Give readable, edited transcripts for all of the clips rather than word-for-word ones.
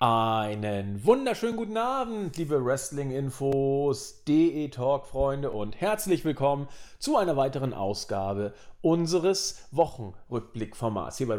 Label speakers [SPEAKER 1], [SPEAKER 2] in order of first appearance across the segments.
[SPEAKER 1] Einen wunderschönen guten Abend, liebe Wrestling-Infos, DE-Talk-Freunde und herzlich willkommen zu einer weiteren Ausgabe unseres Wochenrückblick-Formats hier bei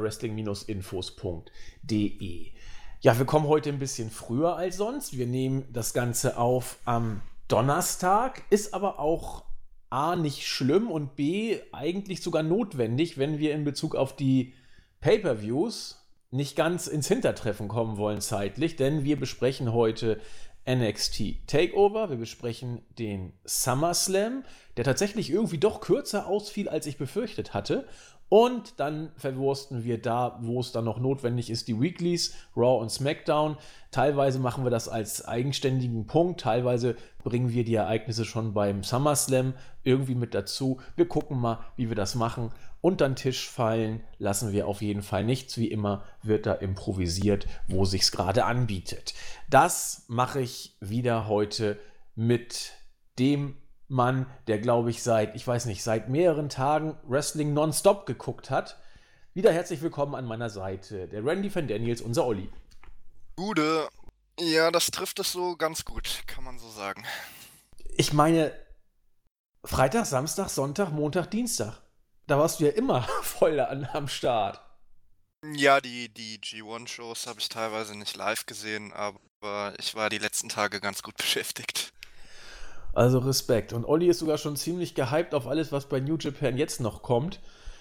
[SPEAKER 1] wrestling-infos.de. Ja, wir kommen heute ein bisschen früher als sonst. Wir nehmen das Ganze auf am Donnerstag, ist aber auch A, nicht schlimm und B, eigentlich sogar notwendig, wenn wir in Bezug auf die Pay-Per-Views nicht ganz ins Hintertreffen kommen wollen zeitlich, denn wir besprechen heute NXT TakeOver, wir besprechen den SummerSlam, der tatsächlich irgendwie doch kürzer ausfiel, als ich befürchtet hatte. Und dann verwursten wir da, wo es dann noch notwendig ist, die Weeklies, Raw und SmackDown. Teilweise machen wir das als eigenständigen Punkt, teilweise bringen wir die Ereignisse schon beim SummerSlam irgendwie mit dazu. Wir gucken mal, wie wir das machen. Unter den Tisch fallen lassen wir auf jeden Fall nichts. Wie immer wird da improvisiert, wo sich's gerade anbietet. Das mache ich wieder heute mit dem Mann, der, glaube ich, seit mehreren Tagen Wrestling nonstop geguckt hat. Wieder herzlich willkommen an meiner Seite, der Randy van Daniels, unser Olli.
[SPEAKER 2] Gude. Ja, das trifft es so ganz gut, kann man so sagen.
[SPEAKER 1] Ich meine, Freitag, Samstag, Sonntag, Montag, Dienstag. Da warst du ja immer voll am Start.
[SPEAKER 2] Ja, die G1-Shows habe ich teilweise nicht live gesehen, aber ich war die letzten Tage ganz gut beschäftigt.
[SPEAKER 1] Also Respekt. Und Olli ist sogar schon ziemlich gehypt auf alles, was bei New Japan jetzt noch kommt.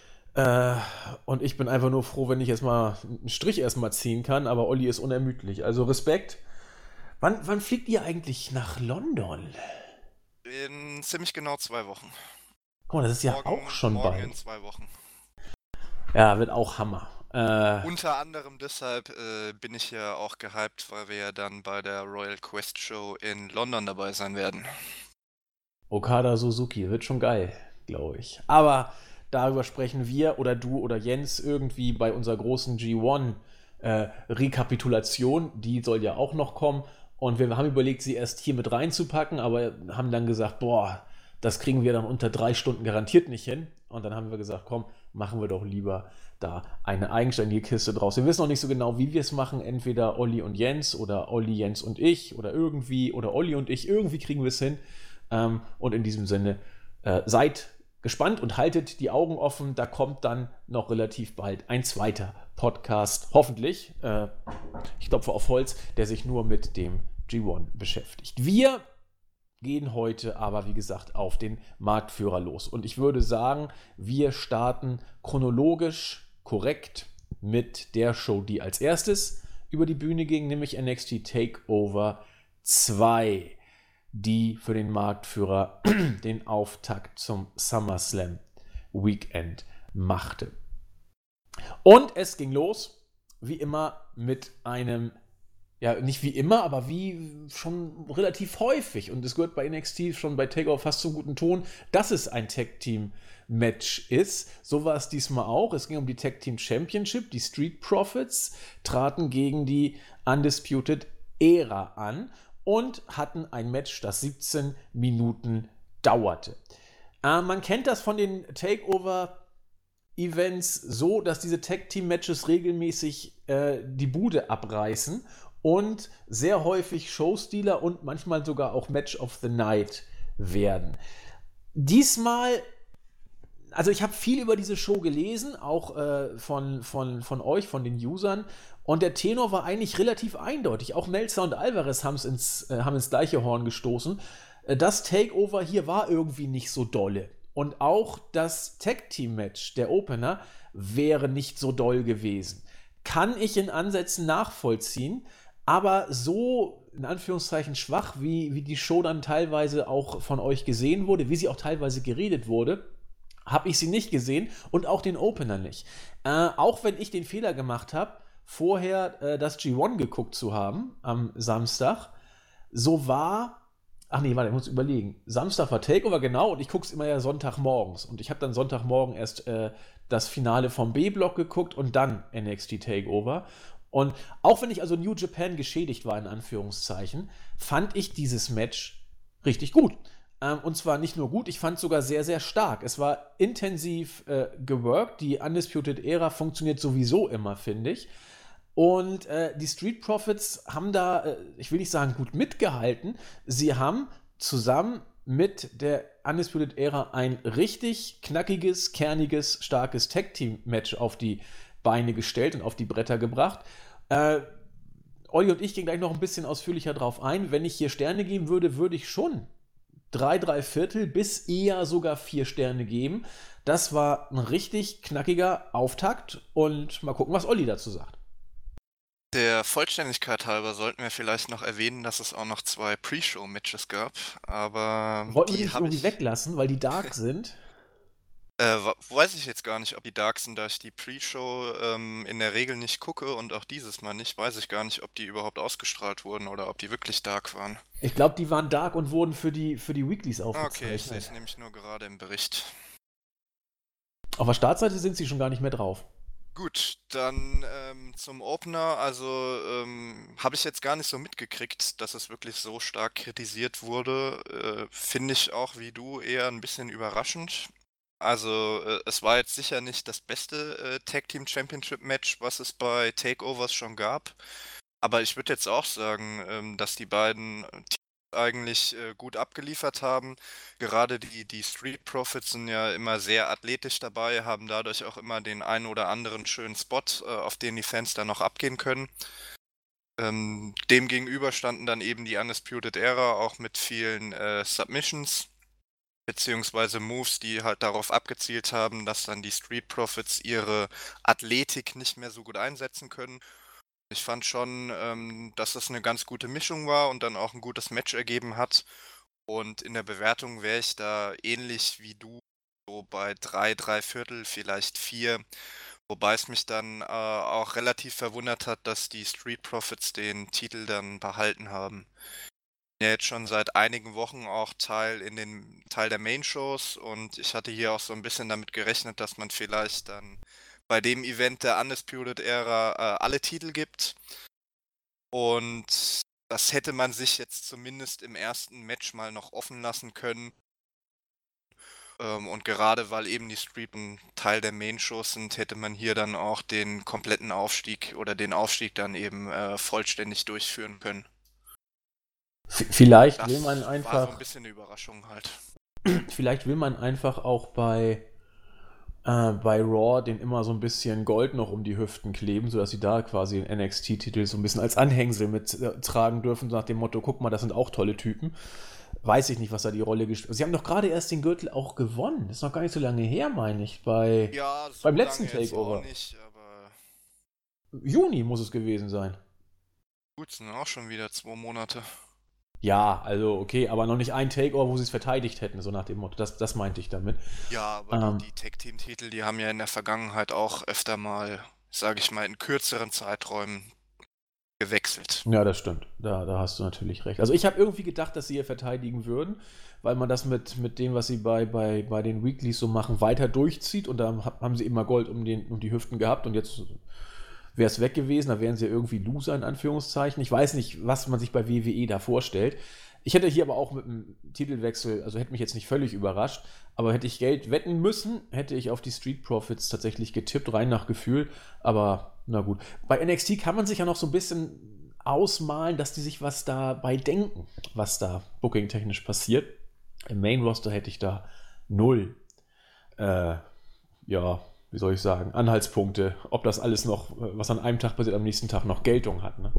[SPEAKER 1] Und ich bin einfach nur froh, wenn ich erstmal einen Strich erstmal ziehen kann, aber Olli ist unermüdlich. Also Respekt. Wann fliegt ihr eigentlich nach London?
[SPEAKER 2] In ziemlich genau 2 Wochen.
[SPEAKER 1] Guck mal, das ist ja auch schon
[SPEAKER 2] morgen
[SPEAKER 1] bald.
[SPEAKER 2] in 2 Wochen.
[SPEAKER 1] Ja, wird auch Hammer.
[SPEAKER 2] Unter anderem deshalb bin ich ja auch gehypt, weil wir ja dann bei der Royal Quest Show in London dabei sein werden.
[SPEAKER 1] Okada Suzuki, wird schon geil, glaube ich. Aber darüber sprechen wir oder du oder Jens irgendwie bei unserer großen G1-Rekapitulation. Die soll ja auch noch kommen. Und wir haben überlegt, sie erst hier mit reinzupacken, aber haben dann gesagt, boah, das kriegen wir dann unter 3 Stunden garantiert nicht hin. Und dann haben wir gesagt, komm, machen wir doch lieber da eine eigenständige Kiste draus. Wir wissen noch nicht so genau, wie wir es machen. Entweder Olli und Jens oder Olli, Jens und ich oder irgendwie oder Olli und ich. Irgendwie kriegen wir es hin. Und in diesem Sinne, seid gespannt und haltet die Augen offen. Da kommt dann noch relativ bald ein zweiter Podcast, hoffentlich, ich klopfe auf Holz, der sich nur mit dem G1 beschäftigt. Wir gehen heute aber, wie gesagt, auf den Marktführer los. Und ich würde sagen, wir starten chronologisch korrekt mit der Show, die als erstes über die Bühne ging, nämlich NXT TakeOver 2. Die für den Marktführer den Auftakt zum SummerSlam Weekend machte. Und es ging los, wie immer, mit einem, ja, nicht wie immer, aber wie schon relativ häufig, und es gehört bei NXT schon bei TakeOver fast zum guten Ton, dass es ein Tag-Team-Match ist. So war es diesmal auch. Es ging um die Tag-Team Championship. Die Street Profits traten gegen die Undisputed Era an und hatten ein Match, das 17 Minuten dauerte. Man kennt das von den Takeover-Events so, dass diese Tag-Team-Matches regelmäßig die Bude abreißen und sehr häufig Showstealer und manchmal sogar auch Match of the Night werden. Diesmal, also ich habe viel über diese Show gelesen, auch von euch, von den Usern. Und der Tenor war eigentlich relativ eindeutig. Auch Meltzer und Alvarez haben ins gleiche Horn gestoßen. Das Takeover hier war irgendwie nicht so dolle. Und auch das Tag-Team-Match, der Opener, wäre nicht so doll gewesen. Kann ich in Ansätzen nachvollziehen, aber so, in Anführungszeichen, schwach, wie die Show dann teilweise auch von euch gesehen wurde, wie sie auch teilweise geredet wurde, habe ich sie nicht gesehen und auch den Opener nicht. Auch wenn ich den Fehler gemacht habe, vorher das G1 geguckt zu haben am Samstag, so war, ich muss überlegen, Samstag war Takeover, genau, und ich gucke es immer ja Sonntagmorgens und ich habe dann Sonntagmorgen erst das Finale vom B-Block geguckt und dann NXT Takeover. Und auch wenn ich also New Japan geschädigt war, in Anführungszeichen, fand ich dieses Match richtig gut. Und zwar nicht nur gut, ich fand es sogar sehr, sehr stark. Es war intensiv geworkt. Die Undisputed Era funktioniert sowieso immer, finde ich. Und die Street Profits haben da, ich will nicht sagen gut mitgehalten, sie haben zusammen mit der Undisputed Era ein richtig knackiges, kerniges, starkes Tag-Team-Match auf die Beine gestellt und auf die Bretter gebracht. Olli und ich gehen gleich noch ein bisschen ausführlicher drauf ein. Wenn ich hier Sterne geben würde, würde ich schon 3 Viertel bis eher sogar 4 Sterne geben. Das war ein richtig knackiger Auftakt und mal gucken, was Olli dazu sagt.
[SPEAKER 2] Der Vollständigkeit halber sollten wir vielleicht noch erwähnen, dass es auch noch 2 Pre-Show-Matches gab, aber
[SPEAKER 1] Wollten wir die
[SPEAKER 2] die
[SPEAKER 1] nicht
[SPEAKER 2] habe
[SPEAKER 1] irgendwie
[SPEAKER 2] ich.
[SPEAKER 1] weglassen, weil die dark sind?
[SPEAKER 2] Weiß ich jetzt gar nicht, ob die dark sind, da ich die Pre-Show in der Regel nicht gucke und auch dieses Mal nicht, weiß ich gar nicht, ob die überhaupt ausgestrahlt wurden oder ob die wirklich dark waren.
[SPEAKER 1] Ich glaube, die waren dark und wurden für die Weeklies
[SPEAKER 2] Okay, ich sehe es
[SPEAKER 1] aufgezeichnet.
[SPEAKER 2] nämlich nur gerade im Bericht.
[SPEAKER 1] Auf der Startseite sind sie schon gar nicht mehr drauf.
[SPEAKER 2] Gut, dann zum Opener. Also habe ich jetzt gar nicht so mitgekriegt, dass es wirklich so stark kritisiert wurde. Finde ich auch wie du eher ein bisschen überraschend. Also es war jetzt sicher nicht das beste Tag Team Championship Match, was es bei Takeovers schon gab. Aber ich würde jetzt auch sagen, dass die beiden Teams eigentlich gut abgeliefert haben. Gerade die Street Profits sind ja immer sehr athletisch dabei, haben dadurch auch immer den einen oder anderen schönen Spot, auf den die Fans dann noch abgehen können. Dem gegenüber standen dann eben die Undisputed Era, auch mit vielen Submissions, beziehungsweise Moves, die halt darauf abgezielt haben, dass dann die Street Profits ihre Athletik nicht mehr so gut einsetzen können. Ich fand schon, dass das eine ganz gute Mischung war und dann auch ein gutes Match ergeben hat. Und in der Bewertung wäre ich da ähnlich wie du, so bei 3 Viertel, vielleicht 4. Wobei es mich dann auch relativ verwundert hat, dass die Street Profits den Titel dann behalten haben. Ja, jetzt schon seit einigen Wochen auch Teil der Main-Shows und ich hatte hier auch so ein bisschen damit gerechnet, dass man vielleicht dann bei dem Event der Undisputed Era alle Titel gibt. Und das hätte man sich jetzt zumindest im ersten Match mal noch offen lassen können. Und gerade weil eben die Street ein Teil der Main-Shows sind, hätte man hier dann auch den kompletten Aufstieg oder den Aufstieg dann eben vollständig durchführen können.
[SPEAKER 1] Vielleicht will
[SPEAKER 2] Das
[SPEAKER 1] man
[SPEAKER 2] war so ein
[SPEAKER 1] einfach,
[SPEAKER 2] bisschen eine Überraschung halt.
[SPEAKER 1] vielleicht will man einfach auch bei Raw den immer so ein bisschen Gold noch um die Hüften kleben, sodass sie da quasi den NXT-Titel so ein bisschen als Anhängsel mittragen dürfen, nach dem Motto, guck mal, das sind auch tolle Typen. Weiß ich nicht, was da die Rolle gespielt hat. Sie haben doch gerade erst den Gürtel auch gewonnen. Das ist noch gar nicht so lange her, meine ich,
[SPEAKER 2] Ja, so
[SPEAKER 1] beim letzten
[SPEAKER 2] lange jetzt auch
[SPEAKER 1] Takeover.
[SPEAKER 2] nicht, aber
[SPEAKER 1] Juni muss es gewesen sein.
[SPEAKER 2] gut, sind auch schon wieder 2 Monate.
[SPEAKER 1] Ja, also okay, aber noch nicht ein Takeover, wo sie es verteidigt hätten, so nach dem Motto. Das meinte ich damit.
[SPEAKER 2] Ja, aber
[SPEAKER 1] Ähm,
[SPEAKER 2] die Tag-Team-Titel, die haben ja in der Vergangenheit auch öfter mal, sage ich mal, in kürzeren Zeiträumen gewechselt.
[SPEAKER 1] Ja, das stimmt. Da hast du natürlich recht. Also ich habe irgendwie gedacht, dass sie hier verteidigen würden, weil man das mit dem, was sie bei den Weeklies so machen, weiter durchzieht. Und da haben sie immer Gold um die Hüften gehabt und jetzt wäre es weg gewesen. Da wären sie ja irgendwie Loser in Anführungszeichen. Ich weiß nicht, was man sich bei WWE da vorstellt. Ich hätte hier aber auch mit einem Titelwechsel, also hätte mich jetzt nicht völlig überrascht, aber hätte ich Geld wetten müssen, hätte ich auf die Street Profits tatsächlich getippt, rein nach Gefühl. Aber na gut. Bei NXT kann man sich ja noch so ein bisschen ausmalen, dass die sich was dabei denken, was da booking-technisch passiert. Im Main-Roster hätte ich da 0, ja, wie soll ich sagen, Anhaltspunkte, ob das alles noch, was an einem Tag passiert, am nächsten Tag noch Geltung hat. Ne?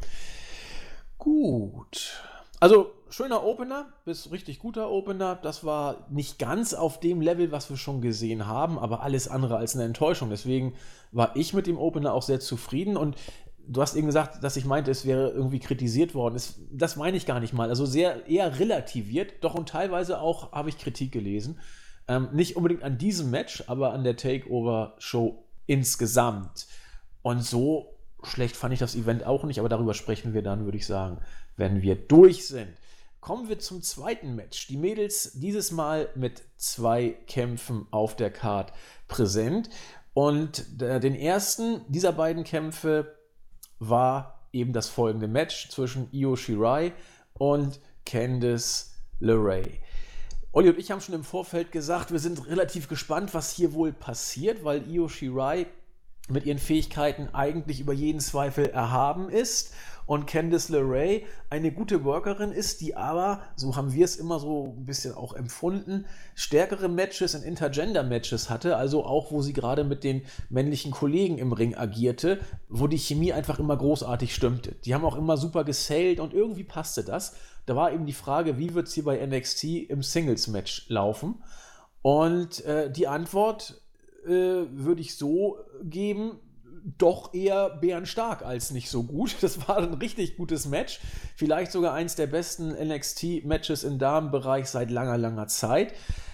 [SPEAKER 1] Gut. Also, schöner Opener, bis richtig guter Opener. Das war nicht ganz auf dem Level, was wir schon gesehen haben, aber alles andere als eine Enttäuschung. Deswegen war ich mit dem Opener auch sehr zufrieden und du hast eben gesagt, dass ich meinte, es wäre irgendwie kritisiert worden. Das meine ich gar nicht mal. Also eher relativiert, doch und teilweise auch habe ich Kritik gelesen. Nicht unbedingt an diesem Match, aber an der Takeover-Show insgesamt. Und so schlecht fand ich das Event auch nicht, aber darüber sprechen wir dann, würde ich sagen, wenn wir durch sind. Kommen wir zum zweiten Match. Die Mädels dieses Mal mit 2 Kämpfen auf der Card präsent. Und den ersten dieser beiden Kämpfe war eben das folgende Match zwischen Io Shirai und Candice LeRae. Olli und ich haben schon im Vorfeld gesagt, wir sind relativ gespannt, was hier wohl passiert, weil Io Shirai mit ihren Fähigkeiten eigentlich über jeden Zweifel erhaben ist und Candice LeRae eine gute Workerin ist, die aber, so haben wir es immer so ein bisschen auch empfunden, stärkere Matches in Intergender-Matches hatte, also auch, wo sie gerade mit den männlichen Kollegen im Ring agierte, wo die Chemie einfach immer großartig stimmte. Die haben auch immer super gesellt und irgendwie passte das. Da war eben die Frage, wie wird es hier bei NXT im Singles-Match laufen? Und die Antwort würde ich so geben, doch eher bärenstark als nicht so gut. Das war ein richtig gutes Match. Vielleicht sogar eins der besten NXT-Matches im Damenbereich seit langer, langer Zeit.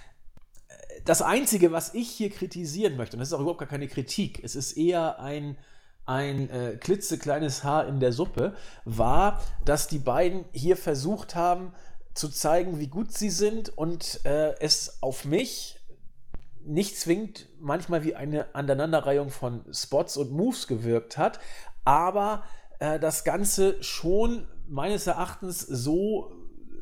[SPEAKER 1] Das Einzige, was ich hier kritisieren möchte, und das ist auch überhaupt gar keine Kritik, es ist eher ein klitzekleines Haar in der Suppe, war, dass die beiden hier versucht haben, zu zeigen, wie gut sie sind und es auf mich nicht zwingend manchmal wie eine Aneinanderreihung von Spots und Moves gewirkt hat, aber das Ganze schon meines Erachtens so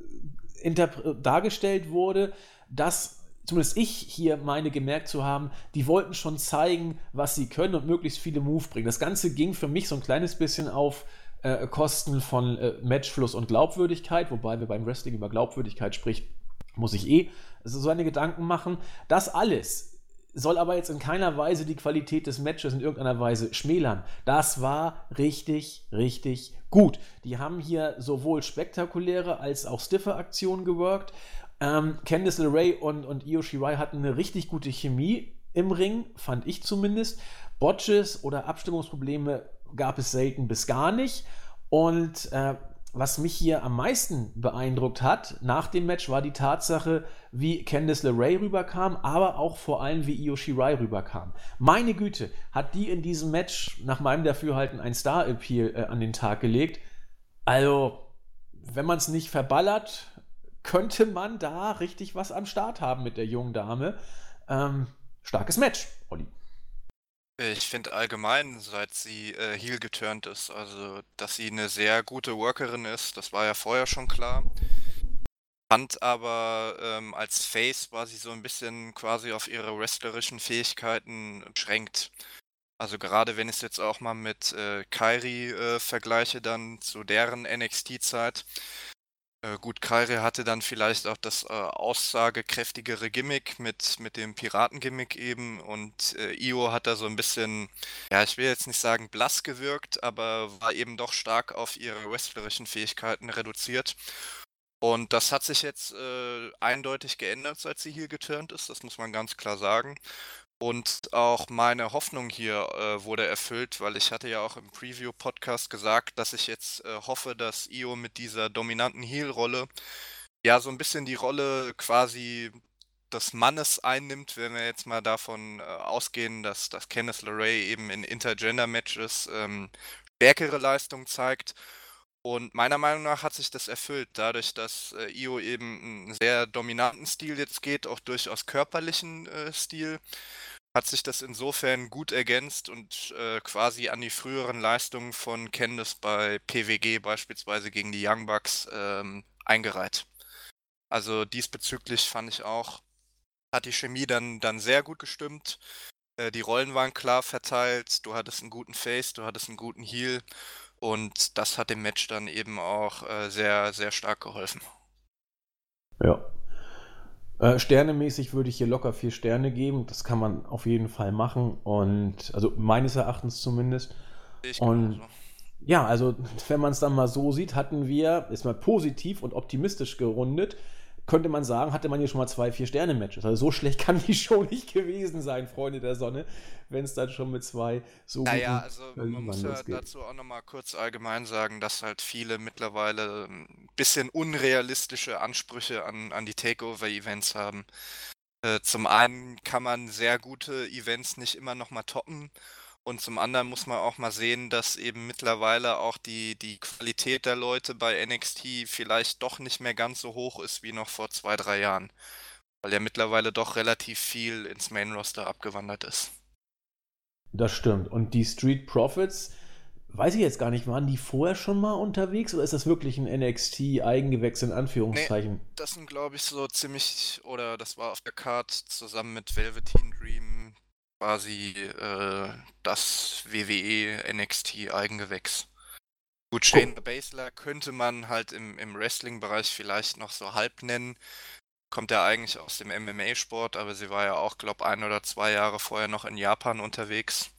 [SPEAKER 1] dargestellt wurde, dass zumindest ich hier meine gemerkt zu haben, die wollten schon zeigen, was sie können und möglichst viele Moves bringen. Das Ganze ging für mich so ein kleines bisschen auf Kosten von Matchfluss und Glaubwürdigkeit, wobei wir beim Wrestling über Glaubwürdigkeit spricht, muss ich so eine Gedanken machen. Das alles soll aber jetzt in keiner Weise die Qualität des Matches in irgendeiner Weise schmälern. Das war richtig, richtig gut. Die haben hier sowohl spektakuläre als auch stiffe Aktionen geworkt. Candice LeRae und Io Shirai hatten eine richtig gute Chemie im Ring, fand ich zumindest. Botches oder Abstimmungsprobleme gab es selten bis gar nicht. Und was mich hier am meisten beeindruckt hat nach dem Match, war die Tatsache, wie Candice LeRae rüberkam, aber auch vor allem, wie Io Shirai rüberkam. Meine Güte, hat die in diesem Match nach meinem Dafürhalten ein Star-Appeal an den Tag gelegt. Also, wenn man es nicht verballert, könnte man da richtig was am Start haben mit der jungen Dame. Starkes Match, Olli.
[SPEAKER 2] Ich finde allgemein, seit sie heel geturnt ist, also dass sie eine sehr gute Workerin ist, das war ja vorher schon klar. Fand aber als Face war sie so ein bisschen quasi auf ihre wrestlerischen Fähigkeiten beschränkt. Also gerade wenn ich es jetzt auch mal mit Kairi vergleiche, dann zu deren NXT-Zeit. Gut, Kairi hatte dann vielleicht auch das aussagekräftigere Gimmick mit dem Piratengimmick eben und Io hat da so ein bisschen, ja, ich will jetzt nicht sagen blass gewirkt, aber war eben doch stark auf ihre wrestlerischen Fähigkeiten reduziert. Und das hat sich jetzt eindeutig geändert, seit sie hier geturnt ist, das muss man ganz klar sagen. Und auch meine Hoffnung hier wurde erfüllt, weil ich hatte ja auch im Preview-Podcast gesagt, dass ich jetzt hoffe, dass Io mit dieser dominanten Heel-Rolle ja so ein bisschen die Rolle quasi des Mannes einnimmt, wenn wir jetzt mal davon ausgehen, dass Candice LeRae eben in Intergender-Matches stärkere Leistung zeigt. Und meiner Meinung nach hat sich das erfüllt, dadurch, dass Io eben einen sehr dominanten Stil jetzt geht, auch durchaus körperlichen Stil, hat sich das insofern gut ergänzt und quasi an die früheren Leistungen von Candice bei PWG beispielsweise gegen die Young Bucks eingereiht. Also diesbezüglich fand ich auch, hat die Chemie dann sehr gut gestimmt. Die Rollen waren klar verteilt, du hattest einen guten Face, du hattest einen guten Heel und das hat dem Match dann eben auch sehr, sehr stark geholfen.
[SPEAKER 1] Ja. Sternemäßig würde ich hier locker 4 Sterne geben. Das kann man auf jeden Fall machen. Und also meines Erachtens zumindest.
[SPEAKER 2] Ich
[SPEAKER 1] Und
[SPEAKER 2] genauso.
[SPEAKER 1] ja, also wenn man es dann mal so sieht, hatten wir, ist mal positiv und optimistisch gerundet, könnte man sagen, hatte man hier schon mal 2 4-Sterne-Matches. Also so schlecht kann die Show nicht gewesen sein, Freunde der Sonne, wenn es dann schon mit 2 so
[SPEAKER 2] Naja,
[SPEAKER 1] guten
[SPEAKER 2] also man muss ja
[SPEAKER 1] losgeht.
[SPEAKER 2] dazu auch nochmal kurz allgemein sagen, dass halt viele mittlerweile ein bisschen unrealistische Ansprüche an die Takeover-Events haben. Zum einen kann man sehr gute Events nicht immer nochmal toppen und zum anderen muss man auch mal sehen, dass eben mittlerweile auch die Qualität der Leute bei NXT vielleicht doch nicht mehr ganz so hoch ist wie noch vor 2, 3 Jahren, weil ja mittlerweile doch relativ viel ins Main-Roster abgewandert ist.
[SPEAKER 1] Das stimmt. Und die Street Profits, weiß ich jetzt gar nicht, waren die vorher schon mal unterwegs oder ist das wirklich ein NXT-Eigengewächs in
[SPEAKER 2] Nee,
[SPEAKER 1] Anführungszeichen?
[SPEAKER 2] das sind glaube ich so ziemlich, oder das war auf der Card zusammen mit Velveteen Dream, quasi das WWE NXT Eigengewächs. Gut,
[SPEAKER 1] Guck,
[SPEAKER 2] Shayna Baszler könnte man halt im Wrestling-Bereich vielleicht noch so halb nennen. Kommt ja eigentlich aus dem MMA-Sport, aber sie war ja auch, glaube 1 oder 2 Jahre vorher noch in Japan unterwegs.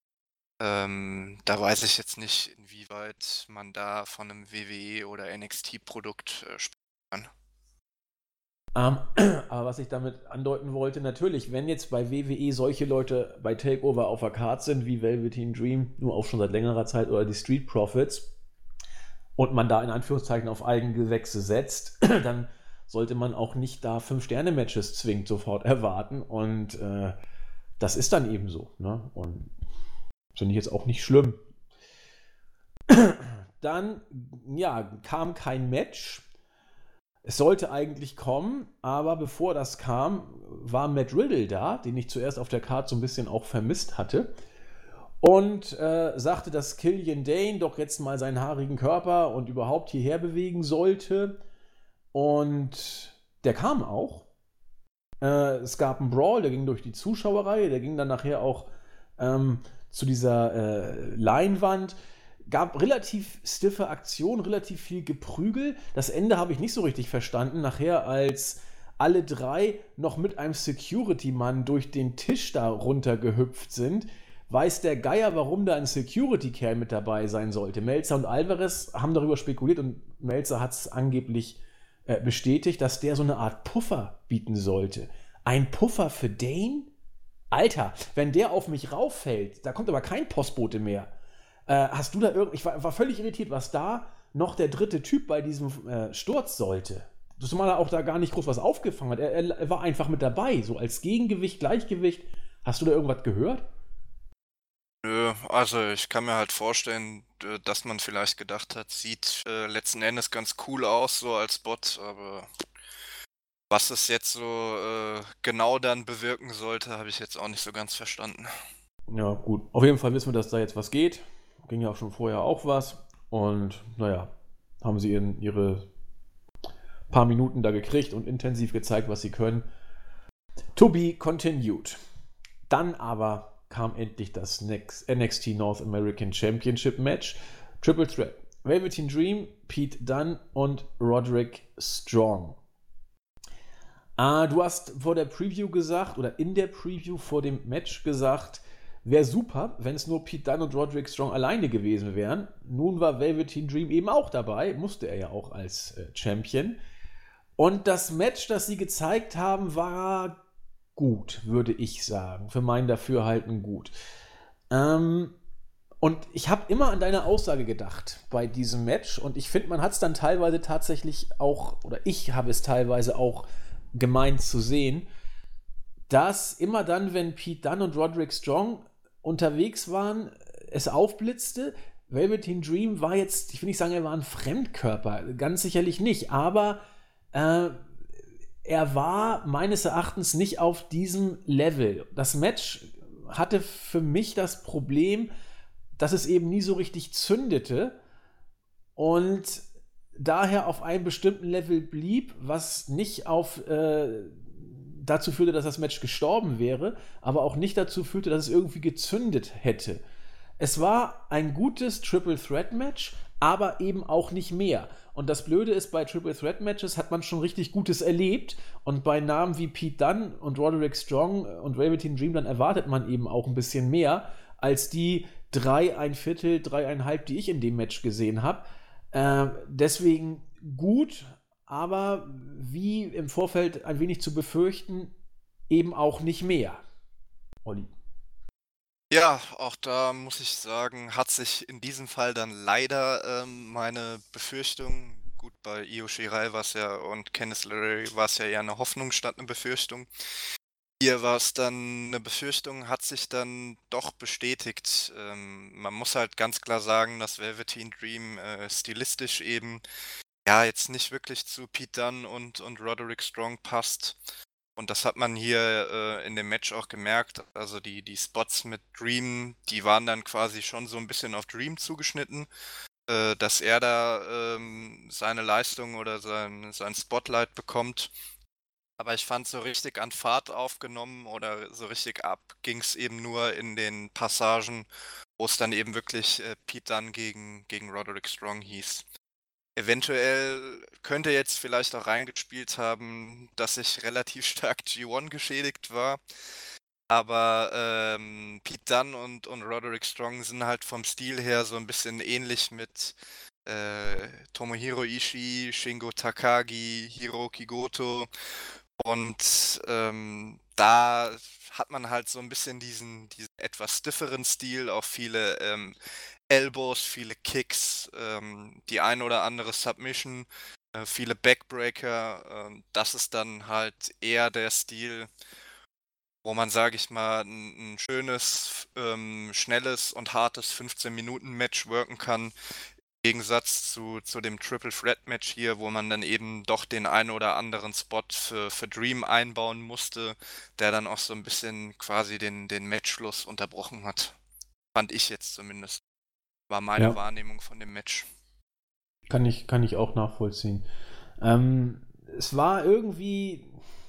[SPEAKER 2] Da weiß ich jetzt nicht, inwieweit man da von einem WWE oder NXT-Produkt sprechen kann.
[SPEAKER 1] ähm, aber was ich damit andeuten wollte, natürlich, wenn jetzt bei WWE solche Leute bei Takeover auf der Card sind, wie Velveteen Dream, nur auch schon seit längerer Zeit, oder die Street Profits, und man da in Anführungszeichen auf Eigengewächse setzt, dann sollte man auch nicht da 5-Sterne-Matches zwingend sofort erwarten. Und das ist dann eben so. Ne? Und finde ich jetzt auch nicht schlimm. Dann, ja, kam kein Match. Es sollte eigentlich kommen, aber bevor das kam, war Matt Riddle da, den ich zuerst auf der Karte so ein bisschen auch vermisst hatte. Und sagte, dass Killian Dane doch jetzt mal seinen haarigen Körper und überhaupt hierher bewegen sollte. Und der kam auch. Es gab einen Brawl, der ging durch die Zuschauerreihe, der ging dann nachher auch zu dieser Leinwand. Gab relativ stiffe Aktionen, relativ viel Geprügel. Das Ende habe ich nicht so richtig verstanden. Nachher, als alle drei noch mit einem Security-Mann durch den Tisch da runtergehüpft sind, weiß der Geier, warum da ein Security-Kerl mit dabei sein sollte. Melzer und Alvarez haben darüber spekuliert und Melzer hat es angeblich bestätigt, dass der so eine Art Puffer bieten sollte. Ein Puffer für Dane? Alter, wenn der auf mich rauffällt, da kommt aber kein Postbote mehr. Hast du da irgendwie. Ich war völlig irritiert, was da noch der dritte Typ bei diesem Sturz sollte. Zumal er auch da gar nicht groß was aufgefangen hat. Er war einfach mit dabei, so als Gegengewicht, Gleichgewicht. Hast du da irgendwas gehört?
[SPEAKER 2] Nö, also ich kann mir halt vorstellen, dass man vielleicht gedacht hat, sieht letzten Endes ganz cool aus, so als Bot, aber was es jetzt so genau dann bewirken sollte, habe ich jetzt auch nicht so ganz verstanden.
[SPEAKER 1] Ja, gut. Auf jeden Fall wissen wir, dass da jetzt was geht. Ging ja auch schon vorher auch was. Und naja, haben sie ihre paar Minuten da gekriegt und intensiv gezeigt, was sie können. To be continued. Dann aber kam endlich das NXT North American Championship Match. Triple Threat. Velveteen Dream, Pete Dunne und Roderick Strong. Du hast vor der Preview gesagt, oder in der Preview vor dem Match gesagt, wäre super, wenn es nur Pete Dunne und Roderick Strong alleine gewesen wären. Nun war Velveteen Dream eben auch dabei, musste er ja auch als Champion. Und das Match, das sie gezeigt haben, war gut, würde ich sagen. Für mein Dafürhalten gut. Und ich habe immer an deine Aussage gedacht bei diesem Match. Und ich finde, man hat es dann teilweise tatsächlich auch, oder ich habe es teilweise auch gemeint zu sehen, dass immer dann, wenn Pete Dunne und Roderick Strong unterwegs waren, es aufblitzte. Velveteen Dream war jetzt, ich will nicht sagen, er war ein Fremdkörper, ganz sicherlich nicht, aber er war meines Erachtens nicht auf diesem Level. Das Match hatte für mich das Problem, dass es eben nie so richtig zündete und daher auf einem bestimmten Level blieb, was nicht dazu führte, dass das Match gestorben wäre, aber auch nicht dazu führte, dass es irgendwie gezündet hätte. Es war ein gutes Triple Threat Match, aber eben auch nicht mehr. Und das Blöde ist, bei Triple Threat Matches hat man schon richtig Gutes erlebt. Und bei Namen wie Pete Dunne und Roderick Strong und Velveteen Dream, dann erwartet man eben auch ein bisschen mehr als die 3,25, 3,5, die ich in dem Match gesehen habe. Deswegen gut, aber wie im Vorfeld ein wenig zu befürchten, eben auch nicht mehr. Olli.
[SPEAKER 2] Ja, auch da muss ich sagen, hat sich in diesem Fall dann leider meine Befürchtung, gut, bei Io Shirai war es ja und Candice LeRae war es ja eher eine Hoffnung statt eine Befürchtung. Hier war es dann eine Befürchtung, hat sich dann doch bestätigt. Man muss halt ganz klar sagen, dass Velveteen Dream stilistisch eben ja jetzt nicht wirklich zu Pete Dunne und Roderick Strong passt. Und das hat man hier in dem Match auch gemerkt. Also die Spots mit Dream, die waren dann quasi schon so ein bisschen auf Dream zugeschnitten, dass er da seine Leistung oder sein Spotlight bekommt. Aber ich fand, so richtig an Fahrt aufgenommen oder so richtig ab ging es eben nur in den Passagen, wo es dann eben wirklich Pete Dunne gegen Roderick Strong hieß. Eventuell könnte jetzt vielleicht auch reingespielt haben, dass ich relativ stark G1 geschädigt war. Aber Pete Dunne und Roderick Strong sind halt vom Stil her so ein bisschen ähnlich mit Tomohiro Ishii, Shingo Takagi, Hiroki Goto. Und da hat man halt so ein bisschen diesen etwas stifferen Stil, auch viele Elbows, viele Kicks, die ein oder andere Submission, viele Backbreaker. Das ist dann halt eher der Stil, wo man, sage ich mal, ein schönes, schnelles und hartes 15-Minuten-Match worken kann. Im Gegensatz zu dem Triple Threat Match hier, wo man dann eben doch den einen oder anderen Spot für Dream einbauen musste, der dann auch so ein bisschen quasi den Matchfluss unterbrochen hat. Fand ich jetzt zumindest. War meine
[SPEAKER 1] Ja,
[SPEAKER 2] Wahrnehmung von dem Match.
[SPEAKER 1] kann ich auch nachvollziehen. Es war irgendwie,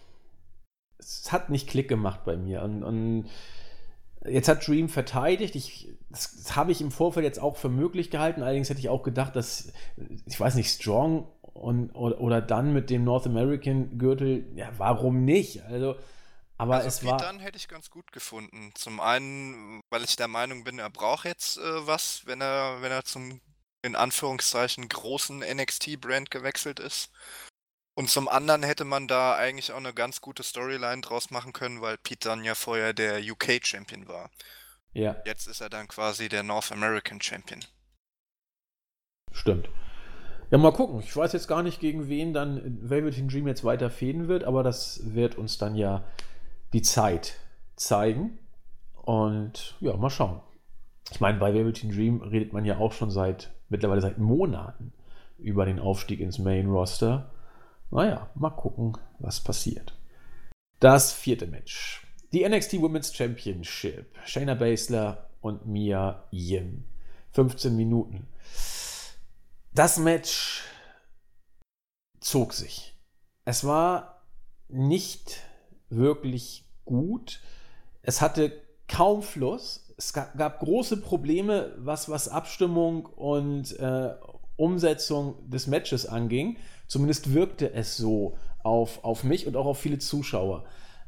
[SPEAKER 1] es hat nicht Klick gemacht bei mir. Und jetzt hat Dream verteidigt. Das habe ich im Vorfeld jetzt auch für möglich gehalten. Allerdings hätte ich auch gedacht, dass, ich weiß nicht, Strong oder dann mit dem North American Gürtel, ja, warum nicht? Aber
[SPEAKER 2] Also
[SPEAKER 1] es
[SPEAKER 2] Pete
[SPEAKER 1] war,
[SPEAKER 2] Dunne hätte ich ganz gut gefunden. Zum einen, weil ich der Meinung bin, er braucht jetzt was, wenn er zum in Anführungszeichen großen NXT-Brand gewechselt ist. Und zum anderen hätte man da eigentlich auch eine ganz gute Storyline draus machen können, weil Pete Dunne ja vorher der UK-Champion war.
[SPEAKER 1] ja,
[SPEAKER 2] Jetzt ist er dann quasi der North American Champion.
[SPEAKER 1] stimmt. Ja, mal gucken. Ich weiß jetzt gar nicht, gegen wen dann Velveteen Dream jetzt weiter fäden wird, aber das wird uns dann ja die Zeit zeigen. Und ja, mal schauen. Ich meine, bei Velveteen Dream redet man ja auch schon mittlerweile seit Monaten über den Aufstieg ins Main Roster. Naja, mal gucken, was passiert. Das vierte Match. Die NXT Women's Championship. Shayna Baszler und Mia Yim. 15 Minuten. Das Match zog sich. Es war nicht wirklich gut. Es hatte kaum Fluss. Es gab große Probleme, was Abstimmung und Umsetzung des Matches anging. Zumindest wirkte es so auf mich und auch auf viele Zuschauer.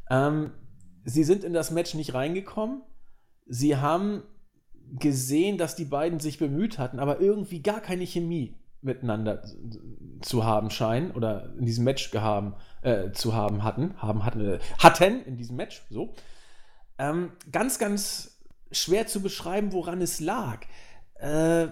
[SPEAKER 1] Sie sind in das Match nicht reingekommen. Sie haben gesehen, dass die beiden sich bemüht hatten, aber irgendwie gar keine Chemie miteinander zu haben scheinen oder in diesem Match hatten in diesem Match, so. Ganz, ganz schwer zu beschreiben, woran es lag. Äh,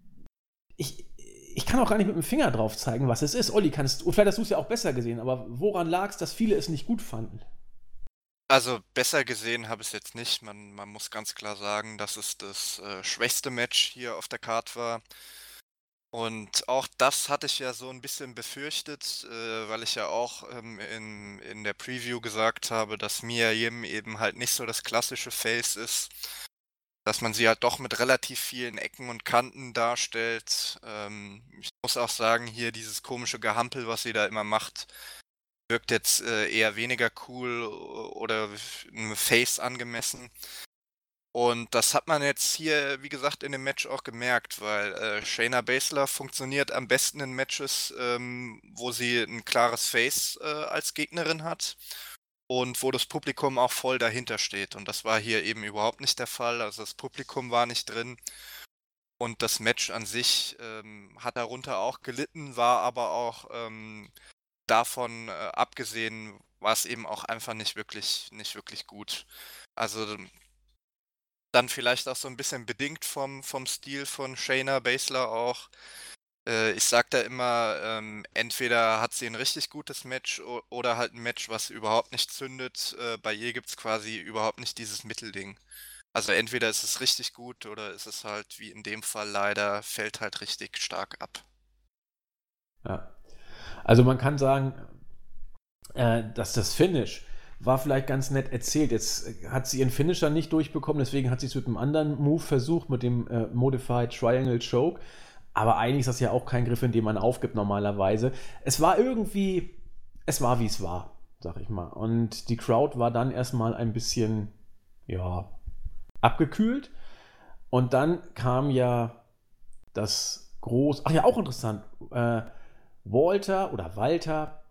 [SPEAKER 1] ich kann auch gar nicht mit dem Finger drauf zeigen, was es ist. Olli, vielleicht hast du es ja auch besser gesehen, aber woran lag es, dass viele es nicht gut fanden?
[SPEAKER 2] Also besser gesehen habe ich es jetzt nicht. Man muss ganz klar sagen, dass es das schwächste Match hier auf der Card war. Und auch das hatte ich ja so ein bisschen befürchtet, weil ich ja auch in der Preview gesagt habe, dass Mia Yim eben halt nicht so das klassische Face ist, dass man sie halt doch mit relativ vielen Ecken und Kanten darstellt. Ich muss auch sagen, hier dieses komische Gehampel, was sie da immer macht, wirkt jetzt eher weniger cool oder einem Face angemessen. Und das hat man jetzt hier, wie gesagt, in dem Match auch gemerkt, weil Shayna Baszler funktioniert am besten in Matches, wo sie ein klares Face als Gegnerin hat und wo das Publikum auch voll dahinter steht. Und das war hier eben überhaupt nicht der Fall. Also das Publikum war nicht drin und das Match an sich hat darunter auch gelitten, war aber auch davon abgesehen, war es eben auch einfach nicht wirklich gut. Also dann vielleicht auch so ein bisschen bedingt vom Stil von Shayna Baszler auch. Ich sage da immer, entweder hat sie ein richtig gutes Match oder halt ein Match, was überhaupt nicht zündet. Bei ihr gibt's quasi überhaupt nicht dieses Mittelding. Also entweder ist es richtig gut oder ist es halt, wie in dem Fall leider, fällt halt richtig stark ab.
[SPEAKER 1] Ja. Also man kann sagen, dass das Finish war vielleicht ganz nett erzählt. Jetzt hat sie ihren Finisher nicht durchbekommen, deswegen hat sie es mit einem anderen Move versucht, mit dem Modified Triangle Choke. Aber eigentlich ist das ja auch kein Griff, in den man aufgibt normalerweise. Es war wie es war. sag ich mal. Und die Crowd war dann erstmal ein bisschen, ja, abgekühlt. Und dann kam ja das groß, ach ja, auch interessant, Walter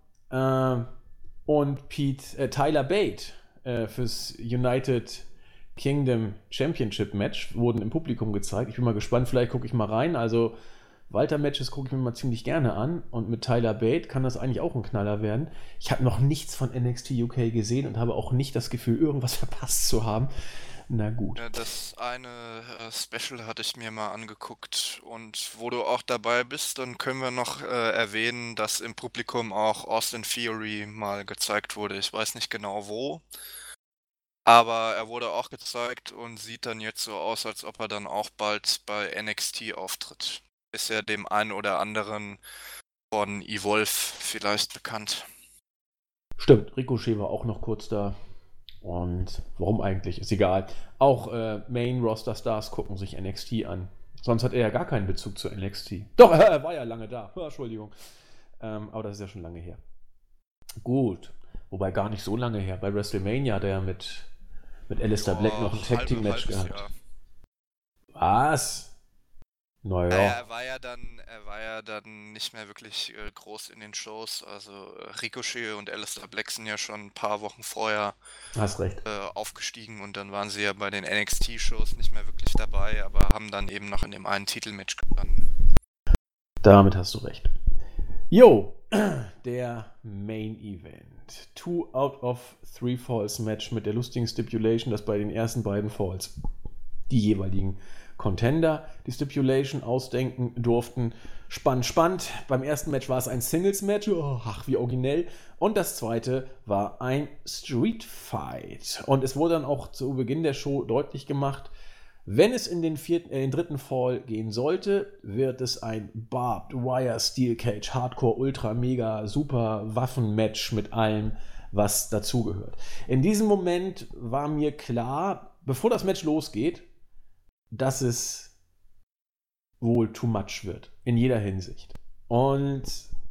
[SPEAKER 1] und Tyler Bate fürs United Kingdom Championship Match wurden im Publikum gezeigt. Ich bin mal gespannt, vielleicht gucke ich mal rein. Also Walter-Matches gucke ich mir mal ziemlich gerne an und mit Tyler Bate kann das eigentlich auch ein Knaller werden. Ich habe noch nichts von NXT UK gesehen und habe auch nicht das Gefühl, irgendwas verpasst zu haben. Na gut.
[SPEAKER 2] Ja, das eine Special hatte ich mir mal angeguckt und wo du auch dabei bist, dann können wir noch erwähnen, dass im Publikum auch Austin Theory mal gezeigt wurde. Ich weiß nicht genau wo, aber er wurde auch gezeigt und sieht dann jetzt so aus, als ob er dann auch bald bei NXT auftritt. Ist ja dem einen oder anderen von Evolve vielleicht bekannt.
[SPEAKER 1] Stimmt, Ricochet war auch noch kurz da. Und warum eigentlich? Ist egal. Auch Main-Roster-Stars gucken sich NXT an. Sonst hat er ja gar keinen Bezug zu NXT. Doch, er war ja lange da. Entschuldigung. Aber das ist ja schon lange her. Gut. Wobei gar nicht so lange her. Bei WrestleMania hat er ja mit Aleister Black noch ein Tag-Team-Match gehabt. Jahr. Was? Naja.
[SPEAKER 2] Er war ja dann nicht mehr wirklich groß in den Shows. Also Ricochet und Aleister Black sind ja schon ein paar Wochen vorher
[SPEAKER 1] Hast recht.
[SPEAKER 2] Aufgestiegen und dann waren sie ja bei den NXT-Shows nicht mehr wirklich dabei, aber haben dann eben noch in dem einen Titelmatch gestanden.
[SPEAKER 1] Damit hast du recht. Jo, der Main Event. 2 out of 3 Falls Match mit der lustigen Stipulation, dass bei den ersten beiden Falls die jeweiligen Contender die Stipulation ausdenken durften. Spannend. Beim ersten Match war es ein Singles-Match. Ach, wie originell. Und das zweite war ein Street-Fight. Und es wurde dann auch zu Beginn der Show deutlich gemacht, wenn es in den dritten Fall gehen sollte, wird es ein Barbed Wire Steel Cage Hardcore Ultra Mega Super Waffen-Match mit allem, was dazugehört. In diesem Moment war mir klar, bevor das Match losgeht, dass es wohl too much wird, in jeder Hinsicht. Und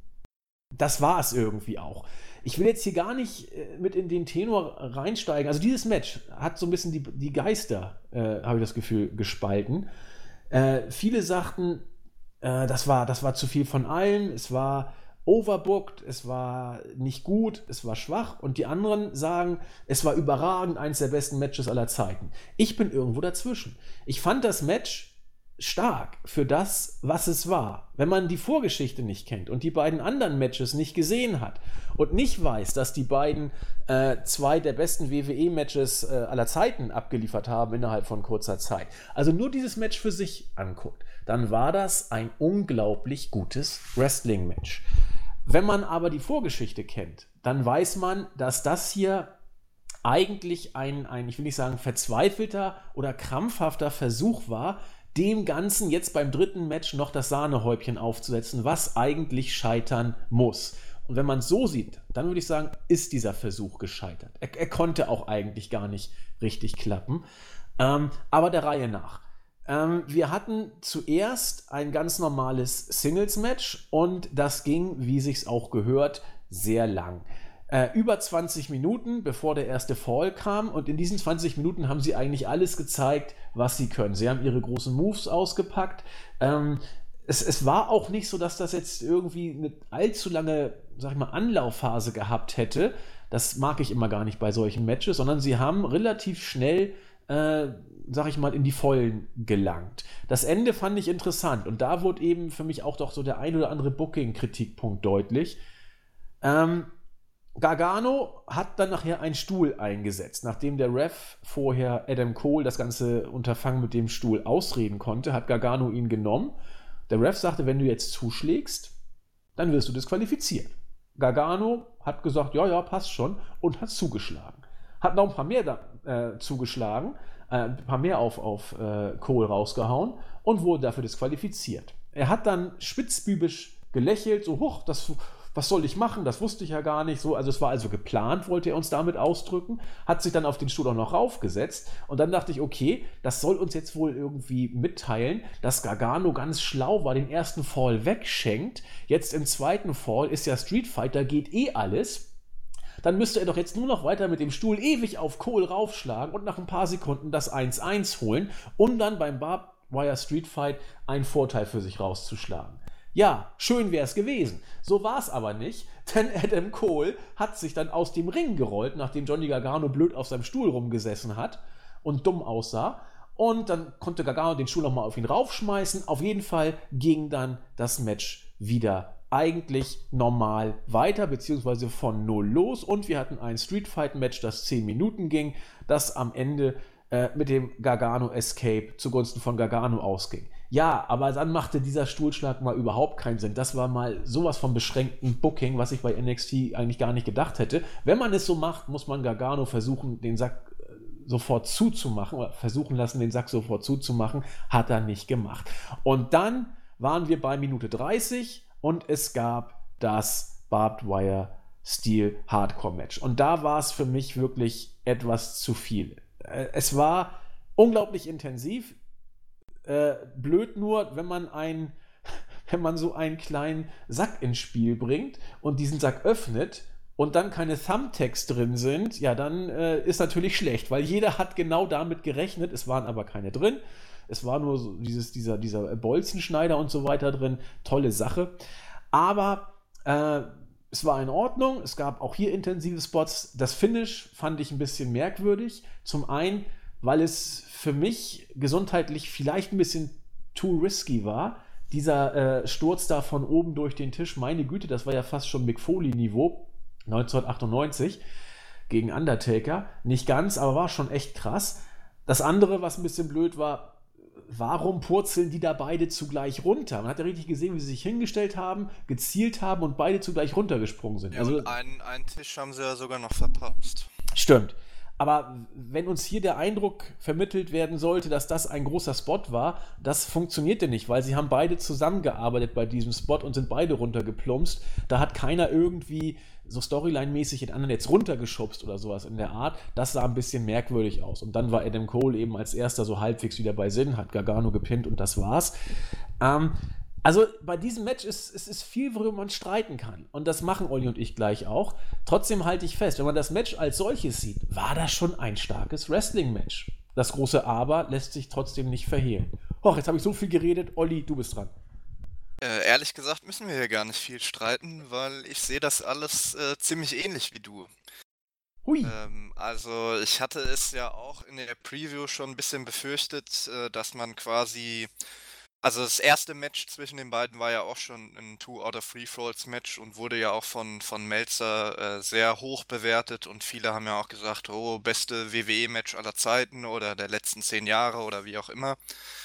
[SPEAKER 1] das war es irgendwie auch. Ich will jetzt hier gar nicht mit in den Tenor reinsteigen. Also dieses Match hat so ein bisschen die Geister, habe ich das Gefühl, gespalten. Viele sagten, das war zu viel von allem, es war overbooked, es war nicht gut, es war schwach und die anderen sagen, es war überragend, eines der besten Matches aller Zeiten. Ich bin irgendwo dazwischen. Ich fand das Match stark für das, was es war. Wenn man die Vorgeschichte nicht kennt und die beiden anderen Matches nicht gesehen hat und nicht weiß, dass die beiden zwei der besten WWE-Matches aller Zeiten abgeliefert haben innerhalb von kurzer Zeit, also nur dieses Match für sich anguckt, dann war das ein unglaublich gutes Wrestling-Match. Wenn man aber die Vorgeschichte kennt, dann weiß man, dass das hier eigentlich ein, ich will nicht sagen verzweifelter oder krampfhafter Versuch war, dem Ganzen jetzt beim dritten Match noch das Sahnehäubchen aufzusetzen, was eigentlich scheitern muss. Und wenn man es so sieht, dann würde ich sagen, ist dieser Versuch gescheitert. Er konnte auch eigentlich gar nicht richtig klappen. Aber der Reihe nach. Wir hatten zuerst ein ganz normales Singles-Match und das ging, wie sich's auch gehört, sehr lang. Über 20 Minuten, bevor der erste Fall kam, und in diesen 20 Minuten haben sie eigentlich alles gezeigt, was sie können. Sie haben ihre großen Moves ausgepackt. Es war auch nicht so, dass das jetzt irgendwie eine allzu lange, sag ich mal, Anlaufphase gehabt hätte. Das mag ich immer gar nicht bei solchen Matches, sondern sie haben relativ schnell sag ich mal, in die Vollen gelangt. Das Ende fand ich interessant und da wurde eben für mich auch doch so der ein oder andere Booking-Kritikpunkt deutlich. Gargano hat dann nachher einen Stuhl eingesetzt. Nachdem der Ref vorher Adam Cole das ganze Unterfangen mit dem Stuhl ausreden konnte, hat Gargano ihn genommen. Der Ref sagte, wenn du jetzt zuschlägst, dann wirst du disqualifiziert. Gargano hat gesagt, ja, passt schon und hat zugeschlagen. Hat noch ein paar mehr zugeschlagen, ein paar mehr auf Cole rausgehauen und wurde dafür disqualifiziert. Er hat dann spitzbübisch gelächelt, so, was soll ich machen, das wusste ich ja gar nicht. So, also es war also geplant, wollte er uns damit ausdrücken, hat sich dann auf den Stuhl auch noch raufgesetzt und dann dachte ich, okay, das soll uns jetzt wohl irgendwie mitteilen, dass Gargano ganz schlau war, den ersten Fall wegschenkt. Jetzt im zweiten Fall ist ja Street Fighter, geht alles. dann müsste er doch jetzt nur noch weiter mit dem Stuhl ewig auf Cole raufschlagen und nach ein paar Sekunden das 1-1 holen, um dann beim Barbed Wire Street Fight einen Vorteil für sich rauszuschlagen. Ja, schön wäre es gewesen. So war es aber nicht, denn Adam Cole hat sich dann aus dem Ring gerollt, nachdem Johnny Gargano blöd auf seinem Stuhl rumgesessen hat und dumm aussah. Und dann konnte Gargano den Stuhl nochmal auf ihn raufschmeißen. Auf jeden Fall ging dann das Match wieder eigentlich normal weiter, beziehungsweise von 0 los. Und wir hatten ein Street Fight Match, das 10 Minuten ging, das am Ende mit dem Gargano Escape zugunsten von Gargano ausging. Ja, aber dann machte dieser Stuhlschlag mal überhaupt keinen Sinn. Das war mal sowas von beschränktem Booking, was ich bei NXT eigentlich gar nicht gedacht hätte. Wenn man es so macht, muss man Gargano versuchen, den Sack sofort zuzumachen oder versuchen lassen, den Sack sofort zuzumachen. Hat er nicht gemacht. Und dann waren wir bei Minute 30 und es gab das Barbed Wire Steel Hardcore Match. Und da war es für mich wirklich etwas zu viel. Es war unglaublich intensiv. Blöd nur, wenn man so einen kleinen Sack ins Spiel bringt und diesen Sack öffnet und dann keine Thumbtacks drin sind, ja, dann ist natürlich schlecht, weil jeder hat genau damit gerechnet, es waren aber keine drin. Es war nur so dieser Bolzenschneider und so weiter drin. Tolle Sache. Aber es war in Ordnung. Es gab auch hier intensive Spots. Das Finish fand ich ein bisschen merkwürdig. Zum einen, weil es für mich gesundheitlich vielleicht ein bisschen too risky war. Dieser Sturz da von oben durch den Tisch, meine Güte, das war ja fast schon Mick Foley-Niveau, 1998 gegen Undertaker. Nicht ganz, aber war schon echt krass. Das andere, was ein bisschen blöd war, warum purzeln die da beide zugleich runter? Man hat ja richtig gesehen, wie sie sich hingestellt haben, gezielt haben und beide zugleich runtergesprungen sind.
[SPEAKER 2] Ja, also einen Tisch haben sie ja sogar noch verpasst.
[SPEAKER 1] Stimmt. Aber wenn uns hier der Eindruck vermittelt werden sollte, dass das ein großer Spot war, das funktionierte nicht, weil sie haben beide zusammengearbeitet bei diesem Spot und sind beide runtergeplumpst. Da hat keiner irgendwie so Storyline-mäßig den anderen jetzt runtergeschubst oder sowas in der Art. Das sah ein bisschen merkwürdig aus. Und dann war Adam Cole eben als erster so halbwegs wieder bei Sinn, hat Gargano gepinnt und das war's. Also bei diesem Match ist viel, worüber man streiten kann. Und das machen Olli und ich gleich auch. Trotzdem halte ich fest, wenn man das Match als solches sieht, war das schon ein starkes Wrestling-Match. Das große Aber lässt sich trotzdem nicht verhehlen. Och, jetzt habe ich so viel geredet. Olli, du bist dran.
[SPEAKER 2] Ehrlich gesagt müssen wir hier gar nicht viel streiten, weil ich sehe das alles ziemlich ähnlich wie du.
[SPEAKER 1] Hui.
[SPEAKER 2] Also ich hatte es ja auch in der Preview schon ein bisschen befürchtet, dass man quasi... Also das erste Match zwischen den beiden war ja auch schon ein Two-out-of-Three-Falls-Match und wurde ja auch von Meltzer sehr hoch bewertet und viele haben ja auch gesagt, oh, beste WWE-Match aller Zeiten oder der letzten 10 Jahre oder wie auch immer.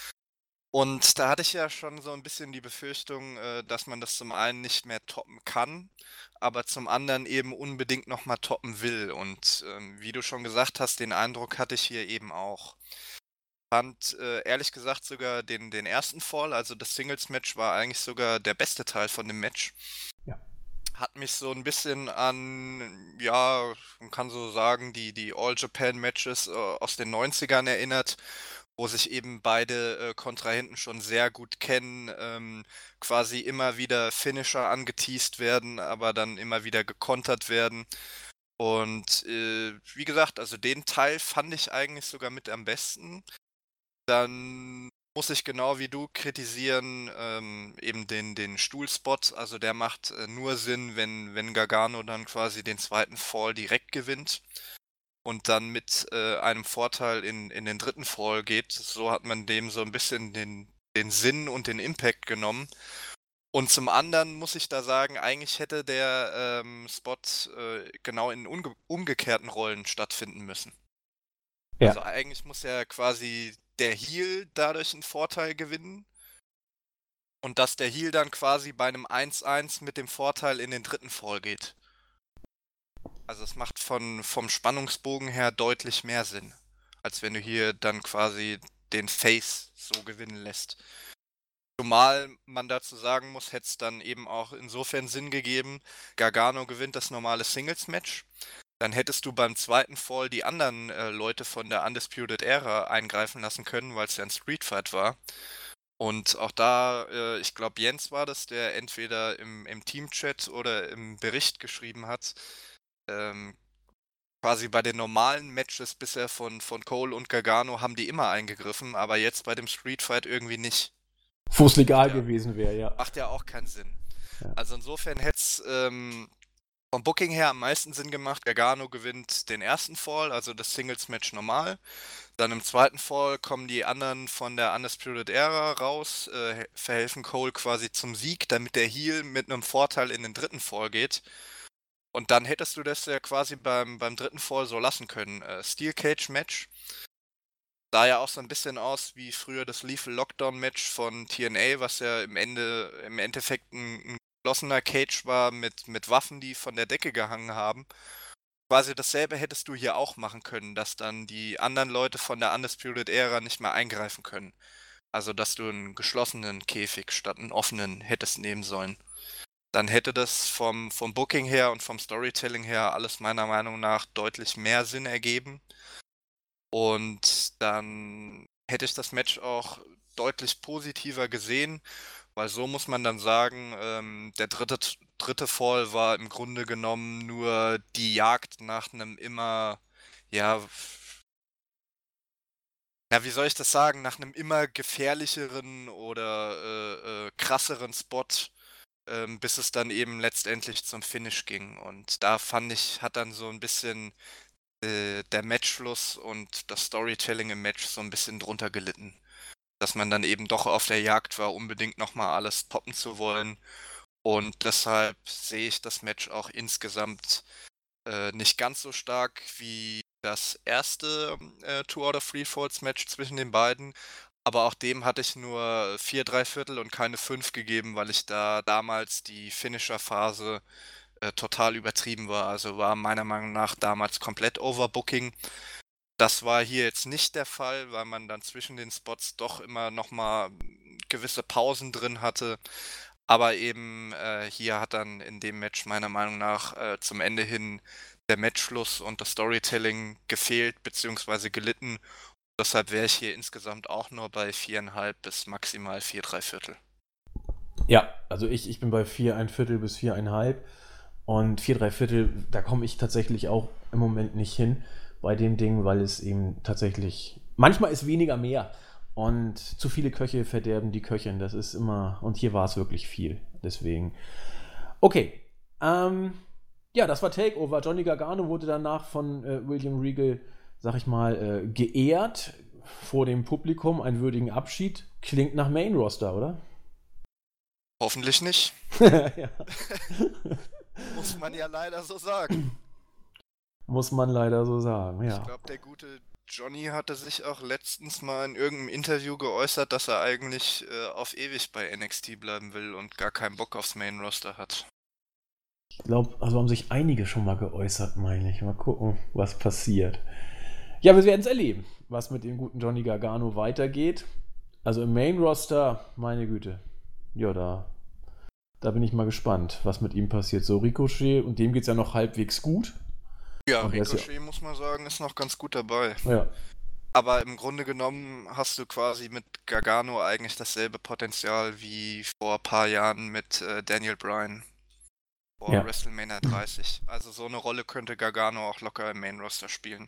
[SPEAKER 2] Und da hatte ich ja schon so ein bisschen die Befürchtung, dass man das zum einen nicht mehr toppen kann, aber zum anderen eben unbedingt nochmal toppen will. Und wie du schon gesagt hast, den Eindruck hatte ich hier eben auch. Fand ehrlich gesagt sogar den ersten Fall, also das Singles-Match war eigentlich sogar der beste Teil von dem Match.
[SPEAKER 1] Ja.
[SPEAKER 2] Hat mich so ein bisschen an, ja, man kann so sagen, die All-Japan-Matches aus den 90ern erinnert, wo sich eben beide Kontrahenten schon sehr gut kennen, quasi immer wieder Finisher angeteast werden, aber dann immer wieder gekontert werden. Und wie gesagt, also den Teil fand ich eigentlich sogar mit am besten. Dann muss ich genau wie du kritisieren, eben den Stuhlspot. Also der macht nur Sinn, wenn Gargano dann quasi den zweiten Fall direkt gewinnt und dann mit einem Vorteil in den dritten Fall geht. So hat man dem so ein bisschen den Sinn und den Impact genommen. Und zum anderen muss ich da sagen, eigentlich hätte der Spot genau in umgekehrten Rollen stattfinden müssen.
[SPEAKER 1] Ja.
[SPEAKER 2] Also eigentlich muss ja quasi der Heel dadurch einen Vorteil gewinnen und dass der Heel dann quasi bei einem 1-1 mit dem Vorteil in den dritten Fall geht. Also es macht vom Spannungsbogen her deutlich mehr Sinn, als wenn du hier dann quasi den Face so gewinnen lässt. Zumal man dazu sagen muss, hätte es dann eben auch insofern Sinn gegeben, Gargano gewinnt das normale Singles-Match. Dann hättest du beim zweiten Fall die anderen Leute von der Undisputed Era eingreifen lassen können, weil es ja ein Streetfight war. Und auch da, ich glaube Jens war das, der entweder im Teamchat oder im Bericht geschrieben hat, quasi bei den normalen Matches bisher von Cole und Gargano haben die immer eingegriffen, aber jetzt bei dem Street Fight irgendwie nicht.
[SPEAKER 1] Wo es legal
[SPEAKER 2] Ja.
[SPEAKER 1] gewesen wäre, ja.
[SPEAKER 2] Macht ja auch keinen Sinn.
[SPEAKER 1] Ja.
[SPEAKER 2] Also insofern hätte es vom Booking her am meisten Sinn gemacht. Gargano gewinnt den ersten Fall, also das Singles-Match normal. Dann im zweiten Fall kommen die anderen von der Undisputed Era raus, verhelfen Cole quasi zum Sieg, damit der Heel mit einem Vorteil in den dritten Fall geht. Und dann hättest du das ja quasi beim dritten Fall so lassen können. Steel Cage Match. Sah ja auch so ein bisschen aus wie früher das Lethal Lockdown Match von TNA, was ja im Endeffekt ein geschlossener Cage war mit Waffen, die von der Decke gehangen haben. Quasi dasselbe hättest du hier auch machen können, dass dann die anderen Leute von der Undisputed Era nicht mehr eingreifen können. Also, dass du einen geschlossenen Käfig statt einen offenen hättest nehmen sollen. Dann hätte das vom Booking her und vom Storytelling her alles meiner Meinung nach deutlich mehr Sinn ergeben. Und dann hätte ich das Match auch deutlich positiver gesehen, weil so muss man dann sagen, der dritte Fall war im Grunde genommen nur die Jagd nach einem immer, ja, wie soll ich das sagen, nach einem immer gefährlicheren oder krasseren Spot, bis es dann eben letztendlich zum Finish ging. Und da fand ich, hat dann so ein bisschen der Matchfluss und das Storytelling im Match so ein bisschen drunter gelitten. Dass man dann eben doch auf der Jagd war, unbedingt nochmal alles toppen zu wollen. Und deshalb sehe ich das Match auch insgesamt nicht ganz so stark wie das erste 2 out of 3 Falls Match zwischen den beiden. Aber auch dem hatte ich nur 4 3/4 und keine 5 gegeben, weil ich da damals die Finisher-Phase total übertrieben war. Also war meiner Meinung nach damals komplett Overbooking. Das war hier jetzt nicht der Fall, weil man dann zwischen den Spots doch immer nochmal gewisse Pausen drin hatte. Aber eben hier hat dann in dem Match meiner Meinung nach zum Ende hin der Matchfluss und das Storytelling gefehlt bzw. gelitten. Deshalb wäre ich hier insgesamt auch nur bei 4,5 bis maximal 4 3/4.
[SPEAKER 1] Ja, also ich bin bei 4,25 bis 4,5 und 4 3/4, da komme ich tatsächlich auch im Moment nicht hin bei dem Ding, weil es eben tatsächlich, manchmal ist weniger mehr und zu viele Köche verderben die Köchin, das ist immer, und hier war es wirklich viel, deswegen. Okay, ja, das war Takeover. Johnny Gargano wurde danach von William Regal, sag ich mal, geehrt vor dem Publikum, einen würdigen Abschied. Klingt nach Main Roster, oder?
[SPEAKER 2] Hoffentlich nicht.
[SPEAKER 1] Ja.
[SPEAKER 2] Muss man ja leider so sagen.
[SPEAKER 1] Muss man leider so sagen, ja.
[SPEAKER 2] Ich glaube, der gute Johnny hatte sich auch letztens mal in irgendeinem Interview geäußert, dass er eigentlich auf ewig bei NXT bleiben will und gar keinen Bock aufs Main Roster hat.
[SPEAKER 1] Ich glaube, also haben sich einige schon mal geäußert, meine ich. Mal gucken, was passiert. Ja, wir werden es erleben, was mit dem guten Johnny Gargano weitergeht. Also im Main Roster, meine Güte. Ja, da bin ich mal gespannt, was mit ihm passiert. So Ricochet, und dem geht es ja noch halbwegs gut.
[SPEAKER 2] Ja,
[SPEAKER 1] Und
[SPEAKER 2] Ricochet, muss man sagen, ist noch ganz gut dabei.
[SPEAKER 1] Ja.
[SPEAKER 2] Aber im Grunde genommen hast du quasi mit Gargano eigentlich dasselbe Potenzial wie vor ein paar Jahren mit Daniel Bryan vor
[SPEAKER 1] Ja.
[SPEAKER 2] WrestleMania 30. Also so eine Rolle könnte Gargano auch locker im Main Roster spielen.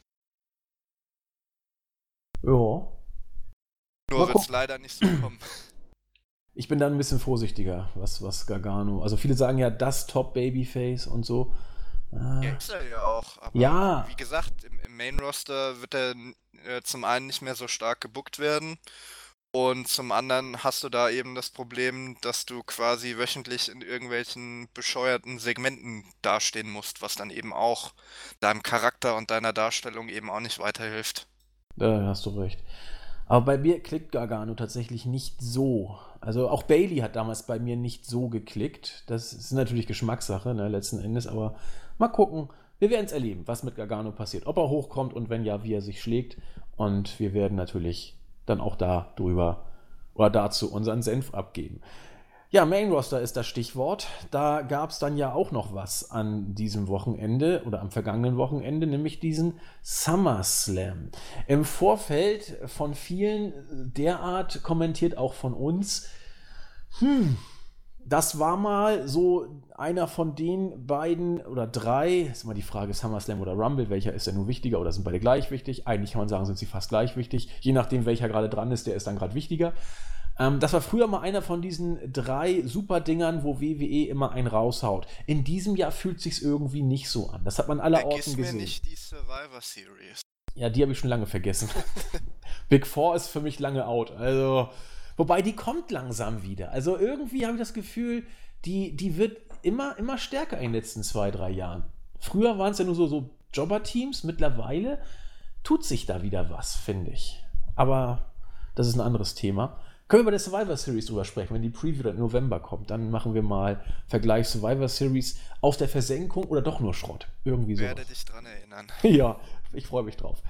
[SPEAKER 1] Ja.
[SPEAKER 2] Nur
[SPEAKER 1] Mal
[SPEAKER 2] wird es
[SPEAKER 1] gucken.
[SPEAKER 2] leider nicht so kommen.
[SPEAKER 1] Ich bin da ein bisschen vorsichtiger, was Gargano. Also viele sagen ja, das Top-Babyface und so.
[SPEAKER 2] Ja, ist er ja auch. Aber
[SPEAKER 1] Ja.
[SPEAKER 2] wie gesagt, im Main Roster wird er zum einen nicht mehr so stark gebuckt werden. Und zum anderen hast du da eben das Problem, dass du quasi wöchentlich in irgendwelchen bescheuerten Segmenten dastehen musst, was dann eben auch deinem Charakter und deiner Darstellung eben auch nicht weiterhilft.
[SPEAKER 1] Da hast du recht. Aber bei mir klickt Gargano tatsächlich nicht so. Also auch Bayley hat damals bei mir nicht so geklickt. Das ist natürlich Geschmackssache, ne, letzten Endes. Aber mal gucken. Wir werden es erleben, was mit Gargano passiert. Ob er hochkommt und wenn ja, wie er sich schlägt. Und wir werden natürlich dann auch da drüber oder dazu unseren Senf abgeben. Ja, Main Roster ist das Stichwort. Da gab es dann ja auch noch was an diesem Wochenende oder am vergangenen Wochenende, nämlich diesen SummerSlam. Im Vorfeld von vielen derart kommentiert, auch von uns, das war mal so einer von den beiden oder drei, ist immer die Frage, SummerSlam oder Rumble, welcher ist denn nun wichtiger oder sind beide gleich wichtig? Eigentlich kann man sagen, sind sie fast gleich wichtig. Je nachdem, welcher gerade dran ist, der ist dann gerade wichtiger. Das war früher mal einer von diesen 3 Super-Dingern, wo WWE immer einen raushaut. In diesem Jahr fühlt sich's irgendwie nicht so an. Das hat man allerorten gesehen.
[SPEAKER 2] Vergiss mir nicht die Survivor Series.
[SPEAKER 1] Ja, die habe ich schon lange vergessen. Big Four ist für mich lange out. Also, wobei die kommt langsam wieder. Also irgendwie habe ich das Gefühl, die wird immer stärker in den letzten 2, 3 Jahren. Früher waren es ja nur so Jobber-Teams. Mittlerweile tut sich da wieder was, finde ich. Aber das ist ein anderes Thema. Können wir bei der Survivor Series drüber sprechen, wenn die Preview im November kommt. Dann machen wir mal Vergleich Survivor Series aus der Versenkung oder doch nur Schrott. Irgendwie so.
[SPEAKER 2] Ich werde dich dran erinnern.
[SPEAKER 1] Ja, ich freue mich drauf.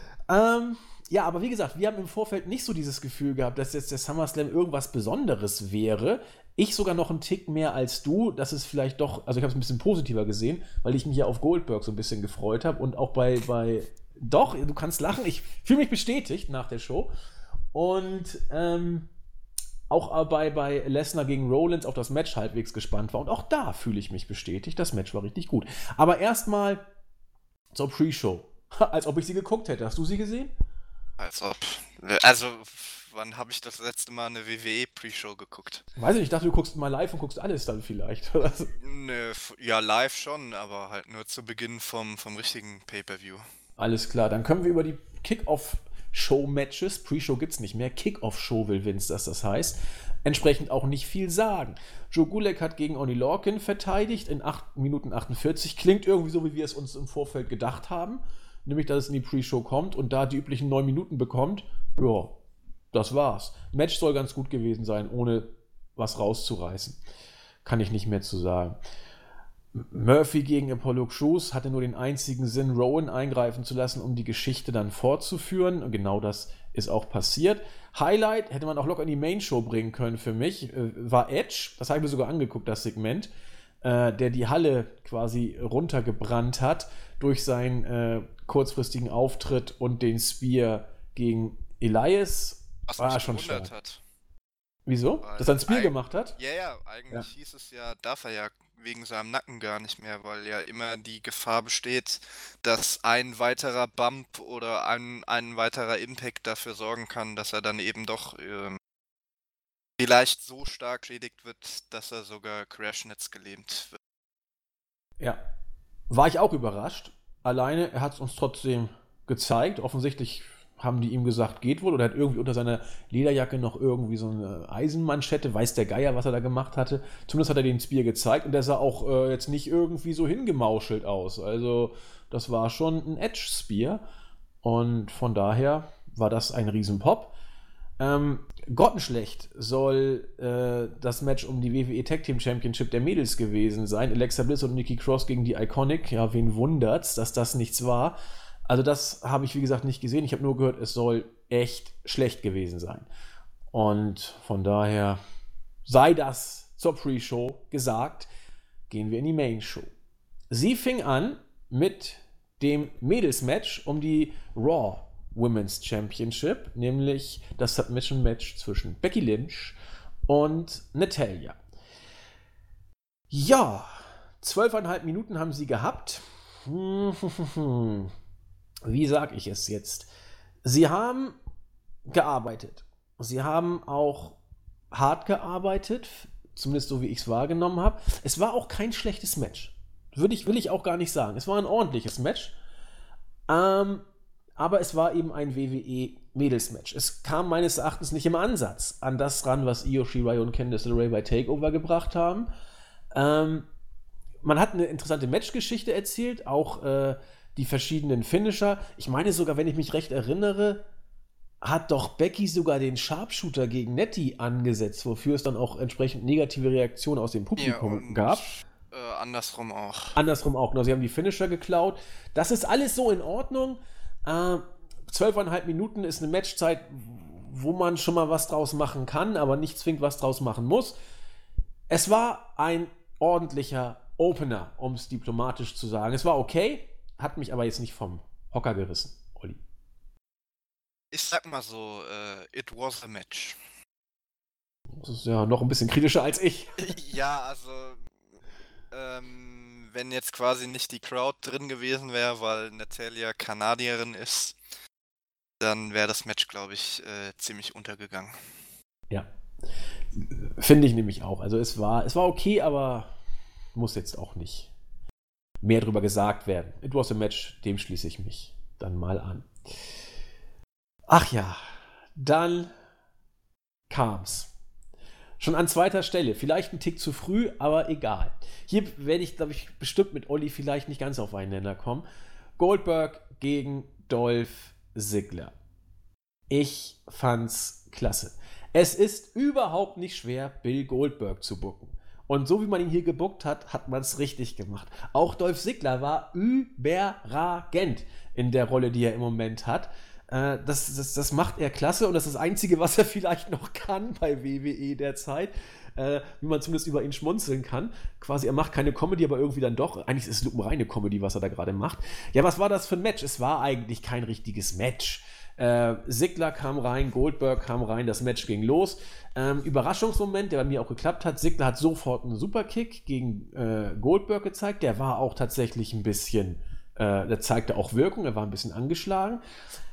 [SPEAKER 1] Ja, aber wie gesagt, wir haben im Vorfeld nicht so dieses Gefühl gehabt, dass jetzt der SummerSlam irgendwas Besonderes wäre. Ich sogar noch einen Tick mehr als du. Das ist vielleicht doch, also ich habe es ein bisschen positiver gesehen, weil ich mich ja auf Goldberg so ein bisschen gefreut habe und auch bei doch, du kannst lachen, ich fühle mich bestätigt nach der Show. Und auch bei Lesnar gegen Rollins auf das Match halbwegs gespannt war. Und auch da fühle ich mich bestätigt. Das Match war richtig gut. Aber erstmal zur Pre-Show. Als ob ich sie geguckt hätte. Hast du sie gesehen?
[SPEAKER 2] Als ob. Also, wann habe ich das letzte Mal eine WWE Pre-Show geguckt?
[SPEAKER 1] Weiß ich nicht, ich dachte, du guckst mal live und guckst alles dann vielleicht.
[SPEAKER 2] Ne, ja, live schon, aber halt nur zu Beginn vom richtigen Pay-Per-View.
[SPEAKER 1] Alles klar, dann können wir über die Kick-Off-Show-Matches, Pre-Show gibt's nicht mehr, Kick-Off-Show will Vince, dass das heißt, entsprechend auch nicht viel sagen. Joe Gulak hat gegen Oney Lorcan verteidigt in 8 Minuten 48. Klingt irgendwie so, wie wir es uns im Vorfeld gedacht haben. Nämlich, dass es in die Pre-Show kommt und da die üblichen 9 Minuten bekommt. Ja, das war's. Match soll ganz gut gewesen sein, ohne was rauszureißen. Kann ich nicht mehr zu sagen. Murphy gegen Apollo Crews hatte nur den einzigen Sinn, Rowan eingreifen zu lassen, um die Geschichte dann fortzuführen. Und genau das ist auch passiert. Highlight hätte man auch locker in die Main-Show bringen können für mich, war Edge. Das habe ich mir sogar angeguckt, das Segment. Der die Halle quasi runtergebrannt hat durch seinen kurzfristigen Auftritt und den Spear gegen Elias.
[SPEAKER 2] Was
[SPEAKER 1] war
[SPEAKER 2] mich
[SPEAKER 1] schon
[SPEAKER 2] gewundert
[SPEAKER 1] stark.
[SPEAKER 2] hat.
[SPEAKER 1] Wieso?
[SPEAKER 2] Weil
[SPEAKER 1] Dass er ein Spear gemacht hat?
[SPEAKER 2] Ja, eigentlich hieß es ja, darf er ja wegen seinem Nacken gar nicht mehr, weil ja immer die Gefahr besteht, dass ein weiterer Bump oder ein weiterer Impact dafür sorgen kann, dass er dann eben doch vielleicht so stark schädigt wird, dass er sogar crashnetzgelähmt wird.
[SPEAKER 1] Ja. War ich auch überrascht. Alleine, er hat es uns trotzdem gezeigt. Offensichtlich haben die ihm gesagt, geht wohl. Oder er hat irgendwie unter seiner Lederjacke noch irgendwie so eine Eisenmanschette. Weiß der Geier, was er da gemacht hatte. Zumindest hat er den Spear gezeigt. Und der sah auch jetzt nicht irgendwie so hingemauschelt aus. Also das war schon ein Edge-Spear. Und von daher war das ein Riesenpop. Grottenschlecht soll das Match um die WWE Tag Team Championship der Mädels gewesen sein. Alexa Bliss und Nikki Cross gegen die Iconic. Ja, wen wundert's, dass das nichts war. Also das habe ich, wie gesagt, nicht gesehen. Ich habe nur gehört, es soll echt schlecht gewesen sein. Und von daher sei das zur Pre-Show gesagt, gehen wir in die Main-Show. Sie fing an mit dem Mädels-Match um die Raw Women's Championship, nämlich das Submission-Match zwischen Becky Lynch und Natalya. Ja, 12,5 Minuten haben sie gehabt. Wie sag ich es jetzt? Sie haben gearbeitet. Sie haben auch hart gearbeitet, zumindest so wie ich es wahrgenommen habe. Es war auch kein schlechtes Match. Will ich auch gar nicht sagen. Es war ein ordentliches Match. Aber es war eben ein WWE-Mädels-Match. Es kam meines Erachtens nicht im Ansatz an das ran, was Io Shirai und Candice LeRae bei TakeOver gebracht haben. Man hat eine interessante Matchgeschichte erzählt, auch die verschiedenen Finisher. Ich meine sogar, wenn ich mich recht erinnere, hat doch Becky sogar den Sharpshooter gegen Nettie angesetzt, wofür es dann auch entsprechend negative Reaktionen aus dem Publikum gab.
[SPEAKER 2] Andersrum auch.
[SPEAKER 1] Andersrum auch, genau. Sie haben die Finisher geklaut. Das ist alles so in Ordnung. 12,5 Minuten ist eine Matchzeit, wo man schon mal was draus machen kann, aber nicht zwingend was draus machen muss. Es war ein ordentlicher Opener, um es diplomatisch zu sagen. Es war okay, hat mich aber jetzt nicht vom Hocker gerissen, Olli.
[SPEAKER 2] Ich sag mal so, it was a match.
[SPEAKER 1] Das ist ja noch ein bisschen kritischer als ich.
[SPEAKER 2] Ja, also wenn jetzt quasi nicht die Crowd drin gewesen wäre, weil Natalya Kanadierin ist, dann wäre das Match, glaube ich, ziemlich untergegangen.
[SPEAKER 1] Ja. Finde ich nämlich auch. Also es war okay, aber muss jetzt auch nicht mehr drüber gesagt werden. It was a match, dem schließe ich mich dann mal an. Ach ja, dann kam's. Schon an zweiter Stelle. Vielleicht ein Tick zu früh, aber egal. Hier werde ich, glaube ich, bestimmt mit Olli vielleicht nicht ganz auf einen Nenner kommen. Goldberg gegen Dolph Ziggler. Ich fand's klasse. Es ist überhaupt nicht schwer, Bill Goldberg zu booken. Und so wie man ihn hier gebuckt hat, hat man es richtig gemacht. Auch Dolph Ziggler war überragend in der Rolle, die er im Moment hat. Das macht er klasse und das ist das Einzige, was er vielleicht noch kann bei WWE derzeit. Wie man zumindest über ihn schmunzeln kann. Quasi, er macht keine Comedy, aber irgendwie dann doch. Eigentlich ist es lupenreine Comedy, was er da gerade macht. Ja, was war das für ein Match? Es war eigentlich kein richtiges Match. Ziggler kam rein, Goldberg kam rein, das Match ging los. Überraschungsmoment, der bei mir auch geklappt hat. Ziggler hat sofort einen Superkick gegen Goldberg gezeigt. Der war auch tatsächlich ein bisschen, der zeigte auch Wirkung, er war ein bisschen angeschlagen.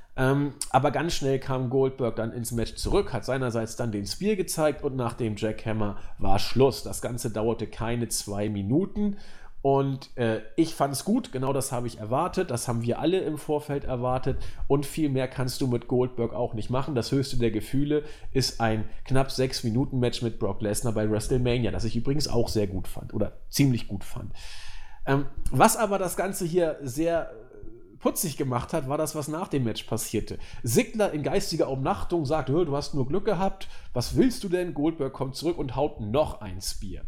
[SPEAKER 1] Aber ganz schnell kam Goldberg dann ins Match zurück, hat seinerseits dann den Spear gezeigt und nach dem Jackhammer war Schluss. Das Ganze dauerte keine 2 Minuten und ich fand es gut, genau das habe ich erwartet, das haben wir alle im Vorfeld erwartet und viel mehr kannst du mit Goldberg auch nicht machen. Das höchste der Gefühle ist ein knapp 6 Minuten Match mit Brock Lesnar bei WrestleMania, das ich übrigens auch sehr gut fand oder ziemlich gut fand. Was aber das Ganze hier sehr putzig gemacht hat, war das, was nach dem Match passierte. Ziggler in geistiger Umnachtung sagt, du hast nur Glück gehabt, was willst du denn? Goldberg kommt zurück und haut noch ein Spear.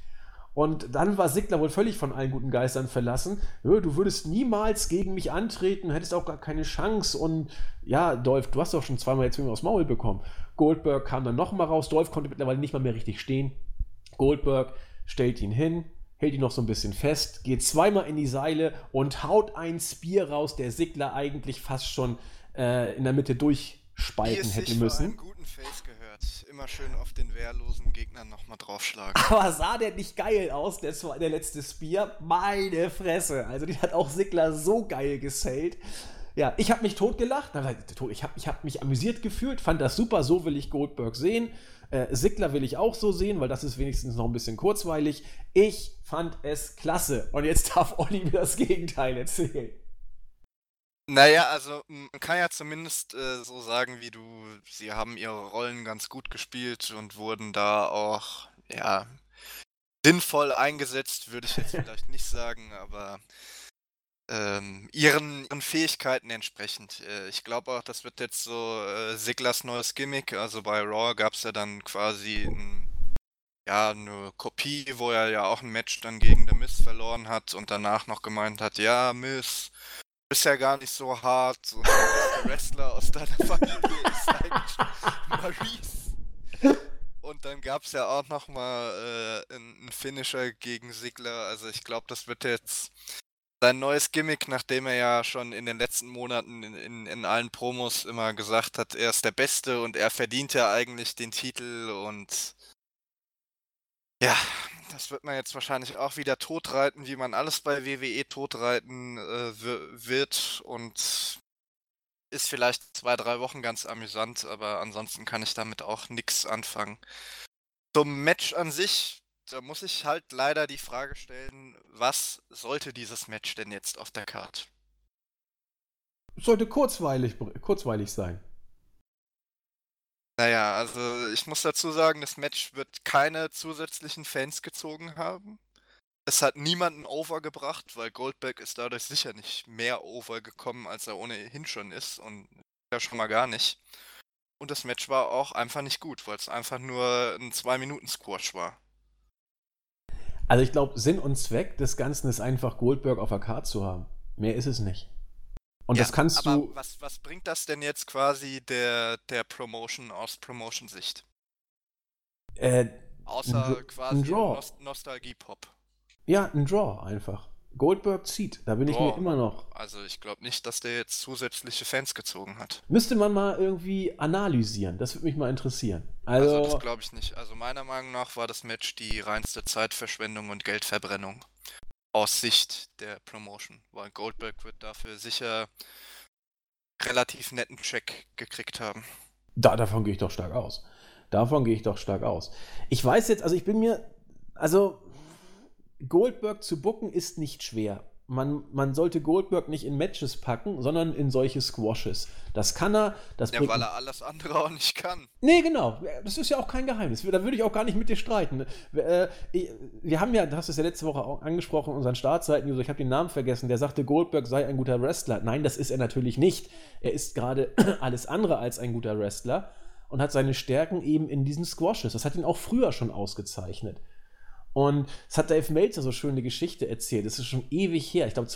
[SPEAKER 1] Und dann war Ziggler wohl völlig von allen guten Geistern verlassen. Du würdest niemals gegen mich antreten, hättest auch gar keine Chance. Und ja, Dolph, du hast doch schon zweimal jetzt aufs Maul bekommen. Goldberg kam dann nochmal raus. Dolph konnte mittlerweile nicht mal mehr richtig stehen. Goldberg stellt ihn hin, hält ihn noch so ein bisschen fest, geht zweimal in die Seile und haut einen Spear raus, der Ziggler eigentlich fast schon in der Mitte durchspalten hätte müssen.
[SPEAKER 2] Einen guten Face gehört. Immer schön auf den wehrlosen Gegnern nochmal draufschlagen.
[SPEAKER 1] Aber sah der nicht geil aus, der letzte Spear? Meine Fresse. Also den hat auch Ziggler so geil gesellt. Ja, ich habe mich totgelacht. Ich habe mich amüsiert gefühlt, fand das super, so will ich Goldberg sehen. Ziggler will ich auch so sehen, weil das ist wenigstens noch ein bisschen kurzweilig. Ich fand es klasse. Und jetzt darf Olli mir das Gegenteil erzählen.
[SPEAKER 2] Naja, also man kann ja zumindest so sagen wie du, sie haben ihre Rollen ganz gut gespielt und wurden da auch, ja, sinnvoll eingesetzt, würde ich jetzt vielleicht nicht sagen, aber ihren Fähigkeiten entsprechend. Ich glaube auch, das wird jetzt so Zigglers neues Gimmick. Also bei Raw gab es ja dann quasi eine Kopie, wo er ja auch ein Match dann gegen The Miz verloren hat und danach noch gemeint hat, ja, Miz, du bist ja gar nicht so hart und der Wrestler aus deiner Familie ist eigentlich Maurice. Und dann gab es ja auch nochmal einen Finisher gegen Ziggler. Also ich glaube, das wird jetzt sein neues Gimmick, nachdem er ja schon in den letzten Monaten in allen Promos immer gesagt hat, er ist der Beste und er verdient ja eigentlich den Titel und ja, das wird man jetzt wahrscheinlich auch wieder totreiten, wie man alles bei WWE totreiten wird und ist vielleicht 2-3 Wochen ganz amüsant, aber ansonsten kann ich damit auch nichts anfangen. Zum Match an sich, da muss ich halt leider die Frage stellen, was sollte dieses Match denn jetzt auf der Card?
[SPEAKER 1] Sollte kurzweilig sein.
[SPEAKER 2] Naja, also ich muss dazu sagen, das Match wird keine zusätzlichen Fans gezogen haben. Es hat niemanden overgebracht, weil Goldberg ist dadurch sicher nicht mehr overgekommen, als er ohnehin schon ist und ja schon mal gar nicht. Und das Match war auch einfach nicht gut, weil es einfach nur ein 2-Minuten-Squash war.
[SPEAKER 1] Also ich glaube, Sinn und Zweck des Ganzen ist einfach, Goldberg auf der Karte zu haben. Mehr ist es nicht. Und
[SPEAKER 2] Ja,
[SPEAKER 1] das kannst
[SPEAKER 2] aber
[SPEAKER 1] du.
[SPEAKER 2] was bringt das denn jetzt quasi der Promotion aus Promotion-Sicht? Außer quasi
[SPEAKER 1] ein Draw.
[SPEAKER 2] Nostalgie-Pop.
[SPEAKER 1] Ja, ein Draw einfach. Goldberg zieht. Da bin ich mir immer noch.
[SPEAKER 2] Also ich glaube nicht, dass der jetzt zusätzliche Fans gezogen hat.
[SPEAKER 1] Müsste man mal irgendwie analysieren. Das würde mich mal interessieren.
[SPEAKER 2] Also das glaube ich nicht. Also meiner Meinung nach war das Match die reinste Zeitverschwendung und Geldverbrennung. Aus Sicht der Promotion. Weil Goldberg wird dafür sicher relativ netten Check gekriegt haben.
[SPEAKER 1] Davon gehe ich doch stark aus. Ich weiß jetzt, Goldberg zu booken ist nicht schwer. Man sollte Goldberg nicht in Matches packen, sondern in solche Squashes. Das kann er.
[SPEAKER 2] Weil er alles andere auch nicht kann.
[SPEAKER 1] Nee, genau. Das ist ja auch kein Geheimnis. Da würde ich auch gar nicht mit dir streiten. Wir haben ja, du hast es ja letzte Woche auch angesprochen, unseren Startseiten-User, ich habe den Namen vergessen, der sagte, Goldberg sei ein guter Wrestler. Nein, das ist er natürlich nicht. Er ist gerade alles andere als ein guter Wrestler und hat seine Stärken eben in diesen Squashes. Das hat ihn auch früher schon ausgezeichnet. Und es hat Dave Meltzer so schön eine Geschichte erzählt. Das ist schon ewig her. Ich glaube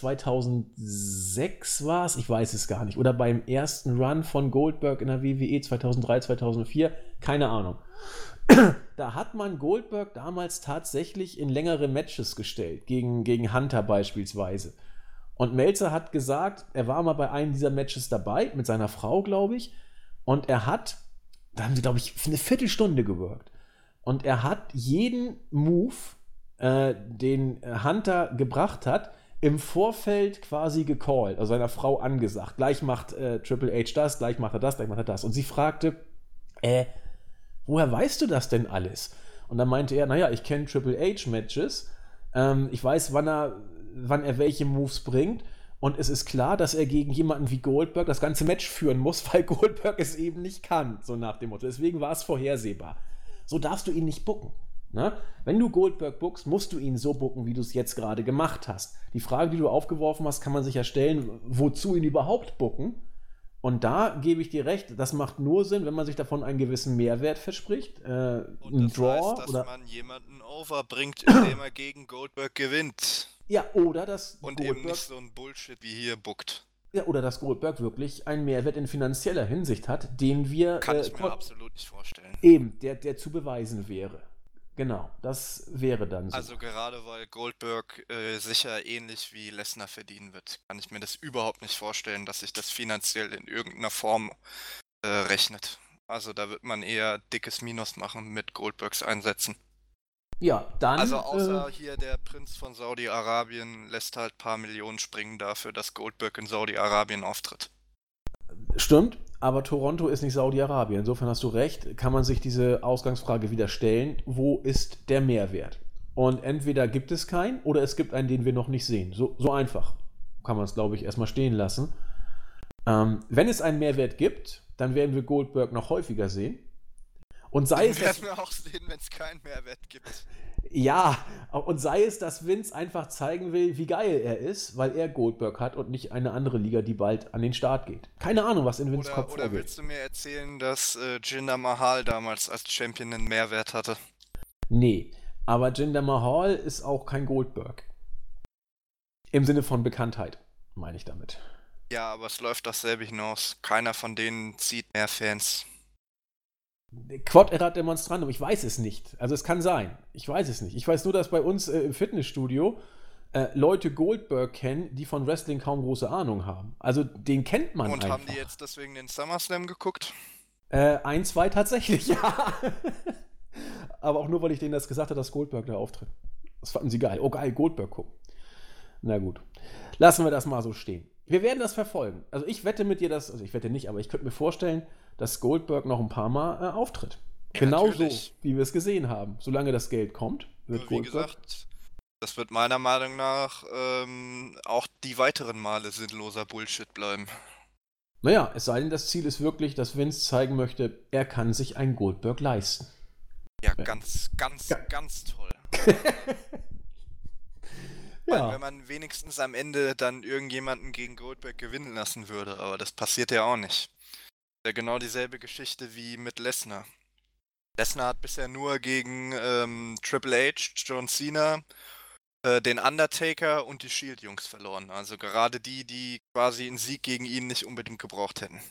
[SPEAKER 1] 2006 war es. Ich weiß es gar nicht. Oder beim ersten Run von Goldberg in der WWE 2003, 2004. Keine Ahnung. Da hat man Goldberg damals tatsächlich in längere Matches gestellt. Gegen Hunter beispielsweise. Und Meltzer hat gesagt, er war mal bei einem dieser Matches dabei. Mit seiner Frau, glaube ich. Und da haben sie, glaube ich, eine Viertelstunde geworkt. Und er hat jeden Move, den Hunter gebracht hat, im Vorfeld quasi gecallt, also seiner Frau angesagt. Gleich macht Triple H das, gleich macht er das, gleich macht er das. Und sie fragte, woher weißt du das denn alles? Und dann meinte er, naja, ich kenne Triple H-Matches, ich weiß, wann er welche Moves bringt. Und es ist klar, dass er gegen jemanden wie Goldberg das ganze Match führen muss, weil Goldberg es eben nicht kann, so nach dem Motto. Deswegen war es vorhersehbar. So darfst du ihn nicht booken. Ne? Wenn du Goldberg bookst, musst du ihn so booken, wie du es jetzt gerade gemacht hast. Die Frage, die du aufgeworfen hast, kann man sich ja stellen, wozu ihn überhaupt booken? Und da gebe ich dir recht, das macht nur Sinn, wenn man sich davon einen gewissen Mehrwert verspricht.
[SPEAKER 2] Und das heißt, dass man jemanden overbringt, indem er gegen Goldberg gewinnt.
[SPEAKER 1] Ja, oder dass
[SPEAKER 2] und Goldberg eben nicht so ein Bullshit wie hier bookt.
[SPEAKER 1] Ja, oder dass Goldberg wirklich einen Mehrwert in finanzieller Hinsicht hat, den wir...
[SPEAKER 2] Kann ich mir absolut nicht vorstellen.
[SPEAKER 1] Eben, der zu beweisen wäre. Genau, das wäre dann so.
[SPEAKER 2] Also gerade weil Goldberg sicher ähnlich wie Lesnar verdienen wird, kann ich mir das überhaupt nicht vorstellen, dass sich das finanziell in irgendeiner Form rechnet. Also da wird man eher dickes Minus machen mit Goldbergs Einsätzen.
[SPEAKER 1] Ja, dann...
[SPEAKER 2] Also außer hier der Prinz von Saudi-Arabien lässt halt ein paar Millionen springen dafür, dass Goldberg in Saudi-Arabien auftritt.
[SPEAKER 1] Stimmt, aber Toronto ist nicht Saudi-Arabien. Insofern hast du recht, kann man sich diese Ausgangsfrage wieder stellen, wo ist der Mehrwert? Und entweder gibt es keinen oder es gibt einen, den wir noch nicht sehen. So einfach kann man es, glaube ich, erstmal stehen lassen. Wenn es einen Mehrwert gibt, dann werden wir Goldberg noch häufiger sehen. Und sei es,
[SPEAKER 2] werden wir auch sehen, wenn es keinen Mehrwert gibt.
[SPEAKER 1] Ja, und sei es, dass Vince einfach zeigen will, wie geil er ist, weil er Goldberg hat und nicht eine andere Liga, die bald an den Start geht. Keine Ahnung, was in Vince Kopf vorgeht.
[SPEAKER 2] Oder willst du mir erzählen, dass Jinder Mahal damals als Champion einen Mehrwert hatte?
[SPEAKER 1] Nee, aber Jinder Mahal ist auch kein Goldberg. Im Sinne von Bekanntheit, meine ich damit.
[SPEAKER 2] Ja, aber es läuft dasselbe hinaus. Keiner von denen zieht mehr Fans.
[SPEAKER 1] Quod erat demonstrandum, ich weiß es nicht. Also es kann sein. Ich weiß es nicht. Ich weiß nur, dass bei uns im Fitnessstudio Leute Goldberg kennen, die von Wrestling kaum große Ahnung haben. Also den kennt man einfach.
[SPEAKER 2] Und haben die jetzt deswegen den SummerSlam geguckt?
[SPEAKER 1] 1, 2 tatsächlich, ja. Aber auch nur, weil ich denen das gesagt habe, dass Goldberg da auftritt. Das fanden sie geil. Oh geil, Goldberg gucken. Na gut. Lassen wir das mal so stehen. Wir werden das verfolgen. Also ich wette mit dir, also ich wette nicht, aber ich könnte mir vorstellen, dass Goldberg noch ein paar Mal auftritt. Ja, genauso, wie wir es gesehen haben. Solange das Geld kommt, wird Goldberg... Wie gesagt,
[SPEAKER 2] das wird meiner Meinung nach auch die weiteren Male sinnloser Bullshit bleiben.
[SPEAKER 1] Naja, es sei denn, das Ziel ist wirklich, dass Vince zeigen möchte, er kann sich einen Goldberg leisten.
[SPEAKER 2] Ja, ganz toll. Ja. Wenn man wenigstens am Ende dann irgendjemanden gegen Goldberg gewinnen lassen würde, aber das passiert ja auch nicht. Ja, genau dieselbe Geschichte wie mit Lesnar. Lesnar hat bisher nur gegen Triple H, John Cena, den Undertaker und die Shield-Jungs verloren. Also gerade die quasi einen Sieg gegen ihn nicht unbedingt gebraucht hätten.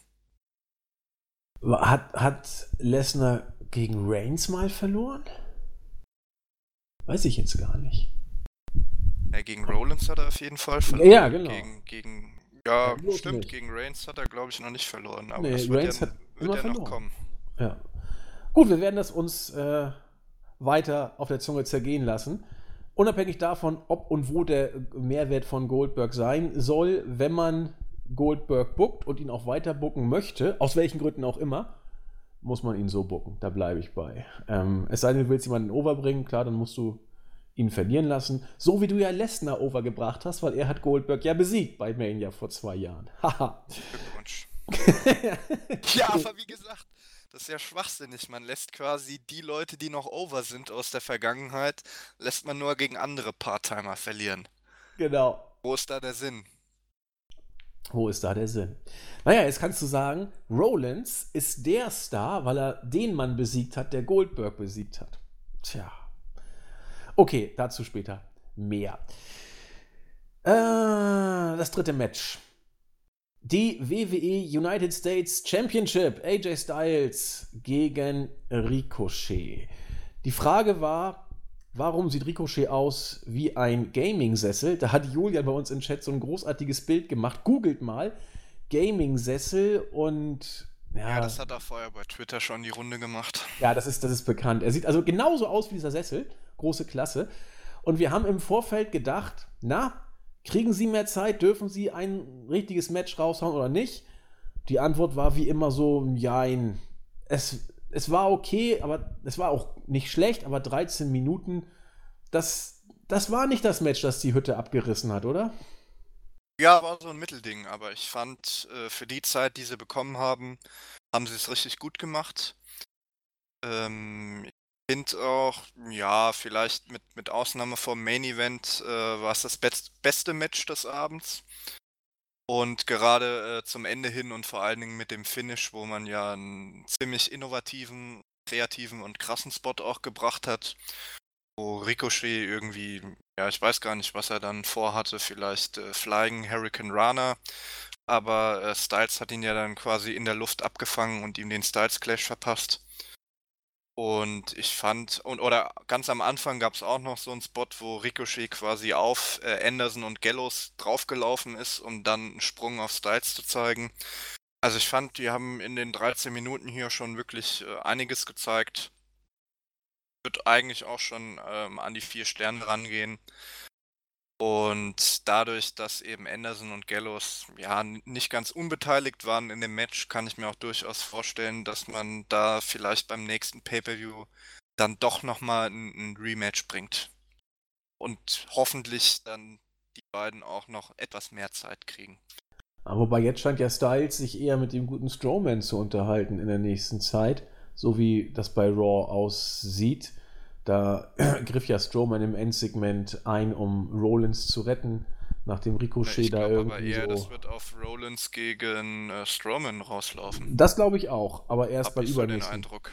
[SPEAKER 1] Hat Lesnar gegen Reigns mal verloren? Weiß ich jetzt gar nicht.
[SPEAKER 2] Ne, gegen Rollins hat er auf jeden Fall verloren.
[SPEAKER 1] Ja, genau.
[SPEAKER 2] Ja,
[SPEAKER 1] bloß
[SPEAKER 2] stimmt,
[SPEAKER 1] nicht.
[SPEAKER 2] gegen Reigns hat er, glaube ich, noch nicht verloren. Aber
[SPEAKER 1] Nee,
[SPEAKER 2] das wird
[SPEAKER 1] Reigns hat immer
[SPEAKER 2] ja noch
[SPEAKER 1] verloren.
[SPEAKER 2] kommen.
[SPEAKER 1] Ja. Gut, wir werden das uns weiter auf der Zunge zergehen lassen. Unabhängig davon, ob und wo der Mehrwert von Goldberg sein soll, wenn man Goldberg bookt und ihn auch weiter booken möchte, aus welchen Gründen auch immer, muss man ihn so booken. Da bleibe ich bei. Es sei denn, du willst jemanden overbringen, klar, dann musst du ihn verlieren lassen. So wie du ja Lesnar overgebracht hast, weil er hat Goldberg ja besiegt bei Mania vor 2 Jahren. Haha.
[SPEAKER 2] Glückwunsch. Ja, aber wie gesagt, das ist ja schwachsinnig. Man lässt quasi die Leute, die noch over sind aus der Vergangenheit, lässt man nur gegen andere Part-Timer verlieren.
[SPEAKER 1] Genau.
[SPEAKER 2] Wo ist da der Sinn?
[SPEAKER 1] Wo ist da der Sinn? Naja, jetzt kannst du sagen, Rollins ist der Star, weil er den Mann besiegt hat, der Goldberg besiegt hat. Tja. Okay, dazu später mehr. Das dritte Match. Die WWE United States Championship. AJ Styles gegen Ricochet. Die Frage war, warum sieht Ricochet aus wie ein Gaming-Sessel? Da hat Julian bei uns im Chat so ein großartiges Bild gemacht. Googelt mal Gaming-Sessel und
[SPEAKER 2] Ja, das hat er vorher bei Twitter schon die Runde gemacht.
[SPEAKER 1] ja, das ist bekannt. Er sieht also genauso aus wie dieser Sessel. Große Klasse. Und wir haben im Vorfeld gedacht, na, kriegen Sie mehr Zeit? Dürfen Sie ein richtiges Match raushauen oder nicht? Die Antwort war wie immer so, jein. Es war okay, aber es war auch nicht schlecht, aber 13 Minuten, das war nicht das Match, das die Hütte abgerissen hat, oder?
[SPEAKER 2] Ja, war so ein Mittelding, aber ich fand, für die Zeit, die sie bekommen haben, haben sie es richtig gut gemacht. Ich finde auch, ja, vielleicht mit Ausnahme vom Main Event war es das beste Match des Abends. Und gerade zum Ende hin und vor allen Dingen mit dem Finish, wo man ja einen ziemlich innovativen, kreativen und krassen Spot auch gebracht hat, wo Ricochet irgendwie, ja, ich weiß gar nicht, was er dann vorhatte, vielleicht Flying Hurricane Rana, aber Styles hat ihn ja dann quasi in der Luft abgefangen und ihm den Styles Clash verpasst. Und ich fand, oder ganz am Anfang gab es auch noch so einen Spot, wo Ricochet quasi auf Anderson und Gallows draufgelaufen ist, um dann einen Sprung auf Styles zu zeigen. Also ich fand, die haben in den 13 Minuten hier schon wirklich einiges gezeigt. Wird eigentlich auch schon an die 4 Sterne rangehen. Und dadurch, dass eben Anderson und Gallows ja nicht ganz unbeteiligt waren in dem Match, kann ich mir auch durchaus vorstellen, dass man da vielleicht beim nächsten Pay-Per-View dann doch nochmal ein Rematch bringt. Und hoffentlich dann die beiden auch noch etwas mehr Zeit kriegen.
[SPEAKER 1] Aber wobei jetzt scheint ja Styles sich eher mit dem guten Strowman zu unterhalten in der nächsten Zeit, so wie das bei Raw aussieht. Da griff ja Strowman im Endsegment ein, um Rollins zu retten, nachdem Ricochet
[SPEAKER 2] Ich
[SPEAKER 1] da
[SPEAKER 2] glaube
[SPEAKER 1] irgendwie
[SPEAKER 2] aber eher,
[SPEAKER 1] so...
[SPEAKER 2] das wird auf Rollins gegen Strowman rauslaufen.
[SPEAKER 1] Das glaube ich auch, aber erst
[SPEAKER 2] Hab
[SPEAKER 1] beim
[SPEAKER 2] ich so den
[SPEAKER 1] übernächsten.
[SPEAKER 2] Eindruck.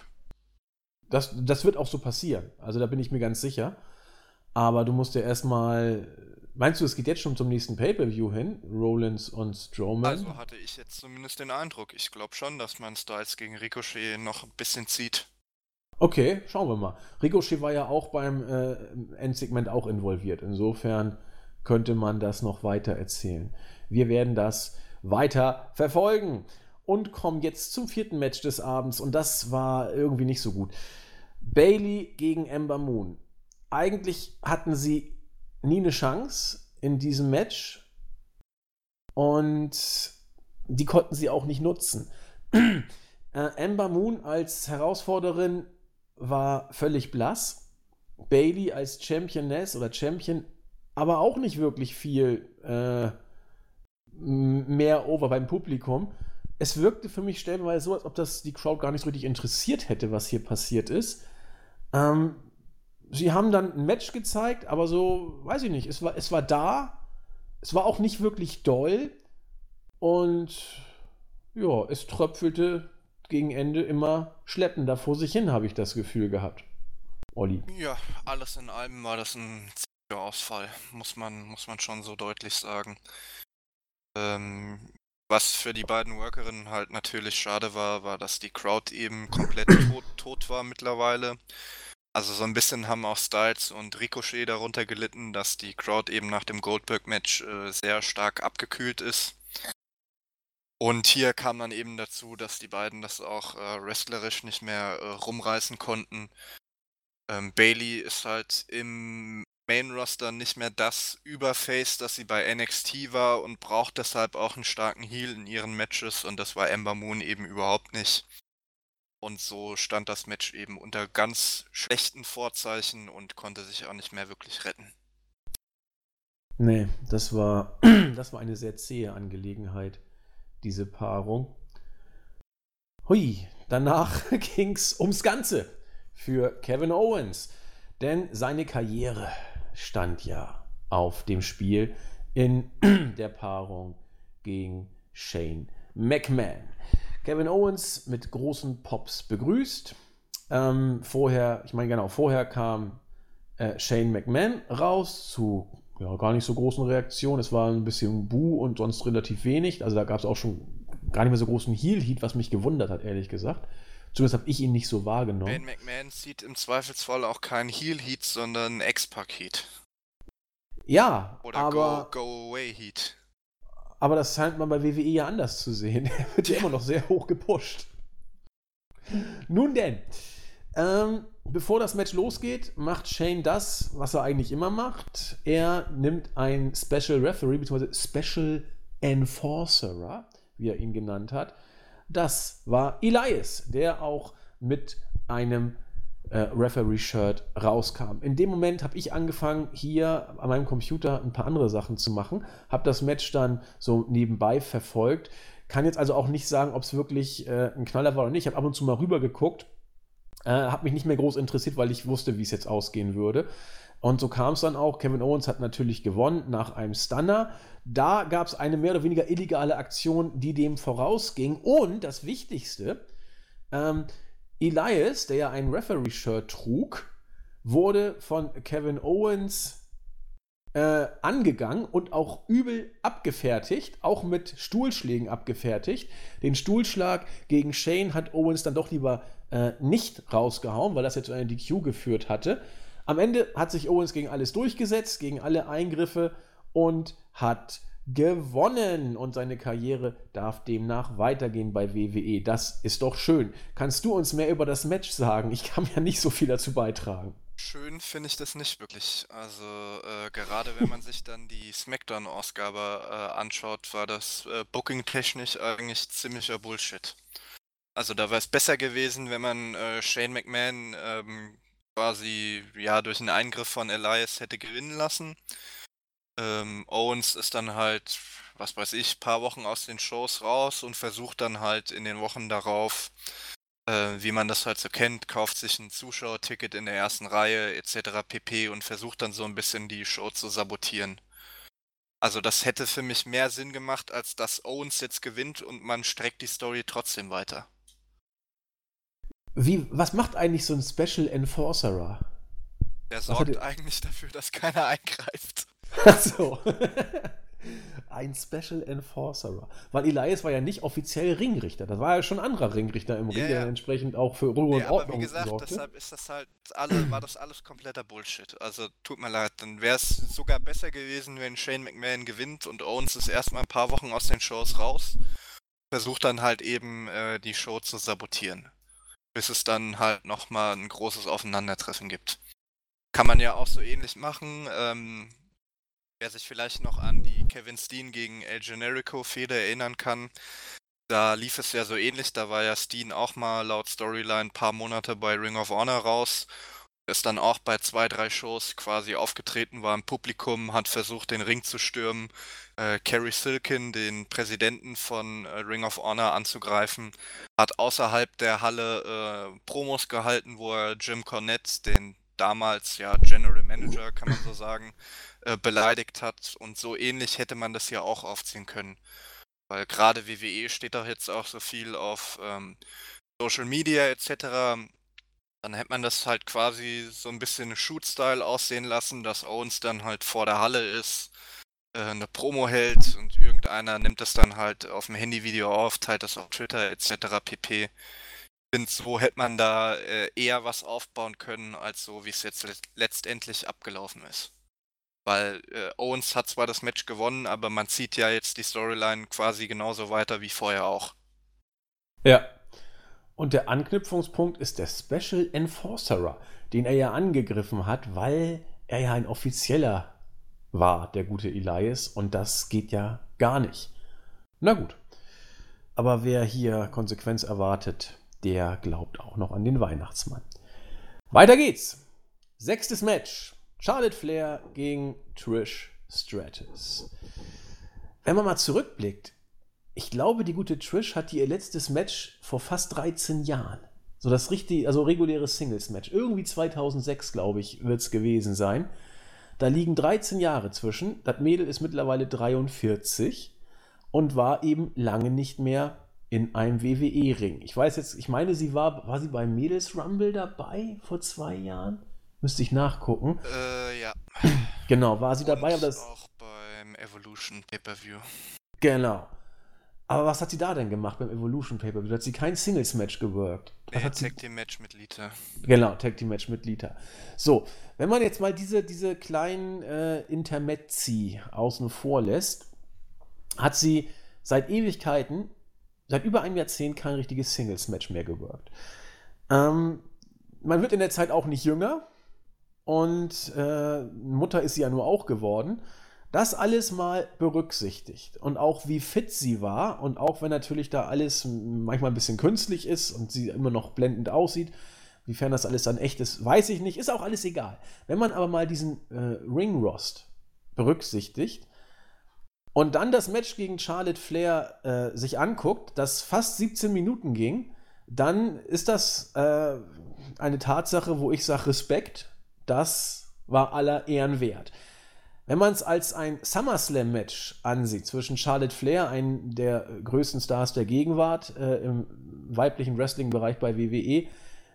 [SPEAKER 1] Das wird auch so passieren. Also da bin ich mir ganz sicher. Aber du musst ja erstmal. Meinst du, es geht jetzt schon zum nächsten Pay-Per-View hin? Rollins und Strowman?
[SPEAKER 2] Also hatte ich jetzt zumindest den Eindruck. Ich glaube schon, dass man Styles gegen Ricochet noch ein bisschen zieht.
[SPEAKER 1] Okay, schauen wir mal. Ricochet war ja auch beim Endsegment auch involviert. Insofern könnte man das noch weiter erzählen. Wir werden das weiter verfolgen und kommen jetzt zum 4. Match des Abends und das war irgendwie nicht so gut. Bayley gegen Ember Moon. Eigentlich hatten sie nie eine Chance in diesem Match und die konnten sie auch nicht nutzen. Ember Moon als Herausforderin war völlig blass. Bayley als Championess oder Champion aber auch nicht wirklich viel mehr over beim Publikum. Es wirkte für mich stellenweise so, als ob das die Crowd gar nicht so richtig interessiert hätte, was hier passiert ist. Sie haben dann ein Match gezeigt, aber so, weiß ich nicht, es war da, es war auch nicht wirklich doll und ja, es tröpfelte gegen Ende immer schleppender vor sich hin, habe ich das Gefühl gehabt. Olli.
[SPEAKER 2] Ja, alles in allem war das ein ziemlicher Ausfall, muss man schon so deutlich sagen. Was für die beiden Workerinnen halt natürlich schade war, dass die Crowd eben komplett tot war mittlerweile. Also so ein bisschen haben auch Styles und Ricochet darunter gelitten, dass die Crowd eben nach dem Goldberg-Match sehr stark abgekühlt ist. Und hier kam dann eben dazu, dass die beiden das auch wrestlerisch nicht mehr rumreißen konnten. Bayley ist halt im Main-Roster nicht mehr das Überface, das sie bei NXT war und braucht deshalb auch einen starken Heel in ihren Matches und das war Ember Moon eben überhaupt nicht. Und so stand das Match eben unter ganz schlechten Vorzeichen und konnte sich auch nicht mehr wirklich retten.
[SPEAKER 1] Nee, das war eine sehr zähe Angelegenheit, diese Paarung. Hui, danach ging's ums Ganze für Kevin Owens, denn seine Karriere stand ja auf dem Spiel in der Paarung gegen Shane McMahon. Kevin Owens mit großen Pops begrüßt. Vorher kam Shane McMahon raus zu gar nicht so großen Reaktionen. Es war ein bisschen Buh und sonst relativ wenig. Also da gab es auch schon gar nicht mehr so großen Heel-Heat, was mich gewundert hat, ehrlich gesagt. Zumindest habe ich ihn nicht so wahrgenommen.
[SPEAKER 2] Shane McMahon sieht im Zweifelsfall auch kein Heel-Heat, sondern X-Pac-Heat.
[SPEAKER 1] Ja,
[SPEAKER 2] oder
[SPEAKER 1] aber
[SPEAKER 2] Go-Away-Heat.
[SPEAKER 1] Aber das scheint man bei WWE ja anders zu sehen. Er wird ja immer noch sehr hoch gepusht. Nun denn, bevor das Match losgeht, macht Shane das, was er eigentlich immer macht. Er nimmt einen Special Referee, bzw. Special Enforcer, wie er ihn genannt hat. Das war Elias, der auch mit einem Referee-Shirt rauskam. In dem Moment habe ich angefangen, hier an meinem Computer ein paar andere Sachen zu machen, habe das Match dann so nebenbei verfolgt, kann jetzt also auch nicht sagen, ob es wirklich ein Knaller war oder nicht. Ich habe ab und zu mal rüber geguckt, habe mich nicht mehr groß interessiert, weil ich wusste, wie es jetzt ausgehen würde. Und so kam es dann auch. Kevin Owens hat natürlich gewonnen nach einem Stunner. Da gab es eine mehr oder weniger illegale Aktion, die dem vorausging. Und das Wichtigste, Elias, der ja ein Referee-Shirt trug, wurde von Kevin Owens angegangen und auch übel abgefertigt, auch mit Stuhlschlägen abgefertigt. Den Stuhlschlag gegen Shane hat Owens dann doch lieber nicht rausgehauen, weil das jetzt zu einer DQ geführt hatte. Am Ende hat sich Owens gegen alles durchgesetzt, gegen alle Eingriffe und hat gewonnen und seine Karriere darf demnach weitergehen bei WWE. Das ist doch schön. Kannst du uns mehr über das Match sagen? Ich kann ja nicht so viel dazu beitragen.
[SPEAKER 2] Schön finde ich das nicht wirklich. Also gerade wenn man sich dann die SmackDown-Ausgabe anschaut, war das booking-technisch eigentlich ziemlicher Bullshit. Also da wäre es besser gewesen, wenn man Shane McMahon quasi durch einen Eingriff von Elias hätte gewinnen lassen. Owens ist dann halt, was weiß ich, paar Wochen aus den Shows raus und versucht dann halt in den Wochen darauf, wie man das halt so kennt, kauft sich ein Zuschauerticket in der ersten Reihe etc. pp. Und versucht dann so ein bisschen die Show zu sabotieren. Also das hätte für mich mehr Sinn gemacht, als dass Owens jetzt gewinnt und man streckt die Story trotzdem weiter.
[SPEAKER 1] Was macht eigentlich so ein Special Enforcer?
[SPEAKER 2] Der sorgt eigentlich dafür, dass keiner eingreift.
[SPEAKER 1] Achso. Ein Special Enforcer. Weil Elias war ja nicht offiziell Ringrichter. Das war ja schon ein anderer Ringrichter im Ring, der dann entsprechend auch für Ruhe und Ordnung
[SPEAKER 2] aber wie gesagt,
[SPEAKER 1] sorgte.
[SPEAKER 2] deshalb ist das halt war das alles kompletter Bullshit. Also tut mir leid, dann wäre es sogar besser gewesen, wenn Shane McMahon gewinnt und Owens ist erstmal ein paar Wochen aus den Shows raus. Versucht dann halt eben die Show zu sabotieren. Bis es dann halt nochmal ein großes Aufeinandertreffen gibt. Kann man ja auch so ähnlich machen. Wer sich vielleicht noch an die Kevin Steen gegen El Generico-Fehde erinnern kann, da lief es ja so ähnlich. Da war ja Steen auch mal laut Storyline ein paar Monate bei Ring of Honor raus. Ist dann auch bei 2, 3 Shows quasi aufgetreten, war im Publikum, hat versucht, den Ring zu stürmen, Kerry Silkin, den Präsidenten von Ring of Honor, anzugreifen, hat außerhalb der Halle Promos gehalten, wo er Jim Cornette, den damals General Manager, kann man so sagen, beleidigt hat. Und so ähnlich hätte man das ja auch aufziehen können. Weil gerade WWE steht doch jetzt auch so viel auf Social Media etc. Dann hätte man das halt quasi so ein bisschen Shoot-Style aussehen lassen, dass Owens dann halt vor der Halle ist, eine Promo hält und irgendeiner nimmt das dann halt auf dem Handyvideo auf, teilt das auf Twitter etc. pp. finde, so hätte man da eher was aufbauen können, als so, wie es jetzt letztendlich abgelaufen ist. Weil Owens hat zwar das Match gewonnen, aber man zieht ja jetzt die Storyline quasi genauso weiter wie vorher auch.
[SPEAKER 1] Ja. Und der Anknüpfungspunkt ist der Special Enforcer, den er ja angegriffen hat, weil er ja ein Offizieller war, der gute Elias, und das geht ja gar nicht. Na gut. Aber wer hier Konsequenz erwartet, der glaubt auch noch an den Weihnachtsmann. Weiter geht's. 6. Match. Charlotte Flair gegen Trish Stratus. Wenn man mal zurückblickt, ich glaube, die gute Trish hat ihr letztes Match vor fast 13 Jahren. So das richtig, also reguläres Singles-Match. Irgendwie 2006, glaube ich, wird es gewesen sein. Da liegen 13 Jahre zwischen. Das Mädel ist mittlerweile 43 und war eben lange nicht mehr in einem WWE-Ring. Ich weiß jetzt, ich meine, war sie beim Mädels Rumble dabei vor 2 Jahren? Müsste ich nachgucken.
[SPEAKER 2] Ja.
[SPEAKER 1] Genau, war sie dabei,
[SPEAKER 2] Und
[SPEAKER 1] aber das.
[SPEAKER 2] auch beim Evolution Pay-Per-View.
[SPEAKER 1] Genau. Aber was hat sie da denn gemacht beim Evolution Pay-Per-View? Da hat sie kein Singles-Match geworkt.
[SPEAKER 2] Nee, Tag Team Match mit Lita.
[SPEAKER 1] Genau, Tag Team Match mit Lita. So, wenn man jetzt mal diese kleinen Intermezzi außen vor lässt, hat sie seit Ewigkeiten, seit über einem Jahrzehnt kein richtiges Singles-Match mehr geworkt. Man wird in der Zeit auch nicht jünger und Mutter ist sie ja nur auch geworden. Das alles mal berücksichtigt und auch wie fit sie war und auch wenn natürlich da alles manchmal ein bisschen künstlich ist und sie immer noch blendend aussieht, wiefern das alles dann echt ist, weiß ich nicht, ist auch alles egal. Wenn man aber mal diesen Ring-Rust berücksichtigt und dann das Match gegen Charlotte Flair sich anguckt, das fast 17 Minuten ging, dann ist das eine Tatsache, wo ich sage, Respekt, das war aller Ehren wert. Wenn man es als ein SummerSlam-Match ansieht zwischen Charlotte Flair, einem der größten Stars der Gegenwart im weiblichen Wrestling-Bereich bei WWE,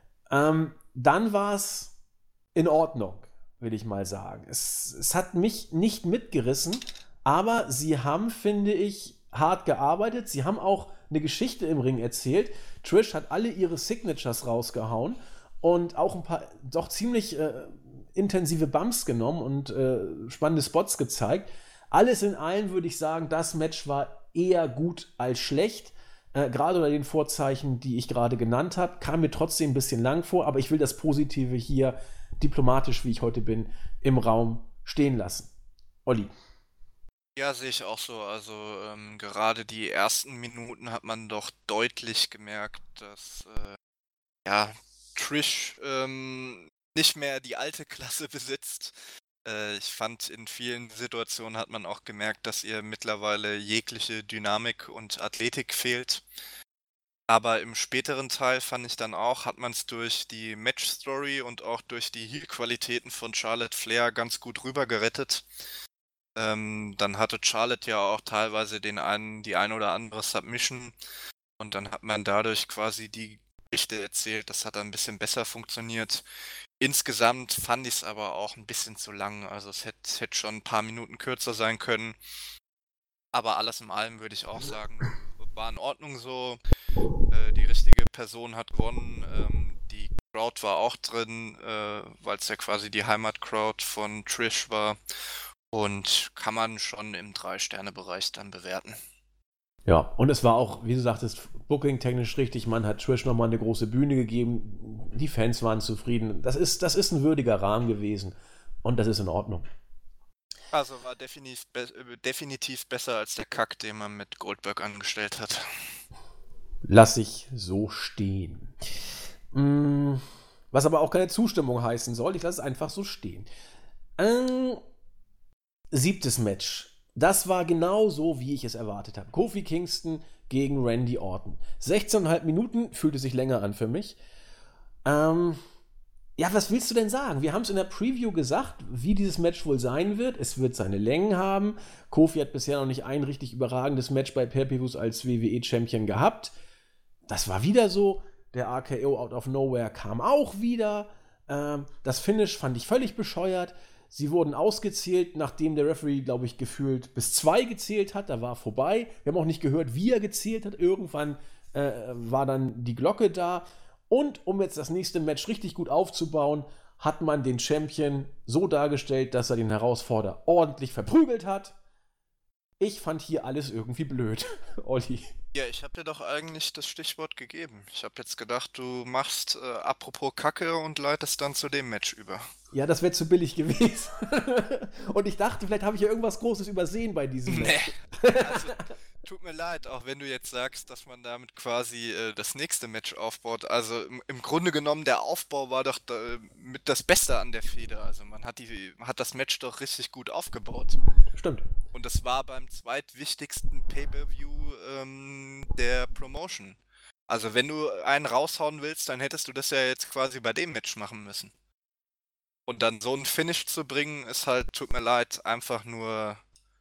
[SPEAKER 1] dann war es in Ordnung, will ich mal sagen. Es hat mich nicht mitgerissen, aber sie haben, finde ich, hart gearbeitet. Sie haben auch eine Geschichte im Ring erzählt. Trish hat alle ihre Signatures rausgehauen und auch ein paar doch ziemlich intensive Bumps genommen und spannende Spots gezeigt. Alles in allem würde ich sagen, das Match war eher gut als schlecht. Gerade unter den Vorzeichen, die ich gerade genannt habe, kam mir trotzdem ein bisschen lang vor, aber ich will das Positive hier, diplomatisch wie ich heute bin, im Raum stehen lassen. Olli.
[SPEAKER 2] Ja, sehe ich auch so. Also gerade die ersten Minuten hat man doch deutlich gemerkt, dass Trish nicht mehr die alte Klasse besitzt. Ich fand, in vielen Situationen hat man auch gemerkt, dass ihr mittlerweile jegliche Dynamik und Athletik fehlt. Aber im späteren Teil fand ich dann auch, hat man es durch die Match-Story und auch durch die Heel-Qualitäten von Charlotte Flair ganz gut rübergerettet. Dann hatte Charlotte ja auch teilweise die ein oder andere Submission und dann hat man dadurch quasi die Geschichte erzählt. Das hat dann ein bisschen besser funktioniert. Insgesamt fand ich es aber auch ein bisschen zu lang. Also es hätte schon ein paar Minuten kürzer sein können. Aber alles in allem würde ich auch sagen, war in Ordnung so. Die richtige Person hat gewonnen. Die Crowd war auch drin, weil es ja quasi die Heimatcrowd von Trish war. Und kann man schon im 3-Sterne-Bereich dann bewerten.
[SPEAKER 1] Ja, und es war auch, wie du sagtest, booking-technisch richtig. Man hat Trish nochmal eine große Bühne gegeben. Die Fans waren zufrieden. Das ist ein würdiger Rahmen gewesen. Und das ist in Ordnung.
[SPEAKER 2] Also war definitiv besser als der Kack, den man mit Goldberg angestellt hat.
[SPEAKER 1] Lass ich so stehen. Was aber auch keine Zustimmung heißen soll. Ich lasse es einfach so stehen. 7. Match. Das war genau so, wie ich es erwartet habe. Kofi Kingston gegen Randy Orton. 16,5 Minuten, fühlte sich länger an für mich. Ja, was willst du denn sagen? Wir haben es in der Preview gesagt, wie dieses Match wohl sein wird. Es wird seine Längen haben. Kofi hat bisher noch nicht ein richtig überragendes Match bei Pay-Per-Views als WWE-Champion gehabt. Das war wieder so. Der RKO Out of Nowhere kam auch wieder. Das Finish fand ich völlig bescheuert. Sie wurden ausgezählt, nachdem der Referee, glaube ich, gefühlt bis 2 gezählt hat. Da war vorbei. Wir haben auch nicht gehört, wie er gezählt hat. Irgendwann war dann die Glocke da. Und um jetzt das nächste Match richtig gut aufzubauen, hat man den Champion so dargestellt, dass er den Herausforderer ordentlich verprügelt hat. Ich fand hier alles irgendwie blöd, Olli.
[SPEAKER 2] Ja, ich habe dir doch eigentlich das Stichwort gegeben. Ich habe jetzt gedacht, du machst apropos Kacke und leitest dann zu dem Match über.
[SPEAKER 1] Ja, das wäre zu billig gewesen. Und ich dachte, vielleicht habe ich ja irgendwas Großes übersehen bei diesem Match.
[SPEAKER 2] Also, tut mir leid, auch wenn du jetzt sagst, dass man damit quasi das nächste Match aufbaut. Also im Grunde genommen, der Aufbau war doch mit das Beste an der Fehde. Also man hat das Match doch richtig gut aufgebaut.
[SPEAKER 1] Stimmt.
[SPEAKER 2] Und das war beim zweitwichtigsten Pay-Per-View der Promotion. Also wenn du einen raushauen willst, dann hättest du das ja jetzt quasi bei dem Match machen müssen. Und dann so ein Finish zu bringen, ist halt, tut mir leid, einfach nur...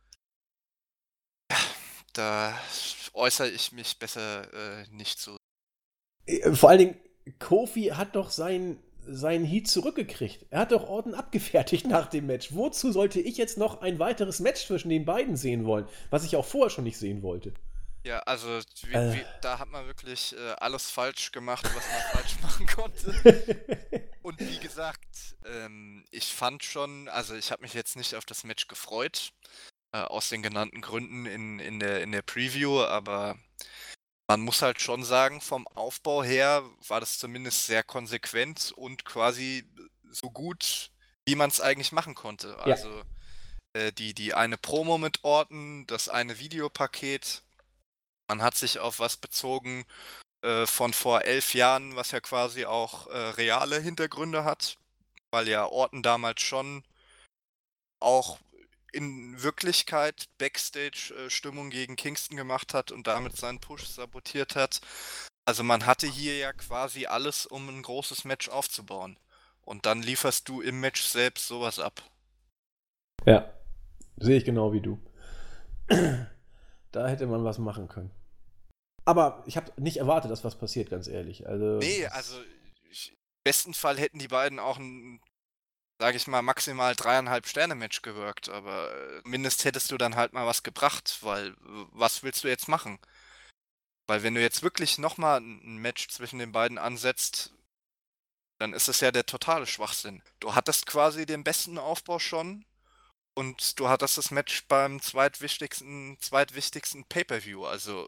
[SPEAKER 2] Da äußere ich mich besser nicht zu.
[SPEAKER 1] Vor allen Dingen, Kofi hat doch seinen Heat zurückgekriegt. Er hat doch Orton abgefertigt nach dem Match. Wozu sollte ich jetzt noch ein weiteres Match zwischen den beiden sehen wollen? Was ich auch vorher schon nicht sehen wollte.
[SPEAKER 2] Ja, also da hat man wirklich alles falsch gemacht, was man falsch machen konnte. Und wie gesagt, ich fand schon, also ich habe mich jetzt nicht auf das Match gefreut, aus den genannten Gründen in der Preview, aber man muss halt schon sagen, vom Aufbau her war das zumindest sehr konsequent und quasi so gut, wie man es eigentlich machen konnte.
[SPEAKER 1] Ja.
[SPEAKER 2] Also die eine Promo mit Orton, das eine Videopaket, man hat sich auf was bezogen von vor 11 Jahren, was ja quasi auch reale Hintergründe hat, weil ja Orton damals schon auch in Wirklichkeit Backstage-Stimmung gegen Kingston gemacht hat und damit seinen Push sabotiert hat. Also man hatte hier ja quasi alles, um ein großes Match aufzubauen. Und dann lieferst du im Match selbst sowas ab.
[SPEAKER 1] Ja, sehe ich genau wie du. Da hätte man was machen können. Aber ich habe nicht erwartet, dass was passiert, ganz ehrlich. Also,
[SPEAKER 2] Nee, also im besten Fall hätten die beiden auch ein, sage ich mal, maximal 3,5 Sterne-Match gewirkt, aber mindestens hättest du dann halt mal was gebracht, weil was willst du jetzt machen? Weil wenn du jetzt wirklich nochmal ein Match zwischen den beiden ansetzt, dann ist es ja der totale Schwachsinn. Du hattest quasi den besten Aufbau schon und du hattest das Match beim zweitwichtigsten Pay-Per-View, also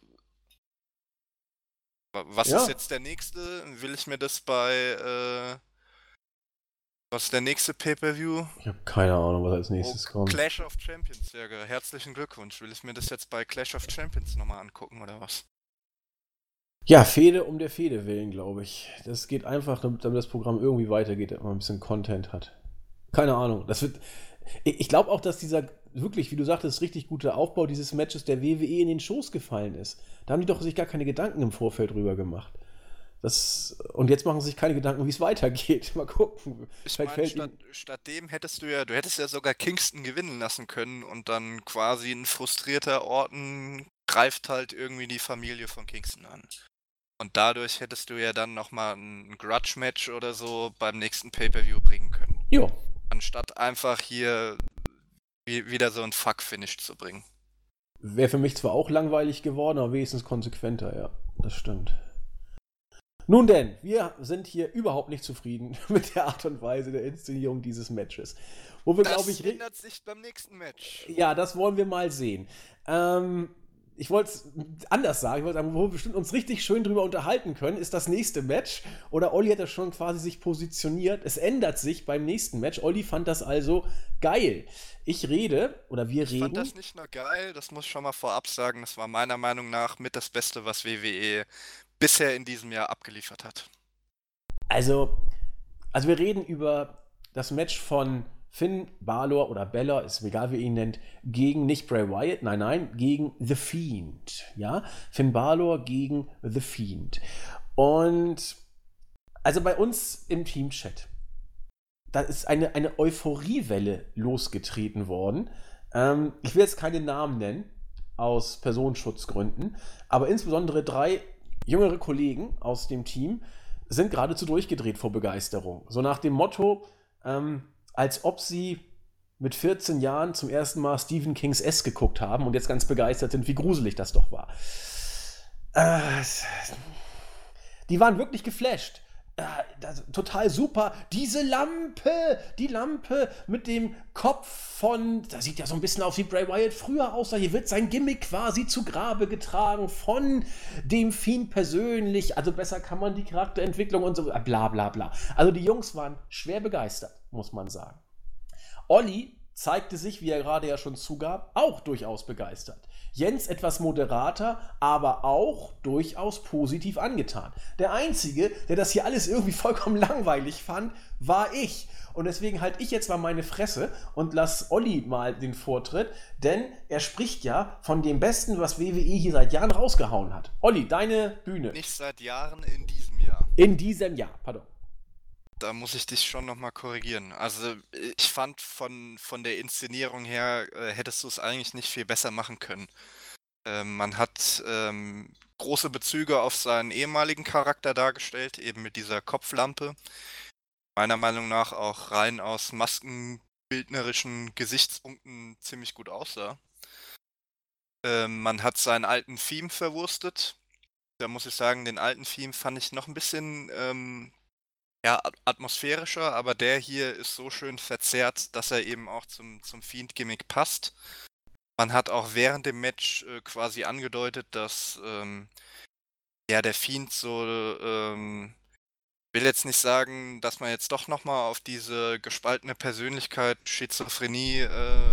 [SPEAKER 2] was
[SPEAKER 1] Ja.
[SPEAKER 2] ist jetzt der nächste? Will ich mir das bei was ist der nächste Pay-Per-View?
[SPEAKER 1] Ich habe keine Ahnung, was als nächstes kommt.
[SPEAKER 2] Clash of Champions, ja, herzlichen Glückwunsch. Will ich mir das jetzt bei Clash of Champions nochmal angucken, oder was?
[SPEAKER 1] Ja, Fehde um der Fehde willen, glaube ich. Das geht einfach, damit das Programm irgendwie weitergeht, damit man ein bisschen Content hat. Keine Ahnung. Ich glaube auch, dass dieser wirklich, wie du sagtest, richtig gute Aufbau dieses Matches der WWE in den Schoß gefallen ist. Da haben die doch sich gar keine Gedanken im Vorfeld drüber gemacht. Und jetzt machen sie sich keine Gedanken, wie es weitergeht. Mal gucken.
[SPEAKER 2] Ich meine, stattdem hättest du hättest ja sogar Kingston gewinnen lassen können und dann quasi ein frustrierter Orton greift halt irgendwie die Familie von Kingston an. Und dadurch hättest du ja dann nochmal ein Grudge-Match oder so beim nächsten Pay-Per-View bringen können.
[SPEAKER 1] Jo.
[SPEAKER 2] Anstatt einfach hier wieder so ein Fuck-Finish zu bringen.
[SPEAKER 1] Wäre für mich zwar auch langweilig geworden, aber wenigstens konsequenter, ja. Das stimmt. Nun denn, wir sind hier überhaupt nicht zufrieden mit der Art und Weise der Inszenierung dieses Matches. Wo wir,
[SPEAKER 2] das ändert sich beim nächsten Match.
[SPEAKER 1] Ja, das wollen wir mal sehen. Ich wollte es anders sagen. Ich wollte sagen, wo wir bestimmt uns richtig schön drüber unterhalten können, ist das nächste Match. Oder Olli hat ja schon quasi sich positioniert. Es ändert sich beim nächsten Match. Olli fand das also geil. Ich fand
[SPEAKER 2] das nicht nur geil, das muss ich schon mal vorab sagen. Das war meiner Meinung nach mit das Beste, was WWE bisher in diesem Jahr abgeliefert hat.
[SPEAKER 1] Also wir reden über das Match von Finn Balor oder Balor, ist mir egal, wie ihr ihn nennt, gegen nicht Bray Wyatt, nein, gegen The Fiend. Ja? Finn Balor gegen The Fiend. Und also bei uns im Teamchat, da ist eine Euphoriewelle losgetreten worden. Ich will jetzt keine Namen nennen, aus Personenschutzgründen, aber insbesondere 3 jüngere Kollegen aus dem Team sind geradezu durchgedreht vor Begeisterung. So nach dem Motto, als ob sie mit 14 Jahren zum ersten Mal Stephen Kings S geguckt haben und jetzt ganz begeistert sind, wie gruselig das doch war. Äh, Die waren wirklich geflasht. Total super. Diese Lampe, die Lampe mit dem Kopf von, das sieht ja so ein bisschen aus wie Bray Wyatt früher aus. Hier wird sein Gimmick quasi zu Grabe getragen von dem Fiend persönlich. Also besser kann man die Charakterentwicklung und so, bla bla bla. Also die Jungs waren schwer begeistert, muss man sagen. Olli zeigte sich, wie er gerade ja schon zugab, auch durchaus begeistert. Jens etwas moderater, aber auch durchaus positiv angetan. Der Einzige, der das hier alles irgendwie vollkommen langweilig fand, war ich. Und deswegen halte ich jetzt mal meine Fresse und lass Olli mal den Vortritt, denn er spricht ja von dem Besten, was WWE hier seit Jahren rausgehauen hat. Olli, deine Bühne.
[SPEAKER 2] Nicht seit Jahren, in diesem Jahr.
[SPEAKER 1] In diesem Jahr, pardon.
[SPEAKER 2] Da muss ich dich schon nochmal korrigieren. Also ich fand von der Inszenierung her, hättest du es eigentlich nicht viel besser machen können. Man hat große Bezüge auf seinen ehemaligen Charakter dargestellt, eben mit dieser Kopflampe. Meiner Meinung nach auch rein aus maskenbildnerischen Gesichtspunkten ziemlich gut aussah. Man hat seinen alten Theme verwurstet. Da muss ich sagen, den alten Theme fand ich noch ein bisschen atmosphärischer, aber der hier ist so schön verzerrt, dass er eben auch zum Fiend-Gimmick passt. Man hat auch während dem Match quasi angedeutet, dass der Fiend so, will jetzt nicht sagen, dass man jetzt doch nochmal auf diese gespaltene Persönlichkeit, Schizophrenie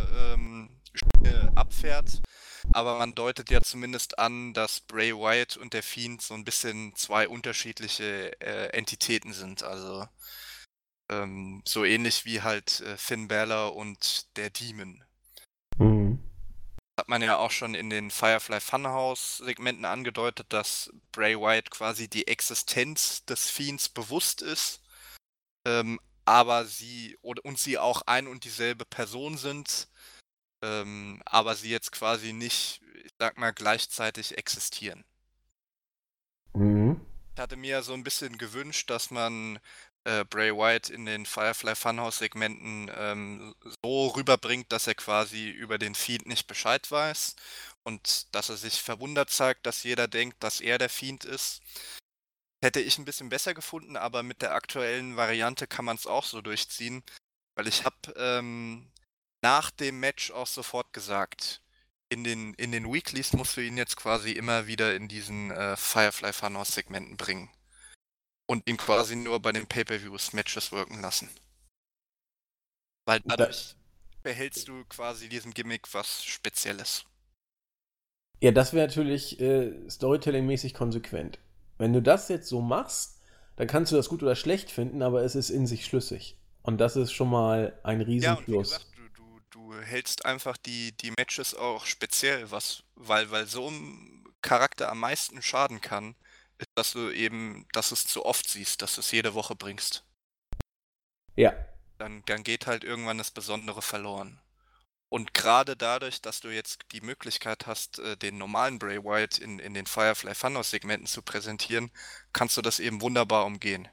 [SPEAKER 2] abfährt, aber man deutet ja zumindest an, dass Bray Wyatt und der Fiend so ein bisschen zwei unterschiedliche Entitäten sind, also so ähnlich wie halt Finn Balor und der Demon.
[SPEAKER 1] Mhm.
[SPEAKER 2] Hat man ja auch schon in den Firefly Funhouse-Segmenten angedeutet, dass Bray Wyatt quasi die Existenz des Fiends bewusst ist, aber sie auch ein und dieselbe Person sind, aber sie jetzt quasi nicht, ich sag mal, gleichzeitig existieren.
[SPEAKER 1] Mhm.
[SPEAKER 2] Ich hatte mir so ein bisschen gewünscht, dass man Bray Wyatt in den Firefly Funhouse-Segmenten so rüberbringt, dass er quasi über den Fiend nicht Bescheid weiß und dass er sich verwundert zeigt, dass jeder denkt, dass er der Fiend ist. Hätte ich ein bisschen besser gefunden, aber mit der aktuellen Variante kann man es auch so durchziehen, weil ich habe nach dem Match auch sofort gesagt, in den Weeklies musst du ihn jetzt quasi immer wieder in diesen Firefly Funhouse-Segmenten bringen. Und ihn quasi nur bei den Pay-Per-Views-Matches wirken lassen. Weil dadurch behältst du quasi diesem Gimmick was Spezielles.
[SPEAKER 1] Ja, das wäre natürlich Storytelling-mäßig konsequent. Wenn du das jetzt so machst, dann kannst du das gut oder schlecht finden, aber es ist in sich schlüssig. Und das ist schon mal ein
[SPEAKER 2] Ja, und wie
[SPEAKER 1] Riesenplus.
[SPEAKER 2] gesagt, du hältst einfach die Matches auch speziell, weil so ein Charakter am meisten schaden kann, ist, dass du es zu oft siehst, dass du es jede Woche bringst.
[SPEAKER 1] Ja.
[SPEAKER 2] Dann geht halt irgendwann das Besondere verloren. Und gerade dadurch, dass du jetzt die Möglichkeit hast, den normalen Bray Wyatt in den Firefly Funhouse-Segmenten zu präsentieren, kannst du das eben wunderbar umgehen.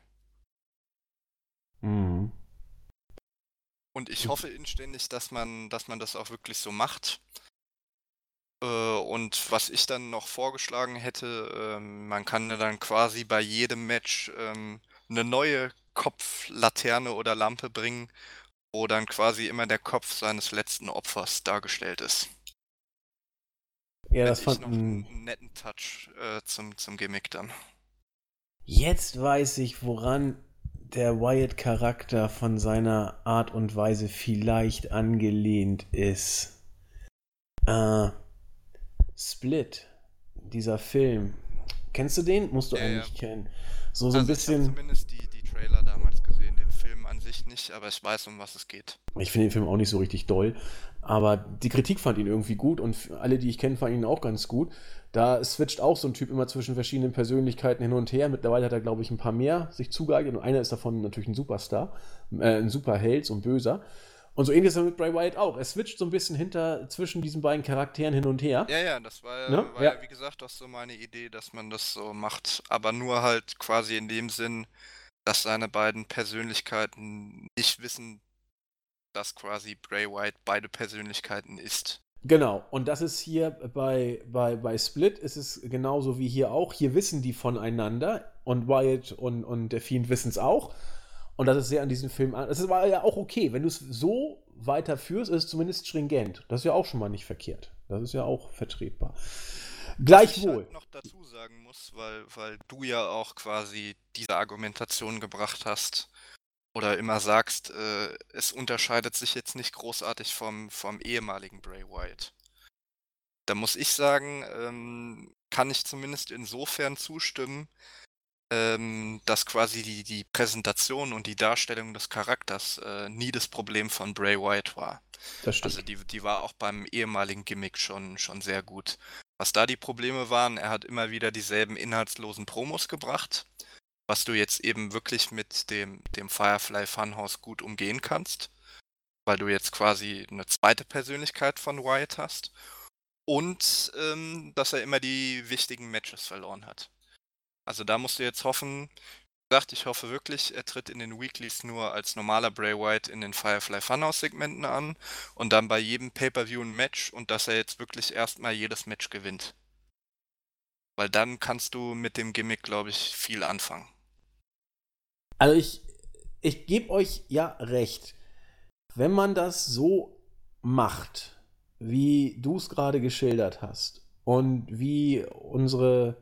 [SPEAKER 1] Mhm.
[SPEAKER 2] Und ich hoffe inständig, dass man das auch wirklich so macht. Und was ich dann noch vorgeschlagen hätte, man kann ja dann quasi bei jedem Match eine neue Kopflaterne oder Lampe bringen, wo dann quasi immer der Kopf seines letzten Opfers dargestellt ist.
[SPEAKER 1] Ja, das
[SPEAKER 2] Fände ich
[SPEAKER 1] fand
[SPEAKER 2] noch einen netten Touch zum Gimmick dann.
[SPEAKER 1] Jetzt weiß ich, woran der Wyatt-Charakter von seiner Art und Weise vielleicht angelehnt ist. Äh, Split, dieser Film. Kennst du den? Musst du
[SPEAKER 2] Ja, ja.
[SPEAKER 1] eigentlich kennen. So ein
[SPEAKER 2] Also ich habe
[SPEAKER 1] bisschen.
[SPEAKER 2] zumindest die Trailer damals gesehen, den Film an sich nicht, aber ich weiß, um was es geht.
[SPEAKER 1] Ich finde den Film auch nicht so richtig doll, aber die Kritik fand ihn irgendwie gut und alle, die ich kenne, fanden ihn auch ganz gut. Da switcht auch so ein Typ immer zwischen verschiedenen Persönlichkeiten hin und her. Mittlerweile hat er, glaube ich, ein paar mehr sich zugeeignet und einer ist davon natürlich ein Superstar, ein Superheld, so ein Böser. Und so ähnlich ist er mit Bray Wyatt auch. Er switcht so ein bisschen zwischen diesen beiden Charakteren hin und her.
[SPEAKER 2] Ja, das war
[SPEAKER 1] Ne?
[SPEAKER 2] ja, war ja, wie gesagt, auch so meine Idee, dass man das so macht, aber nur halt quasi in dem Sinn, dass seine beiden Persönlichkeiten nicht wissen, dass quasi Bray Wyatt beide Persönlichkeiten ist.
[SPEAKER 1] Genau, und das ist hier bei Split ist es genauso wie hier auch. Hier wissen die voneinander und Wyatt und der Fiend wissen es auch. Und das ist sehr an diesem Film an. Das war ja auch okay. Wenn du es so weiterführst, ist es zumindest stringent. Das ist ja auch schon mal nicht verkehrt. Das ist ja auch vertretbar.
[SPEAKER 2] Was ich
[SPEAKER 1] Gleichwohl.
[SPEAKER 2] halt noch dazu sagen muss, weil du ja auch quasi diese Argumentation gebracht hast oder immer sagst, es unterscheidet sich jetzt nicht großartig vom ehemaligen Bray Wyatt. Da muss ich sagen, kann ich zumindest insofern zustimmen, dass quasi die Präsentation und die Darstellung des Charakters nie das Problem von Bray Wyatt war.
[SPEAKER 1] Das
[SPEAKER 2] Also
[SPEAKER 1] stimmt.
[SPEAKER 2] die war auch beim ehemaligen Gimmick schon sehr gut. Was da die Probleme waren, er hat immer wieder dieselben inhaltslosen Promos gebracht, was du jetzt eben wirklich mit dem Firefly Funhouse gut umgehen kannst, weil du jetzt quasi eine zweite Persönlichkeit von Wyatt hast und dass er immer die wichtigen Matches verloren hat. Also da musst du jetzt hoffen, wie gesagt, ich hoffe wirklich, er tritt in den Weeklies nur als normaler Bray Wyatt in den Firefly Funhouse Segmenten an und dann bei jedem Pay-Per-View ein Match und dass er jetzt wirklich erstmal jedes Match gewinnt. Weil dann kannst du mit dem Gimmick, glaube ich, viel anfangen.
[SPEAKER 1] Also ich gebe euch ja recht. Wenn man das so macht, wie du es gerade geschildert hast und wie unsere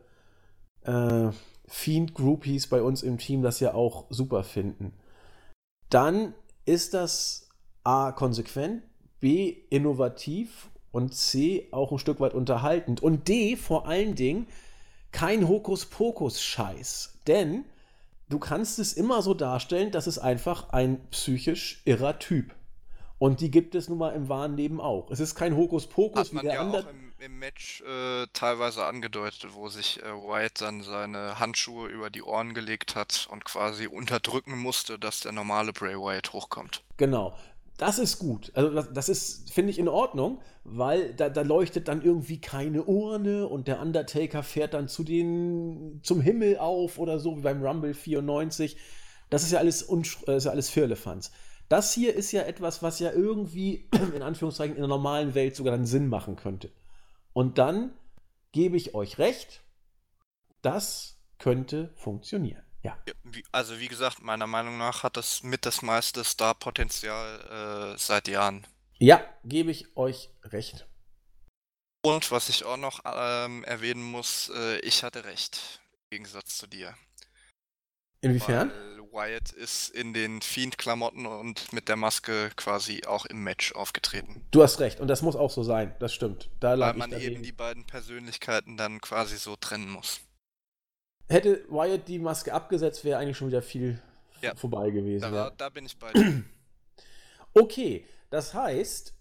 [SPEAKER 1] Fiend-Groupies bei uns im Team das ja auch super finden, dann ist das A, konsequent, B, innovativ und C, auch ein Stück weit unterhaltend und D, vor allen Dingen, kein Hokuspokus-Scheiß. Denn du kannst es immer so darstellen, dass es einfach ein psychisch irrer Typ. Und die gibt es nun mal im wahren Leben auch. Es ist kein Hokuspokus
[SPEAKER 2] Hat
[SPEAKER 1] wie
[SPEAKER 2] man
[SPEAKER 1] der
[SPEAKER 2] ja auch
[SPEAKER 1] andere.
[SPEAKER 2] im Match teilweise angedeutet, wo sich Wyatt dann seine Handschuhe über die Ohren gelegt hat und quasi unterdrücken musste, dass der normale Bray Wyatt hochkommt.
[SPEAKER 1] Genau. Das ist gut. Also das ist, finde ich, in Ordnung, weil da leuchtet dann irgendwie keine Urne und der Undertaker fährt dann zum Himmel auf oder so, wie beim Rumble 94. Das ist ja ist ja alles Firlefanz. Das hier ist ja etwas, was ja irgendwie, in Anführungszeichen, in der normalen Welt sogar dann Sinn machen könnte. Und dann gebe ich euch recht, das könnte funktionieren. Ja.
[SPEAKER 2] Ja, also wie gesagt, meiner Meinung nach hat das mit das meiste Star-Potenzial seit Jahren.
[SPEAKER 1] Ja, gebe ich euch recht.
[SPEAKER 2] Und was ich auch noch erwähnen muss, ich hatte recht, im Gegensatz zu dir.
[SPEAKER 1] Inwiefern?
[SPEAKER 2] Weil Wyatt ist in den Fiend-Klamotten und mit der Maske quasi auch im Match aufgetreten.
[SPEAKER 1] Du hast recht, und das muss auch so sein, das stimmt. Da
[SPEAKER 2] Weil
[SPEAKER 1] lag ich
[SPEAKER 2] man eben
[SPEAKER 1] dagegen.
[SPEAKER 2] die beiden Persönlichkeiten dann quasi so trennen muss.
[SPEAKER 1] Hätte Wyatt die Maske abgesetzt, wäre eigentlich schon wieder viel
[SPEAKER 2] Ja,
[SPEAKER 1] vorbei gewesen, ja.
[SPEAKER 2] da bin ich bei dir.
[SPEAKER 1] Okay, das heißt,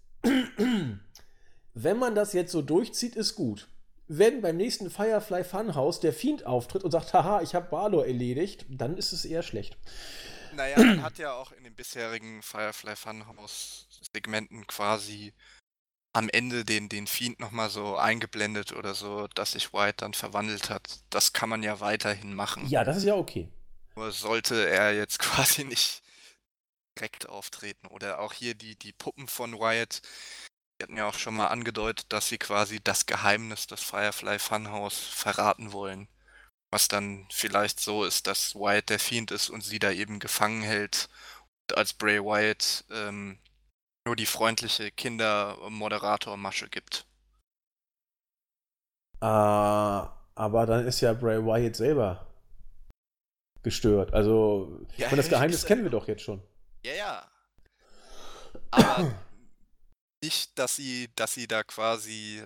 [SPEAKER 1] wenn man das jetzt so durchzieht, ist gut. Wenn beim nächsten Firefly Funhouse der Fiend auftritt und sagt, haha, ich habe Balor erledigt, dann ist es eher schlecht.
[SPEAKER 2] Naja, man hat ja auch in den bisherigen Firefly Funhouse-Segmenten quasi am Ende den Fiend nochmal so eingeblendet oder so, dass sich Wyatt dann verwandelt hat. Das kann man ja weiterhin machen.
[SPEAKER 1] Ja, das ist ja okay.
[SPEAKER 2] Nur sollte er jetzt quasi nicht direkt auftreten. Oder auch hier die Puppen von Wyatt. Die hatten ja auch schon mal angedeutet, dass sie quasi das Geheimnis des Firefly Funhouse verraten wollen. Was dann vielleicht so ist, dass Wyatt der Fiend ist und sie da eben gefangen hält und als Bray Wyatt nur die freundliche Kinder-Moderator-Masche gibt.
[SPEAKER 1] Aber dann ist ja Bray Wyatt selber gestört. Also,
[SPEAKER 2] Ja,
[SPEAKER 1] ich meine, das Geheimnis
[SPEAKER 2] ist er
[SPEAKER 1] kennen wir
[SPEAKER 2] ja.
[SPEAKER 1] doch jetzt schon.
[SPEAKER 2] Ja, ja. Aber nicht, dass sie da quasi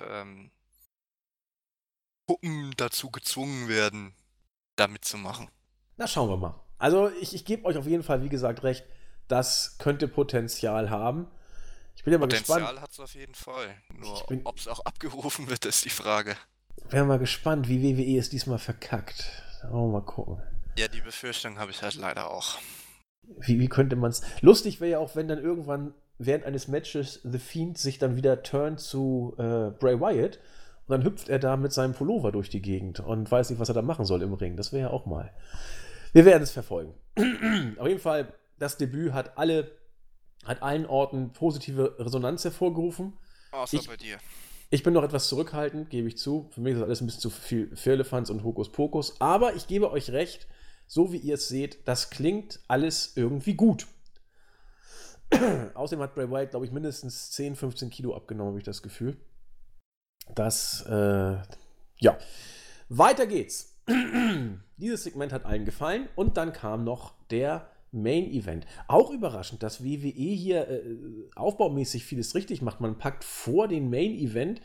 [SPEAKER 2] Puppen dazu gezwungen werden, da mitzumachen.
[SPEAKER 1] Na, schauen wir mal. Also, ich gebe euch auf jeden Fall, wie gesagt, recht, das könnte Potenzial haben. Ich bin ja mal gespannt.
[SPEAKER 2] Potenzial hat es auf jeden Fall.
[SPEAKER 1] Ich
[SPEAKER 2] Nur
[SPEAKER 1] bin,
[SPEAKER 2] ob es auch abgerufen wird, ist die Frage.
[SPEAKER 1] bin mal gespannt, wie WWE es diesmal verkackt. Mal gucken.
[SPEAKER 2] Ja, die Befürchtung habe ich halt leider auch.
[SPEAKER 1] Wie könnte man es. Lustig wäre ja auch, wenn dann irgendwann während eines Matches The Fiend sich dann wieder turnt zu Bray Wyatt und dann hüpft er da mit seinem Pullover durch die Gegend und weiß nicht, was er da machen soll im Ring. Das wäre ja auch mal. Wir werden es verfolgen. Auf jeden Fall, das Debüt hat allen Orten positive Resonanz hervorgerufen.
[SPEAKER 2] Außer
[SPEAKER 1] Ich,
[SPEAKER 2] bei dir.
[SPEAKER 1] ich bin noch etwas zurückhaltend, gebe ich zu. Für mich ist das alles ein bisschen zu viel Firlefanz und Hokuspokus. Aber ich gebe euch recht, so wie ihr es seht, das klingt alles irgendwie gut. Außerdem hat Bray Wyatt, glaube ich, mindestens 10, 15 Kilo abgenommen, habe ich das Gefühl. Das, ja. Weiter geht's. Dieses Segment hat allen gefallen und dann kam noch der Main Event. Auch überraschend, dass WWE hier aufbaumäßig vieles richtig macht. Man packt vor den Main Event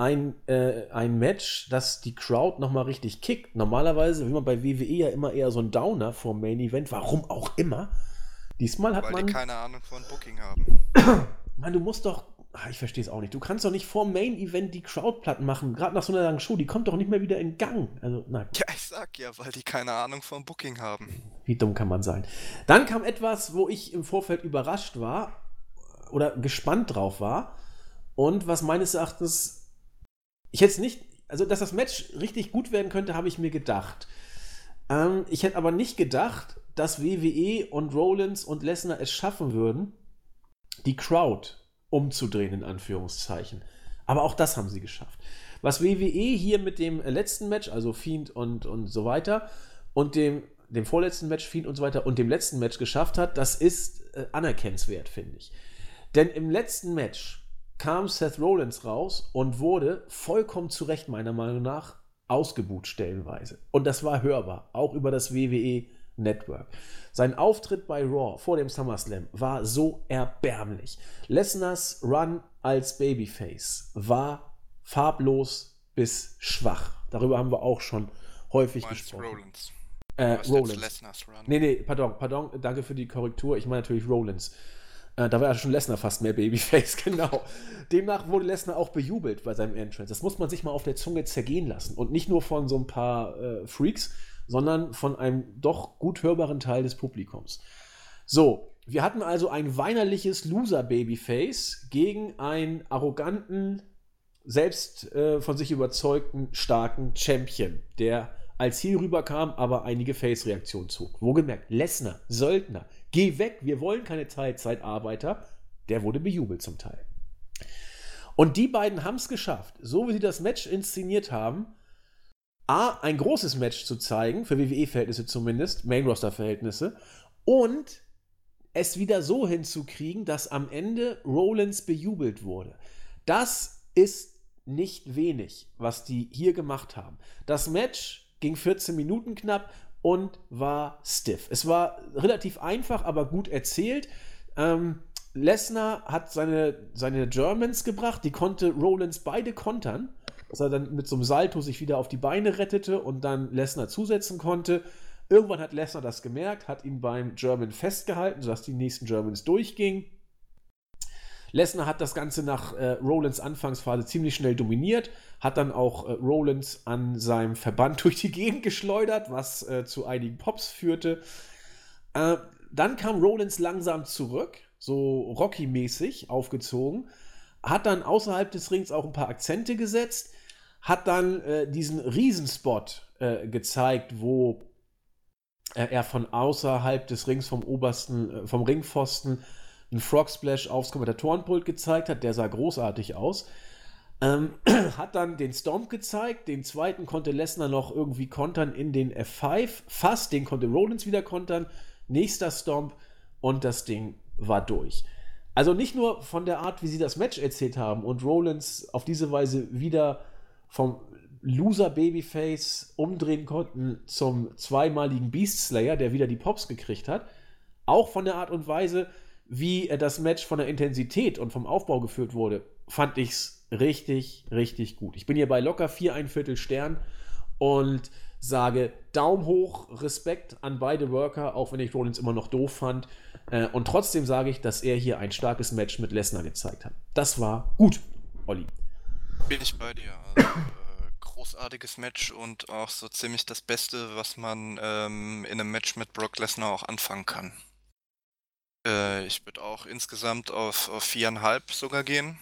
[SPEAKER 1] ein Match, das die Crowd nochmal richtig kickt. Normalerweise will man bei WWE ja immer eher so ein Downer vor Main Event, warum auch immer. Diesmal hat
[SPEAKER 2] Weil
[SPEAKER 1] man.
[SPEAKER 2] die keine Ahnung von Booking haben.
[SPEAKER 1] Mann, du musst doch. Ich verstehe es auch nicht. Du kannst doch nicht vor Main Event die Crowd platt machen. Gerade nach so einer langen Show. Die kommt doch nicht mehr wieder in Gang. Also, na,
[SPEAKER 2] Ja, ich sag ja, weil die keine Ahnung von Booking haben.
[SPEAKER 1] wie dumm kann man sein? Dann kam etwas, wo ich im Vorfeld überrascht war oder gespannt drauf war. Und was meines Erachtens. Ich hätte es nicht. Also, dass das Match richtig gut werden könnte, habe ich mir gedacht. Ich hätte aber nicht gedacht, dass WWE und Rollins und Lesnar es schaffen würden, die Crowd umzudrehen, in Anführungszeichen. Aber auch das haben sie geschafft. Was WWE hier mit dem letzten Match, also Fiend und so weiter, und dem vorletzten Match, Fiend und so weiter, und dem letzten Match geschafft hat, das ist anerkennenswert, finde ich. Denn im letzten Match kam Seth Rollins raus und wurde vollkommen zu Recht, meiner Meinung nach, ausgebuht stellenweise. Und das war hörbar, auch über das WWE Network. Sein Auftritt bei Raw vor dem SummerSlam war so erbärmlich. Lesnars Run als Babyface war farblos bis schwach. Darüber haben wir auch schon häufig gesprochen.
[SPEAKER 2] Rollins.
[SPEAKER 1] Rollins.
[SPEAKER 2] Lesnar's Run.
[SPEAKER 1] Nee, pardon, danke für die Korrektur. Ich meine natürlich Rollins. Da war ja schon Lesnar fast mehr Babyface, genau. Demnach wurde Lesnar auch bejubelt bei seinem Entrance. Das muss man sich mal auf der Zunge zergehen lassen. Und nicht nur von so ein paar Freaks, sondern von einem doch gut hörbaren Teil des Publikums. So, wir hatten also ein weinerliches Loser-Babyface gegen einen arroganten, selbst von sich überzeugten, starken Champion, der als Heel rüberkam, aber einige Face-Reaktionen zog. Wohlgemerkt, Lesnar, Söldner, geh weg, wir wollen keine Teilzeitarbeiter. Der wurde bejubelt zum Teil. Und die beiden haben es geschafft, so wie sie das Match inszeniert haben, ein großes Match zu zeigen, für WWE-Verhältnisse zumindest, Main-Roster-Verhältnisse, und es wieder so hinzukriegen, dass am Ende Rollins bejubelt wurde. Das ist nicht wenig, was die hier gemacht haben. Das Match ging 14 Minuten knapp und war stiff. Es war relativ einfach, aber gut erzählt. Lesnar hat seine Germans gebracht, die konnte Rollins beide kontern, dass er dann mit so einem Salto sich wieder auf die Beine rettete und dann Lesnar zusetzen konnte. Irgendwann hat Lesnar das gemerkt, hat ihn beim German festgehalten, sodass die nächsten Germans durchgingen. Lesnar hat das Ganze nach Rollins Anfangsphase ziemlich schnell dominiert, hat dann auch Rollins an seinem Verband durch die Gegend geschleudert, was zu einigen Pops führte. Dann kam Rollins langsam zurück, so Rocky-mäßig aufgezogen, hat dann außerhalb des Rings auch ein paar Akzente gesetzt, hat dann diesen Riesenspot gezeigt, wo er von außerhalb des Rings vom Ringpfosten einen Frog Splash aufs Kommentatorenpult gezeigt hat, der sah großartig aus. Hat dann den Stomp gezeigt, den zweiten konnte Lesnar noch irgendwie kontern in den F5, fast, den konnte Rollins wieder kontern, nächster Stomp und das Ding war durch. Also nicht nur von der Art, wie sie das Match erzählt haben und Rollins auf diese Weise wieder vom Loser-Babyface umdrehen konnten zum zweimaligen Beast Slayer, der wieder die Pops gekriegt hat, auch von der Art und Weise, wie das Match von der Intensität und vom Aufbau geführt wurde, fand ich es richtig, richtig gut. Ich bin hier bei locker 4,25 Stern und sage Daumen hoch, Respekt an beide Worker, auch wenn ich Rollins immer noch doof fand. Und trotzdem sage ich, dass er hier ein starkes Match mit Lesnar gezeigt hat. Das war gut, Olli.
[SPEAKER 2] Bin ich bei dir. Also, großartiges Match und auch so ziemlich das Beste, was man in einem Match mit Brock Lesnar auch anfangen kann. Ich würde auch insgesamt auf 4,5 sogar gehen.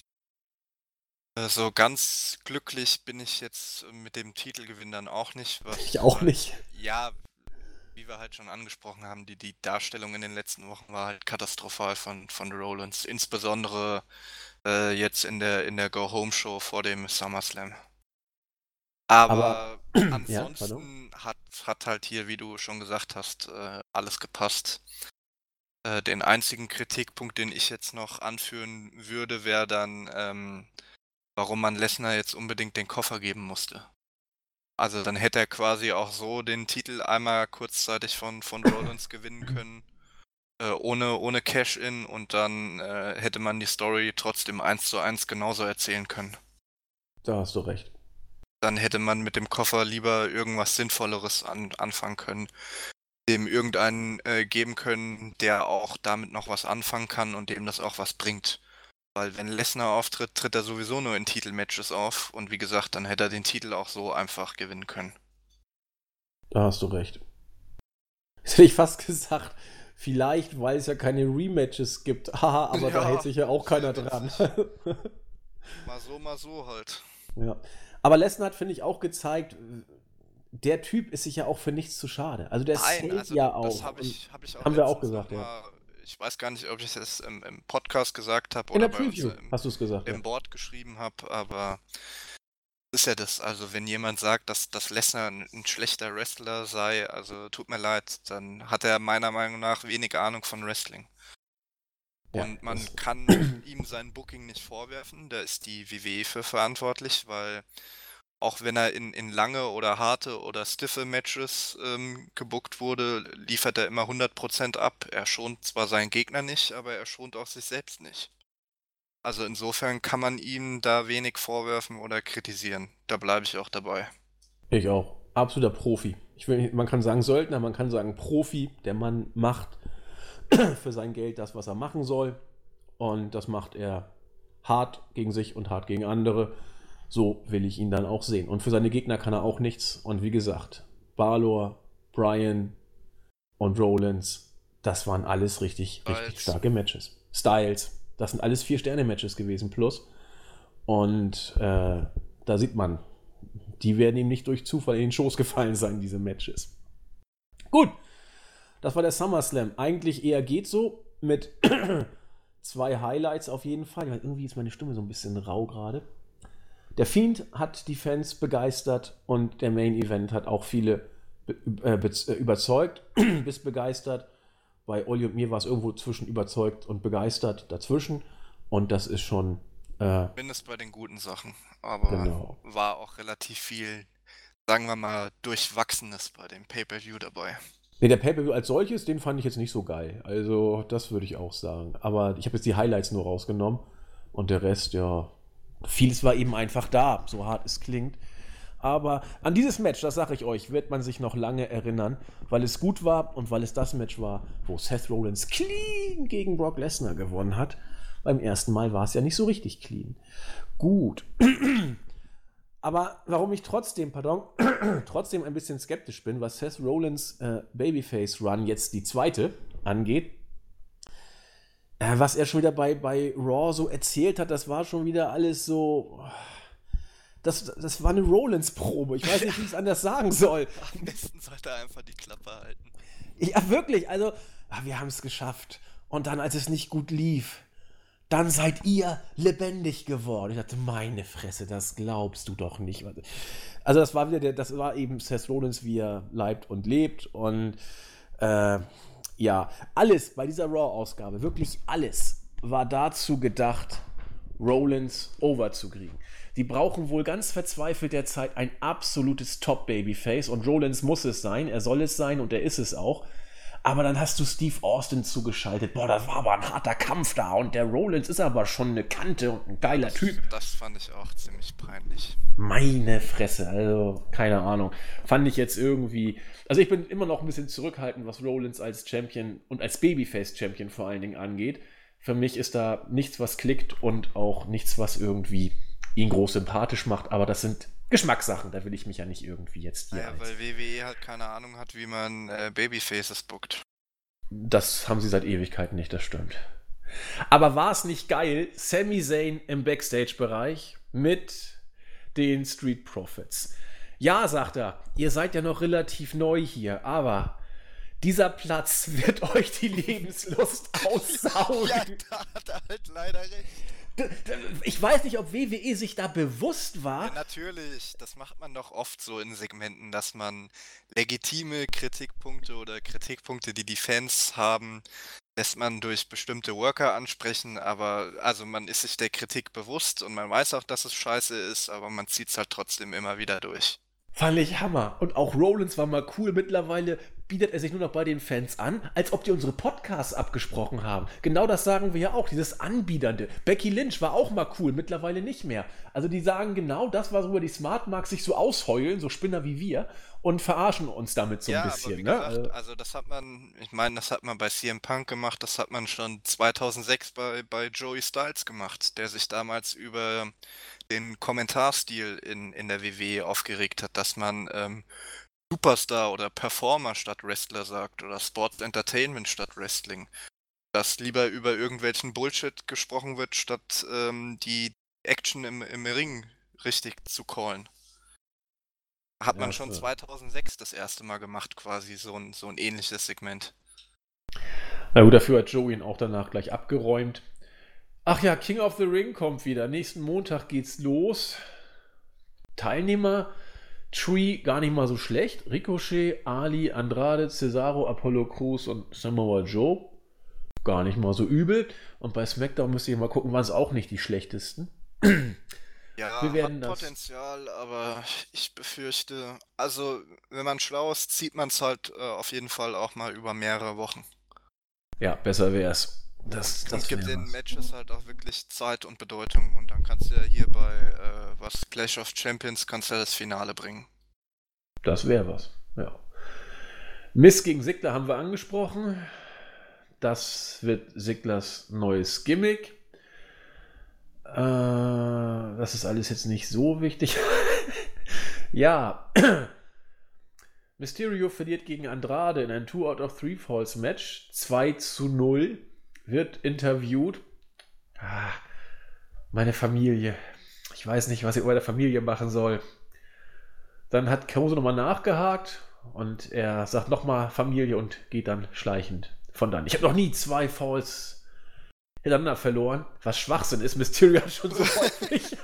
[SPEAKER 2] So ganz glücklich bin ich jetzt mit dem Titelgewinn dann auch nicht.
[SPEAKER 1] Ich auch nicht.
[SPEAKER 2] Ja, Wie wir halt schon angesprochen haben, die Darstellung in den letzten Wochen war halt katastrophal von Rollins, insbesondere jetzt in der Go-Home-Show vor dem SummerSlam.
[SPEAKER 1] Aber,
[SPEAKER 2] Aber
[SPEAKER 1] ja, pardon.
[SPEAKER 2] ansonsten hat halt hier, wie du schon gesagt hast, alles gepasst. Den einzigen Kritikpunkt, den ich jetzt noch anführen würde, wäre dann, warum man Lesnar jetzt unbedingt den Koffer geben musste. Also dann hätte er quasi auch so den Titel einmal kurzzeitig von Rollins gewinnen können, ohne Cash-In, und dann hätte man die Story trotzdem 1:1 genauso erzählen können.
[SPEAKER 1] Da hast du recht.
[SPEAKER 2] Dann hätte man mit dem Koffer lieber irgendwas Sinnvolleres anfangen können, dem irgendeinen geben können, der auch damit noch was anfangen kann und dem das auch was bringt. Weil wenn Lesnar auftritt, tritt er sowieso nur in Titelmatches auf, und wie gesagt, dann hätte er den Titel auch so einfach gewinnen können.
[SPEAKER 1] Da hast du recht. Jetzt hätte ich fast gesagt, vielleicht, weil es ja keine Rematches gibt. Haha, aber da hält sich ja auch keiner dran.
[SPEAKER 2] Mal so halt.
[SPEAKER 1] Ja. Aber Lesnar hat, finde ich, auch gezeigt, der Typ ist sich ja auch für nichts zu schade. Also der
[SPEAKER 2] Nein,
[SPEAKER 1] zählt
[SPEAKER 2] also
[SPEAKER 1] ja
[SPEAKER 2] das
[SPEAKER 1] auch.
[SPEAKER 2] habe
[SPEAKER 1] Und
[SPEAKER 2] ich auch
[SPEAKER 1] haben wir auch
[SPEAKER 2] letztens
[SPEAKER 1] gesagt, ja.
[SPEAKER 2] nochmal, ich weiß gar nicht, ob ich das im Podcast gesagt habe
[SPEAKER 1] In
[SPEAKER 2] oder
[SPEAKER 1] der
[SPEAKER 2] bei uns
[SPEAKER 1] Preview hast du es gesagt, ja.
[SPEAKER 2] im Board geschrieben habe, aber das ist ja das. Also wenn jemand sagt, dass Lesnar ein schlechter Wrestler sei, also tut mir leid, dann hat er meiner Meinung nach wenig Ahnung von Wrestling.
[SPEAKER 1] Ja,
[SPEAKER 2] Und man
[SPEAKER 1] das,
[SPEAKER 2] kann ihm sein Booking nicht vorwerfen, da ist die WWE für verantwortlich, weil auch wenn er in lange oder harte oder stiffe Matches gebookt wurde, liefert er immer 100% ab. Er schont zwar seinen Gegner nicht, aber er schont auch sich selbst nicht. Also insofern kann man ihm da wenig vorwerfen oder kritisieren. Da bleibe ich auch dabei.
[SPEAKER 1] ich auch. Absoluter Profi. Man kann sagen Söldner, man kann sagen Profi. Der Mann macht für sein Geld das, was er machen soll. Und das macht er hart gegen sich und hart gegen andere. So will ich ihn dann auch sehen. Und für seine Gegner kann er auch nichts. Und wie gesagt, Balor, Bryan und Rollins, das waren alles richtig, richtig
[SPEAKER 2] Als
[SPEAKER 1] starke Matches. Styles, das sind alles 4-Sterne-Matches gewesen plus. Und da sieht man, die werden ihm nicht durch Zufall in den Schoß gefallen sein, diese Matches. Gut, das war der SummerSlam. Eigentlich eher geht so mit 2 Highlights auf jeden Fall. Irgendwie ist meine Stimme so ein bisschen rau gerade. Der Fiend hat die Fans begeistert und der Main Event hat auch viele überzeugt bis begeistert. Bei Olli und mir war es irgendwo zwischen überzeugt und begeistert dazwischen. Und das ist schon
[SPEAKER 2] Mindest bei den guten Sachen. Aber
[SPEAKER 1] genau.
[SPEAKER 2] war auch relativ viel, sagen wir mal, Durchwachsenes bei dem Pay-Per-View dabei.
[SPEAKER 1] Nee, der Pay-Per-View als solches, den fand ich jetzt nicht so geil. Also, das würde ich auch sagen. Aber ich habe jetzt die Highlights nur rausgenommen. Und der Rest, ja, vieles war eben einfach da, so hart es klingt. Aber an dieses Match, das sage ich euch, wird man sich noch lange erinnern, weil es gut war und weil es das Match war, wo Seth Rollins clean gegen Brock Lesnar gewonnen hat. Beim ersten Mal war es ja nicht so richtig clean. Gut. Aber warum ich trotzdem ein bisschen skeptisch bin, was Seth Rollins Babyface Run jetzt die zweite angeht, was er schon wieder bei Raw so erzählt hat, das war schon wieder alles so. Das war eine Rollins-Probe. Ich weiß nicht, wie ich es anders sagen soll.
[SPEAKER 2] Am besten sollte er einfach die Klappe halten.
[SPEAKER 1] Ja, wirklich. Also, wir haben es geschafft. Und dann, als es nicht gut lief, dann seid ihr lebendig geworden. Ich dachte, meine Fresse, das glaubst du doch nicht. Also, das war eben Seth Rollins, wie er leibt und lebt. Und ja, alles bei dieser Raw-Ausgabe, wirklich alles, war dazu gedacht, Rollins over zu kriegen. Die brauchen wohl ganz verzweifelt derzeit ein absolutes Top-Babyface und Rollins muss es sein, er soll es sein und er ist es auch. Aber dann hast du Steve Austin zugeschaltet. Boah, das war aber ein harter Kampf da und der Rollins ist aber schon eine Kante und ein geiler Typ.
[SPEAKER 2] Das fand ich auch ziemlich peinlich.
[SPEAKER 1] Meine Fresse, also keine Ahnung. Fand ich jetzt irgendwie. Also ich bin immer noch ein bisschen zurückhaltend, was Rollins als Champion und als Babyface-Champion vor allen Dingen angeht. Für mich ist da nichts, was klickt und auch nichts, was irgendwie ihn groß sympathisch macht. Aber das sind Geschmackssachen, da will ich mich ja nicht irgendwie jetzt hier.
[SPEAKER 2] Naja, weil WWE halt keine Ahnung hat, wie man Babyfaces bookt.
[SPEAKER 1] Das haben sie seit Ewigkeiten nicht, das stimmt. Aber war es nicht geil, Sami Zayn im Backstage-Bereich mit den Street Profits? Ja, sagt er, ihr seid ja noch relativ neu hier, aber dieser Platz wird euch die Lebenslust aussaugen.
[SPEAKER 2] Ja, da hat er halt leider recht.
[SPEAKER 1] Ich weiß nicht, ob WWE sich da bewusst
[SPEAKER 2] Ja,
[SPEAKER 1] war.
[SPEAKER 2] natürlich. Das macht man doch oft so in Segmenten, dass man legitime Kritikpunkte oder Kritikpunkte, die die Fans haben, lässt man durch bestimmte Worker ansprechen, aber also man ist sich der Kritik bewusst und man weiß auch, dass es scheiße ist, aber man zieht es halt trotzdem immer wieder durch.
[SPEAKER 1] Fand ich Hammer. Und auch Rollins war mal cool. Mittlerweile bietet er sich nur noch bei den Fans an, als ob die unsere Podcasts abgesprochen haben. Genau das sagen wir ja auch, dieses Anbiedernde. Becky Lynch war auch mal cool, mittlerweile nicht mehr. Also die sagen genau das, worüber die Smart Marks sich so ausheulen, so Spinner wie wir, und verarschen uns damit so ein
[SPEAKER 2] Ja, aber
[SPEAKER 1] bisschen.
[SPEAKER 2] wie
[SPEAKER 1] Ne?
[SPEAKER 2] gesagt, also das hat man, ich meine, das hat man bei CM Punk gemacht, das hat man schon 2006 bei Joey Styles gemacht, der sich damals über den Kommentarstil in der WWE aufgeregt hat, dass man Superstar oder Performer statt Wrestler sagt oder Sports Entertainment statt Wrestling. Dass lieber über irgendwelchen Bullshit gesprochen wird, statt die Action im Ring richtig zu callen. Hat
[SPEAKER 1] Ja,
[SPEAKER 2] man schon 2006 das erste Mal gemacht, quasi so ein ähnliches Segment.
[SPEAKER 1] na gut, dafür hat Joey ihn auch danach gleich abgeräumt. Ach ja, King of the Ring kommt wieder. Nächsten Montag geht's los. Teilnehmer Tree gar nicht mal so schlecht. Ricochet, Ali, Andrade, Cesaro, Apollo Crews und Samoa Joe. Gar nicht mal so übel. Und bei SmackDown müsst ihr mal gucken, waren es auch nicht die schlechtesten.
[SPEAKER 2] Ja,
[SPEAKER 1] Wir werden
[SPEAKER 2] hat
[SPEAKER 1] das.
[SPEAKER 2] Potenzial, aber ich befürchte, also wenn man schlau ist, zieht man es halt auf jeden Fall auch mal über mehrere Wochen.
[SPEAKER 1] Ja, besser wär's.
[SPEAKER 2] Und gibt
[SPEAKER 1] wär
[SPEAKER 2] den
[SPEAKER 1] was.
[SPEAKER 2] Matches halt auch wirklich Zeit und Bedeutung. Und dann kannst du ja hier bei was Clash of Champions kannst du ja das Finale bringen.
[SPEAKER 1] Das wäre was. Ja. Miss gegen Sigler haben wir angesprochen. Das wird Siglers neues Gimmick. Das ist alles jetzt nicht so wichtig. Ja. Mysterio verliert gegen Andrade in ein 2 out of 3 Falls Match. 2:0. Wird interviewt. Meine Familie. Ich weiß nicht, was ich über der Familie machen soll. Dann hat Caruso nochmal nachgehakt und er sagt nochmal Familie und geht dann schleichend von dann. Ich habe noch nie 2 Falls hintereinander verloren, was Schwachsinn ist. Mysterio hat schon so häufig.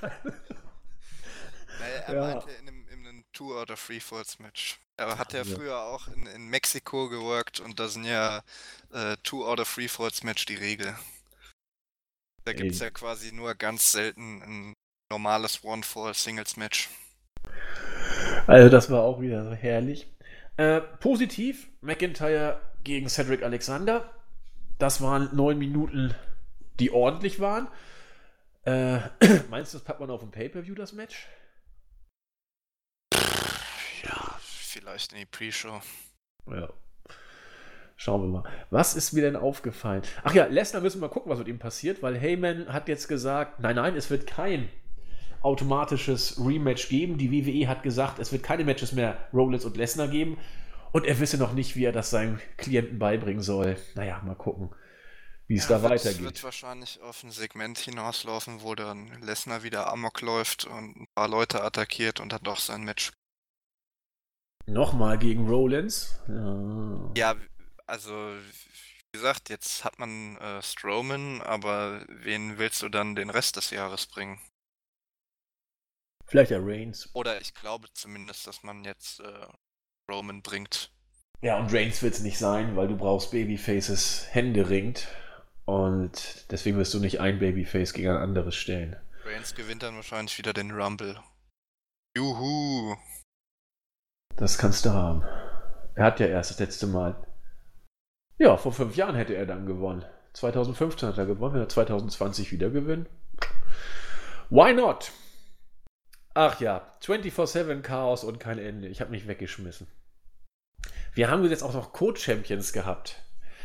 [SPEAKER 2] Er meinte in einem 2 out of 3 Falls Match. Er hat ja früher auch in Mexiko geworkt und da sind ja 2 out of 3 Falls Match die Regel. Da gibt es ja quasi nur ganz selten ein normales One-Fall Singles Match.
[SPEAKER 1] Also das war auch wieder so herrlich. Positiv, McIntyre gegen Cedric Alexander. Das waren 9 Minuten, die ordentlich waren. Meinst du, das packt man auf dem Pay-Per-View, das Match?
[SPEAKER 2] Ja, vielleicht in die Pre-Show.
[SPEAKER 1] Ja. Schauen wir mal. Was ist mir denn aufgefallen? Ach ja, Lesnar müssen wir mal gucken, was mit ihm passiert, weil Heyman hat jetzt gesagt, nein, es wird kein automatisches Rematch geben. Die WWE hat gesagt, es wird keine Matches mehr Rollins und Lesnar geben. Und er wisse noch nicht, wie er das seinem Klienten beibringen soll. Naja, mal gucken, wie es da weitergeht.
[SPEAKER 2] Es wird wahrscheinlich auf ein Segment hinauslaufen, wo dann Lesnar wieder Amok läuft und ein paar Leute attackiert und dann doch sein Match.
[SPEAKER 1] Nochmal gegen Rollins.
[SPEAKER 2] Ja, also wie gesagt, jetzt hat man Strowman, aber wen willst du dann den Rest des Jahres bringen?
[SPEAKER 1] Vielleicht der Reigns.
[SPEAKER 2] Oder ich glaube zumindest, dass man jetzt Roman bringt.
[SPEAKER 1] Ja, und Reigns wird es nicht sein, weil du brauchst Babyfaces händeringend. Und deswegen wirst du nicht ein Babyface gegen ein anderes stellen.
[SPEAKER 2] Reigns gewinnt dann wahrscheinlich wieder den Rumble. Juhu!
[SPEAKER 1] Das kannst du haben. Er hat ja erst das letzte Mal. Ja, vor 5 Jahren hätte er dann gewonnen. 2015 hat er gewonnen, wenn er 2020 wieder gewinnt. Why not? Ach ja, 24/7 Chaos und kein Ende. Ich habe mich weggeschmissen. Wir haben jetzt auch noch Co-Champions gehabt.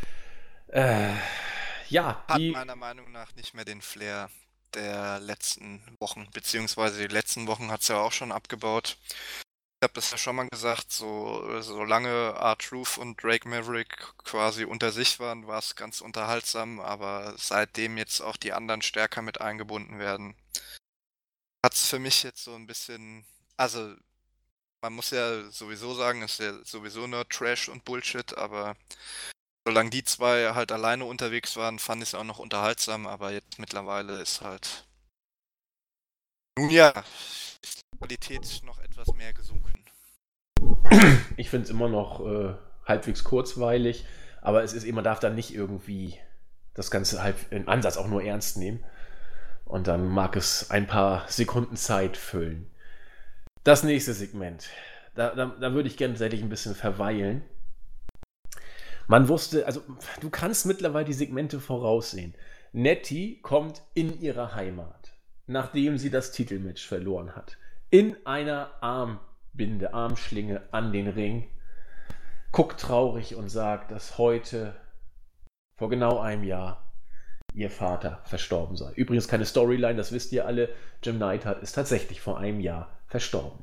[SPEAKER 1] Ja,
[SPEAKER 2] hat meiner Meinung nach nicht mehr den Flair der letzten Wochen, beziehungsweise die letzten Wochen hat es ja auch schon abgebaut. Ich habe das ja schon mal gesagt, solange R-Truth und Drake Maverick quasi unter sich waren, war es ganz unterhaltsam, aber seitdem jetzt auch die anderen stärker mit eingebunden werden, hat es für mich jetzt so ein bisschen, also man muss ja sowieso sagen, ist ja sowieso nur Trash und Bullshit, aber solange die zwei halt alleine unterwegs waren, fand ich es auch noch unterhaltsam, aber jetzt mittlerweile ist halt, nun ja, ist die Qualität noch etwas mehr gesunken.
[SPEAKER 1] Ich finde es immer noch halbwegs kurzweilig, aber es ist man darf dann nicht irgendwie das Ganze halb im Ansatz auch nur ernst nehmen. Und dann mag es ein paar Sekunden Zeit füllen. Das nächste Segment. Da würde ich gerne tatsächlich ein bisschen verweilen. Man wusste, also du kannst mittlerweile die Segmente voraussehen. Nettie kommt in ihre Heimat, nachdem sie das Titelmatch verloren hat. In einer Armbinde, Armschlinge an den Ring. Guckt traurig und sagt, dass heute, vor genau einem Jahr, ihr Vater verstorben sei. Übrigens keine Storyline, das wisst ihr alle. Jim Neidhart ist tatsächlich vor einem Jahr verstorben.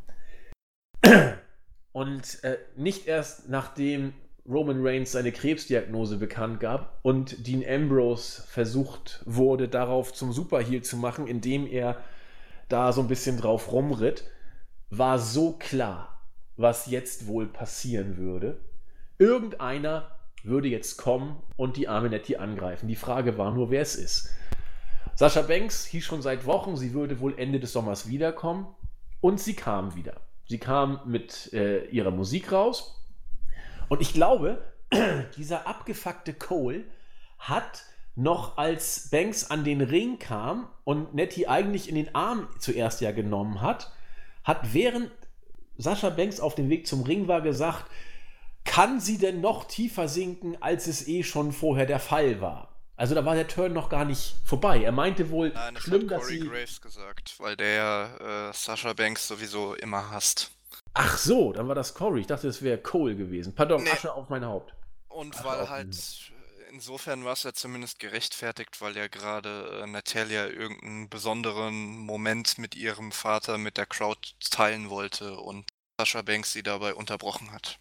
[SPEAKER 1] Und nicht erst nachdem Roman Reigns seine Krebsdiagnose bekannt gab und Dean Ambrose versucht wurde, darauf zum Superheel zu machen, indem er da so ein bisschen drauf rumritt, war so klar, was jetzt wohl passieren würde. Irgendeiner würde jetzt kommen und die arme Nettie angreifen. Die Frage war nur, wer es ist. Sasha Banks hieß schon seit Wochen, sie würde wohl Ende des Sommers wiederkommen. Und sie kam wieder. Sie kam mit ihrer Musik raus. Und ich glaube, dieser abgefuckte Cole hat noch, als Banks an den Ring kam und Nettie eigentlich in den Arm zuerst ja genommen hat, während Sasha Banks auf dem Weg zum Ring war, gesagt, kann sie denn noch tiefer sinken, als es schon vorher der Fall war? Also da war der Turn noch gar nicht vorbei. Er meinte wohl,
[SPEAKER 2] Nein, das
[SPEAKER 1] schlimm,
[SPEAKER 2] hat
[SPEAKER 1] dass
[SPEAKER 2] Corey
[SPEAKER 1] sie...
[SPEAKER 2] Graves gesagt, weil der Sasha Banks sowieso immer hasst.
[SPEAKER 1] Ach so, dann war das Corey. Ich dachte, es wäre Cole gewesen. Pardon,
[SPEAKER 2] Nee.
[SPEAKER 1] Asche auf mein Haupt.
[SPEAKER 2] Und
[SPEAKER 1] Asche
[SPEAKER 2] weil
[SPEAKER 1] auf
[SPEAKER 2] halt,
[SPEAKER 1] mein Haupt.
[SPEAKER 2] insofern war es ja zumindest gerechtfertigt, weil ja gerade Natalya irgendeinen besonderen Moment mit ihrem Vater mit der Crowd teilen wollte und Sasha Banks sie dabei unterbrochen hat.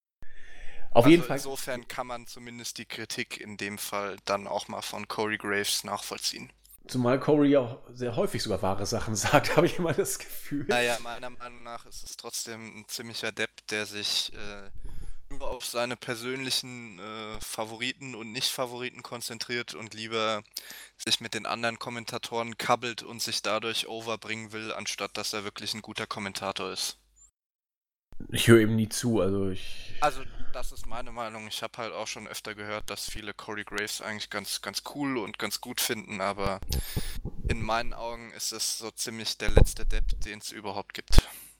[SPEAKER 1] Auf jeden
[SPEAKER 2] Also
[SPEAKER 1] Fall.
[SPEAKER 2] insofern kann man zumindest die Kritik in dem Fall dann auch mal von Corey Graves nachvollziehen.
[SPEAKER 1] Zumal Corey auch sehr häufig sogar wahre Sachen sagt, habe ich immer das Gefühl.
[SPEAKER 2] Naja, meiner Meinung nach ist es trotzdem ein ziemlicher Depp, der sich nur auf seine persönlichen Favoriten und Nicht-Favoriten konzentriert und lieber sich mit den anderen Kommentatoren kabbelt und sich dadurch overbringen will, anstatt dass er wirklich ein guter Kommentator ist.
[SPEAKER 1] Ich höre ihm nie zu,
[SPEAKER 2] Also das ist meine Meinung. Ich habe halt auch schon öfter gehört, dass viele Corey Graves eigentlich ganz cool und ganz gut finden, aber in meinen Augen ist es so ziemlich der letzte Depp, den es überhaupt gibt.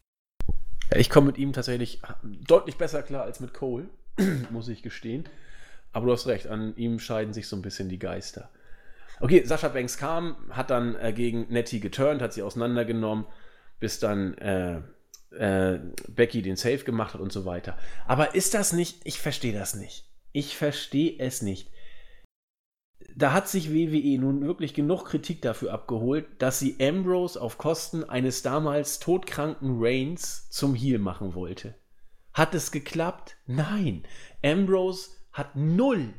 [SPEAKER 1] Ja, ich komme mit ihm tatsächlich deutlich besser klar als mit Cole, muss ich gestehen. Aber du hast recht, an ihm scheiden sich so ein bisschen die Geister. Okay, Sasha Banks kam, hat dann gegen Nettie geturnt, hat sie auseinandergenommen, bis dann Becky den Save gemacht hat und so weiter. Aber ist das nicht, ich verstehe das nicht. Ich verstehe es nicht. Da hat sich WWE nun wirklich genug Kritik dafür abgeholt, dass sie Ambrose auf Kosten eines damals todkranken Reigns zum Heel machen wollte. Hat es geklappt? Nein. Ambrose hat null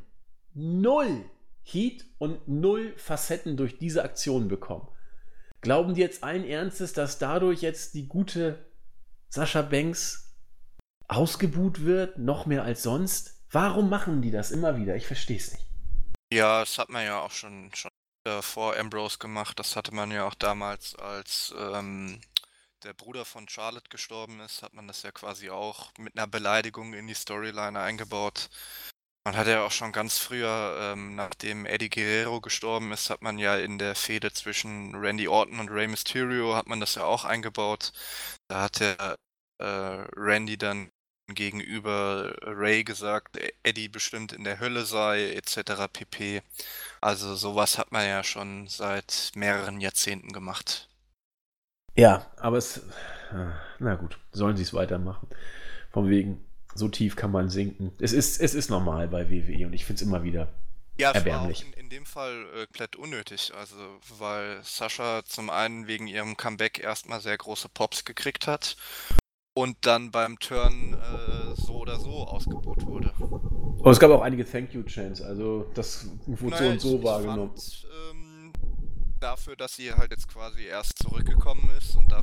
[SPEAKER 1] Heat und 0 Facetten durch diese Aktion bekommen. Glauben die jetzt allen Ernstes, dass dadurch jetzt die gute Sasha Banks ausgebuht wird, noch mehr als sonst? Warum machen die das immer wieder? Ich verstehe es nicht.
[SPEAKER 2] Ja, das hat man ja auch schon vor Ambrose gemacht. Das hatte man ja auch damals, als der Bruder von Charlotte gestorben ist, hat man das ja quasi auch mit einer Beleidigung in die Storyline eingebaut. Man hat ja auch schon ganz früher, nachdem Eddie Guerrero gestorben ist, hat man ja in der Fehde zwischen Randy Orton und Rey Mysterio, hat man das ja auch eingebaut. Da hat der Randy dann gegenüber Ray gesagt, Eddie bestimmt in der Hölle sei, etc. pp. Also sowas hat man ja schon seit mehreren Jahrzehnten gemacht.
[SPEAKER 1] Ja, aber na gut, sollen sie es weitermachen. Von wegen, so tief kann man sinken. Es ist normal bei WWE und ich finde es immer wieder erbärmlich.
[SPEAKER 2] Ja, es war auch in dem Fall komplett unnötig, also weil Sasha zum einen wegen ihrem Comeback erstmal sehr große Pops gekriegt hat und dann beim Turn so oder so ausgebuht wurde.
[SPEAKER 1] Und es gab auch einige Thank-You-Chants, also das wurde so und so wahrgenommen.
[SPEAKER 2] Ich fand, dafür, dass sie halt jetzt quasi erst zurückgekommen ist und dafür, dass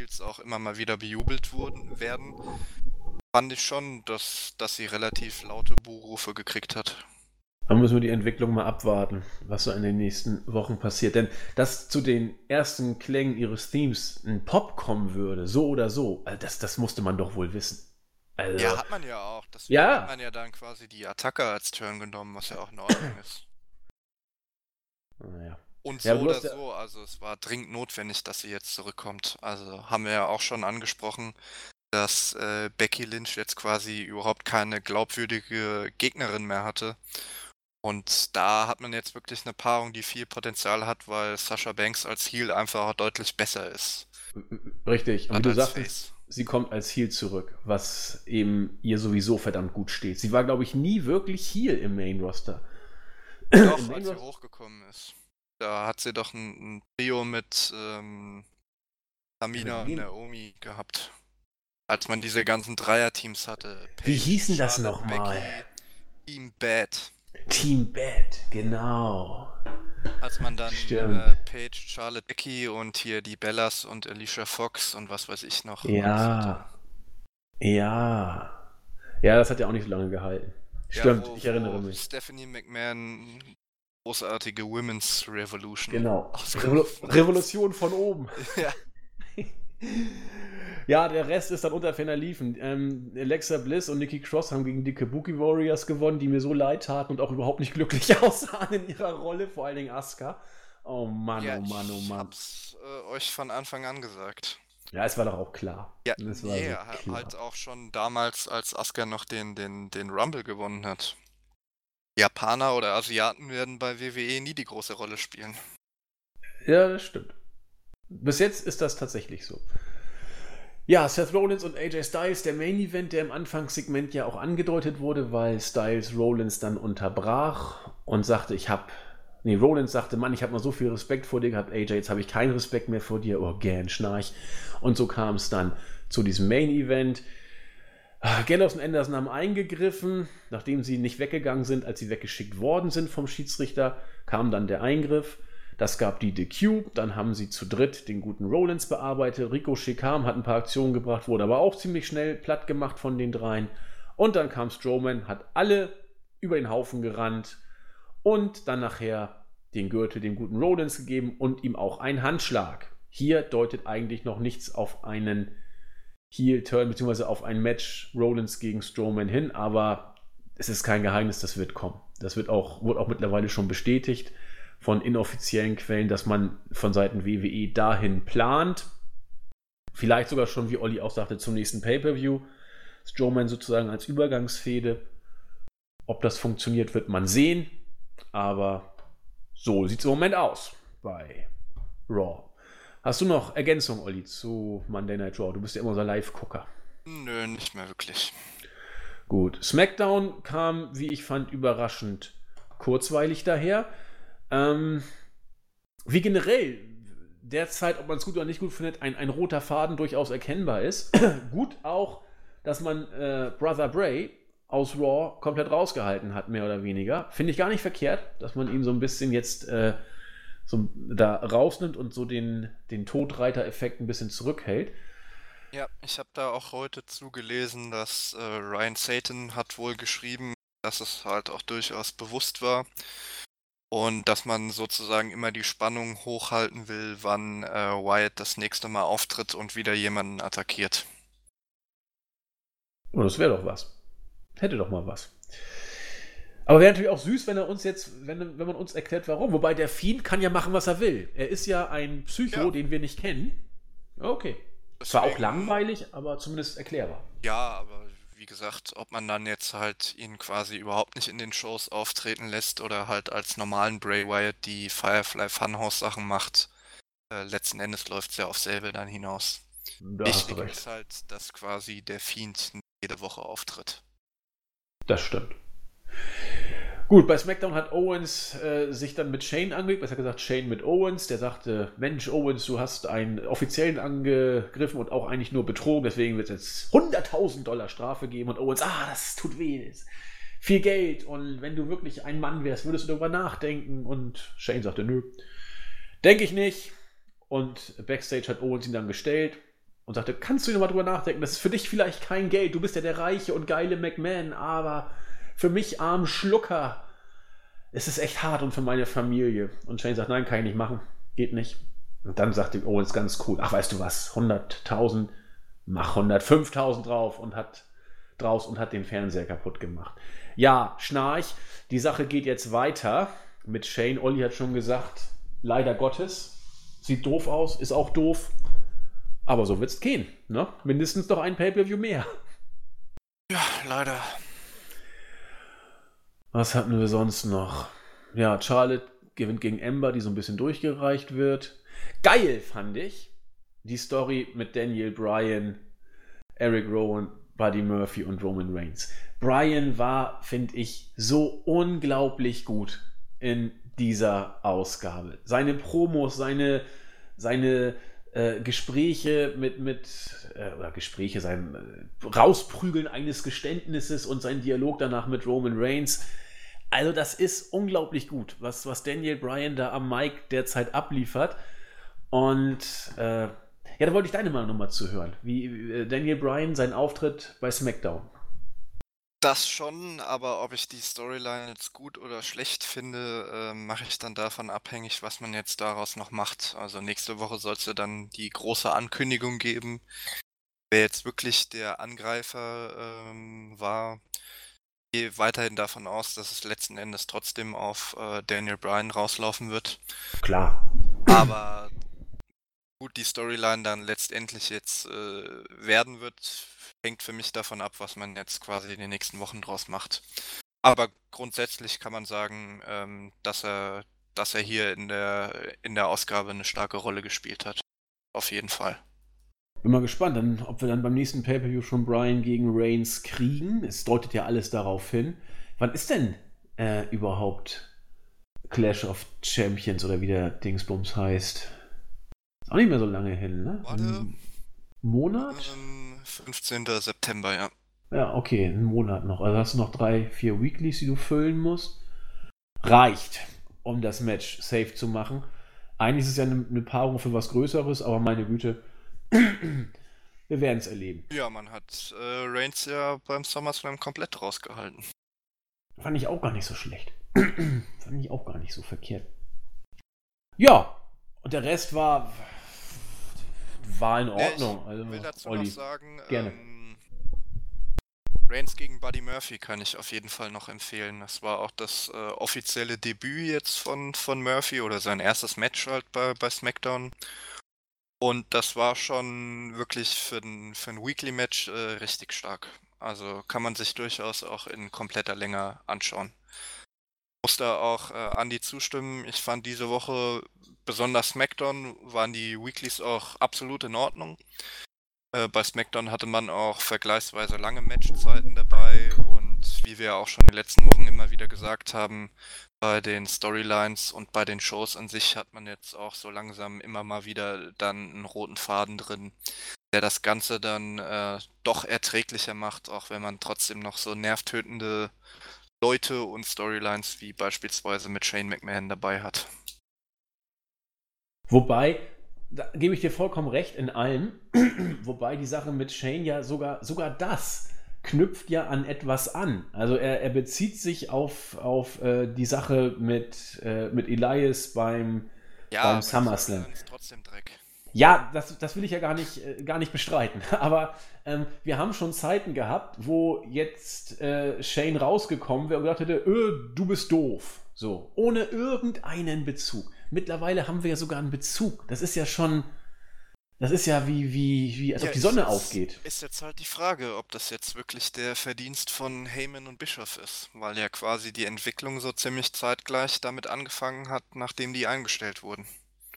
[SPEAKER 2] Heels auch immer mal wieder bejubelt werden, fand ich schon, dass sie relativ laute Buhrufe gekriegt hat.
[SPEAKER 1] Da müssen wir die Entwicklung mal abwarten, was so in den nächsten Wochen passiert. Denn dass zu den ersten Klängen ihres Themes ein Pop kommen würde, so oder so, das musste man doch wohl wissen. Also,
[SPEAKER 2] Ja, hat man ja auch. Deswegen
[SPEAKER 1] Ja.
[SPEAKER 2] hat man ja dann quasi die Attacke als Turn genommen, was ja auch in Ordnung ist.
[SPEAKER 1] naja.
[SPEAKER 2] Und
[SPEAKER 1] Ja,
[SPEAKER 2] so
[SPEAKER 1] du
[SPEAKER 2] oder
[SPEAKER 1] hast ja-
[SPEAKER 2] so, also es war dringend notwendig, dass sie jetzt zurückkommt. Also haben wir ja auch schon angesprochen, dass Becky Lynch jetzt quasi überhaupt keine glaubwürdige Gegnerin mehr hatte. Und da hat man jetzt wirklich eine Paarung, die viel Potenzial hat, weil Sasha Banks als Heel einfach deutlich besser ist.
[SPEAKER 1] Richtig. Und wie
[SPEAKER 2] Statt
[SPEAKER 1] du
[SPEAKER 2] als
[SPEAKER 1] sagtest,
[SPEAKER 2] Face.
[SPEAKER 1] sie kommt als Heel zurück, was eben ihr sowieso verdammt gut steht. Sie war, glaube ich, nie wirklich Heel im Main-Roster.
[SPEAKER 2] Doch,
[SPEAKER 1] Im
[SPEAKER 2] als sie
[SPEAKER 1] Main-Roster-
[SPEAKER 2] hochgekommen ist. Da hat sie doch ein Trio mit Tamina und
[SPEAKER 1] Wen-
[SPEAKER 2] Naomi gehabt. Als man diese ganzen Dreierteams hatte.
[SPEAKER 1] Wie hießen das
[SPEAKER 2] Charlotte,
[SPEAKER 1] nochmal?
[SPEAKER 2] Becky, Team Bad.
[SPEAKER 1] Team Bad, genau.
[SPEAKER 2] Als man dann
[SPEAKER 1] Stimmt.
[SPEAKER 2] Paige, Charlotte, Becky und hier die Bellas und Alicia Fox und was weiß ich noch.
[SPEAKER 1] Ja. Ja. Ja, das hat ja auch nicht so lange gehalten. Stimmt, ich erinnere mich.
[SPEAKER 2] Stephanie McMahon großartige Women's Revolution.
[SPEAKER 1] Genau.
[SPEAKER 2] ausgerufen hat.
[SPEAKER 1] Revolution von oben.
[SPEAKER 2] Ja.
[SPEAKER 1] Ja, der Rest ist dann unter ferner Liefen. Alexa Bliss und Nikki Cross haben gegen die Kabuki Warriors gewonnen, die mir so leid taten und auch überhaupt nicht glücklich aussahen in ihrer Rolle, vor allen Dingen Asuka. Oh Mann,
[SPEAKER 2] Ja,
[SPEAKER 1] oh Mann, oh
[SPEAKER 2] ich
[SPEAKER 1] Mann.
[SPEAKER 2] hab's euch von Anfang an gesagt.
[SPEAKER 1] Ja, es war doch auch klar.
[SPEAKER 2] Ja,
[SPEAKER 1] Es war
[SPEAKER 2] nee,
[SPEAKER 1] so klar.
[SPEAKER 2] halt auch schon damals, als Asuka noch den Rumble gewonnen hat. Japaner oder Asiaten werden bei WWE nie die große Rolle spielen.
[SPEAKER 1] Ja, das stimmt. Bis jetzt ist das tatsächlich so. Ja, Seth Rollins und AJ Styles, der Main Event, der im Anfangssegment ja auch angedeutet wurde, weil Styles Rollins dann unterbrach und sagte, Rollins sagte, Mann, ich habe mal so viel Respekt vor dir gehabt, AJ, jetzt habe ich keinen Respekt mehr vor dir, oh, gern, schnarch. Und so kam es dann zu diesem Main Event. Gallows und Anderson haben eingegriffen, nachdem sie nicht weggegangen sind, als sie weggeschickt worden sind vom Schiedsrichter, kam dann der Eingriff. Das gab die DQ, dann haben sie zu dritt den guten Rollins bearbeitet. Ricochet kam, hat ein paar Aktionen gebracht, wurde aber auch ziemlich schnell platt gemacht von den dreien. Und dann kam Strowman, hat alle über den Haufen gerannt und dann nachher den Gürtel dem guten Rollins gegeben und ihm auch einen Handschlag. Hier deutet eigentlich noch nichts auf einen Heel-Turn bzw. auf ein Match Rollins gegen Strowman hin, aber es ist kein Geheimnis, das wird kommen. Das wurde auch mittlerweile schon bestätigt von inoffiziellen Quellen, dass man von Seiten WWE dahin plant. Vielleicht sogar schon, wie Olli auch sagte, zum nächsten Pay-Per-View. Strowman sozusagen als Übergangsfehde. Ob das funktioniert, wird man sehen. Aber so sieht es im Moment aus bei Raw. Hast du noch Ergänzung, Olli, zu Monday Night Raw? Du bist ja immer unser Live-Gucker.
[SPEAKER 2] Nö, nicht mehr wirklich.
[SPEAKER 1] Gut. SmackDown kam, wie ich fand, überraschend kurzweilig daher. Wie generell derzeit, ob man es gut oder nicht gut findet, ein roter Faden durchaus erkennbar ist. Gut auch, dass man Brother Bray aus Raw komplett rausgehalten hat, mehr oder weniger. Finde ich gar nicht verkehrt, dass man ihn so ein bisschen jetzt so da rausnimmt und so den Todreiter-Effekt ein bisschen zurückhält.
[SPEAKER 2] Ja, ich habe da auch heute zugelesen, dass Ryan Satan hat wohl geschrieben, dass es halt auch durchaus bewusst war. Und dass man sozusagen immer die Spannung hochhalten will, wann Wyatt das nächste Mal auftritt und wieder jemanden attackiert.
[SPEAKER 1] Oh, das wäre doch was. Hätte doch mal was. Aber wäre natürlich auch süß, wenn er uns jetzt, wenn man uns erklärt, warum. Wobei der Fiend kann ja machen, was er will. Er ist ja ein Psycho, den wir nicht kennen. Okay. Zwar auch langweilig, aber zumindest erklärbar.
[SPEAKER 2] Ja, aber wie gesagt, ob man dann jetzt halt ihn quasi überhaupt nicht in den Shows auftreten lässt oder halt als normalen Bray Wyatt die Firefly Funhouse Sachen macht, letzten Endes läuft es ja auf selbe dann hinaus. Wichtig ist halt, dass quasi der Fiend jede Woche auftritt.
[SPEAKER 1] Das stimmt. Gut, bei SmackDown hat Owens sich dann mit Shane angelegt, besser gesagt Shane mit Owens. Der sagte, Mensch Owens, du hast einen Offiziellen angegriffen und auch eigentlich nur betrogen, deswegen wird es jetzt $100.000 Strafe geben. Und Owens, das tut weh, das ist viel Geld und wenn du wirklich ein Mann wärst, würdest du darüber nachdenken. Und Shane sagte, nö, denke ich nicht. Und Backstage hat Owens ihn dann gestellt. und sagte, kannst du nochmal drüber nachdenken, das ist für dich vielleicht kein Geld, du bist ja der reiche und geile McMahon, aber für mich armen Schlucker, es ist echt hart und für meine Familie. Und Shane sagt, nein, kann ich nicht machen, geht nicht. Und dann sagte Owens ganz cool, ach, weißt du was, 100.000, mach 105.000 drauf und hat den Fernseher kaputt gemacht. Ja, Schnarch, die Sache geht jetzt weiter mit Shane. Olli hat schon gesagt, leider Gottes, sieht doof aus, ist auch doof, aber so wird's gehen, ne? Mindestens noch ein Pay-Per-View mehr.
[SPEAKER 2] Ja, leider.
[SPEAKER 1] Was hatten wir sonst noch? Ja, Charlotte gewinnt gegen Ember, die so ein bisschen durchgereicht wird. Geil fand ich die Story mit Daniel Bryan, Eric Rowan, Buddy Murphy und Roman Reigns. Bryan war, finde ich, so unglaublich gut in dieser Ausgabe. Seine Promos, seine Gespräche sein Rausprügeln eines Geständnisses und sein Dialog danach mit Roman Reigns. Also das ist unglaublich gut, was Daniel Bryan da am Mic derzeit abliefert. Und ja, da wollte ich deine Meinung nochmal zu hören. Wie Daniel Bryan, sein Auftritt bei SmackDown.
[SPEAKER 2] Das schon, aber ob ich die Storyline jetzt gut oder schlecht finde, mache ich dann davon abhängig, was man jetzt daraus noch macht. Also nächste Woche soll es ja dann die große Ankündigung geben, wer jetzt wirklich der Angreifer war. Ich gehe weiterhin davon aus, dass es letzten Endes trotzdem auf Daniel Bryan rauslaufen wird.
[SPEAKER 1] Klar.
[SPEAKER 2] Aber gut, die Storyline dann letztendlich jetzt werden wird, hängt für mich davon ab, was man jetzt quasi in den nächsten Wochen draus macht. Aber grundsätzlich kann man sagen, dass er hier in der Ausgabe eine starke Rolle gespielt hat. Auf jeden Fall.
[SPEAKER 1] Bin mal gespannt, ob wir dann beim nächsten Pay-Per-View schon Bryan gegen Reigns kriegen. Es deutet ja alles darauf hin. Wann ist denn überhaupt Clash of Champions oder wie der Dingsbums heißt? Ist auch nicht mehr so lange hin, ne?
[SPEAKER 2] Warte.
[SPEAKER 1] Monat?
[SPEAKER 2] 15. September, ja.
[SPEAKER 1] Ja, okay, einen Monat noch. Also hast du noch 3-4 Weeklies, die du füllen musst. Reicht, um das Match safe zu machen. Eigentlich ist es ja eine Paarung für was Größeres, aber meine Güte, wir werden es erleben.
[SPEAKER 2] Ja, man hat Reigns ja beim SummerSlam komplett rausgehalten.
[SPEAKER 1] Fand ich auch gar nicht so schlecht. Fand ich auch gar nicht so verkehrt. Ja, und der Rest war in Ordnung.
[SPEAKER 2] Ich
[SPEAKER 1] also,
[SPEAKER 2] will dazu
[SPEAKER 1] Olli,
[SPEAKER 2] noch sagen,
[SPEAKER 1] gerne.
[SPEAKER 2] Reigns gegen Buddy Murphy kann ich auf jeden Fall noch empfehlen. Das war auch das offizielle Debüt jetzt von Murphy oder sein erstes Match halt bei SmackDown. Und das war schon wirklich für ein Weekly-Match richtig stark. Also kann man sich durchaus auch in kompletter Länge anschauen. Muss da auch Andy zustimmen. Ich fand diese Woche, besonders SmackDown, waren die Weeklies auch absolut in Ordnung. Bei SmackDown hatte man auch vergleichsweise lange Matchzeiten dabei und wie wir auch schon in den letzten Wochen immer wieder gesagt haben, bei den Storylines und bei den Shows an sich hat man jetzt auch so langsam immer mal wieder dann einen roten Faden drin, der das Ganze dann doch erträglicher macht, auch wenn man trotzdem noch so nervtötende Leute und Storylines wie beispielsweise mit Shane McMahon dabei hat.
[SPEAKER 1] Wobei, da gebe ich dir vollkommen recht in allem, wobei die Sache mit Shane ja sogar das knüpft ja an etwas an. Also er bezieht sich auf die Sache mit Elias beim SummerSlam.
[SPEAKER 2] Ist trotzdem Dreck.
[SPEAKER 1] Ja, das will ich ja gar nicht bestreiten. Aber wir haben schon Zeiten gehabt, wo jetzt Shane rausgekommen wäre und gesagt hätte, du bist doof. So, ohne irgendeinen Bezug. Mittlerweile haben wir ja sogar einen Bezug. Das ist ja wie als ob die Sonne aufgeht.
[SPEAKER 2] Ist jetzt halt die Frage, ob das jetzt wirklich der Verdienst von Heyman und Bischoff ist, weil ja quasi die Entwicklung so ziemlich zeitgleich damit angefangen hat, nachdem die eingestellt wurden.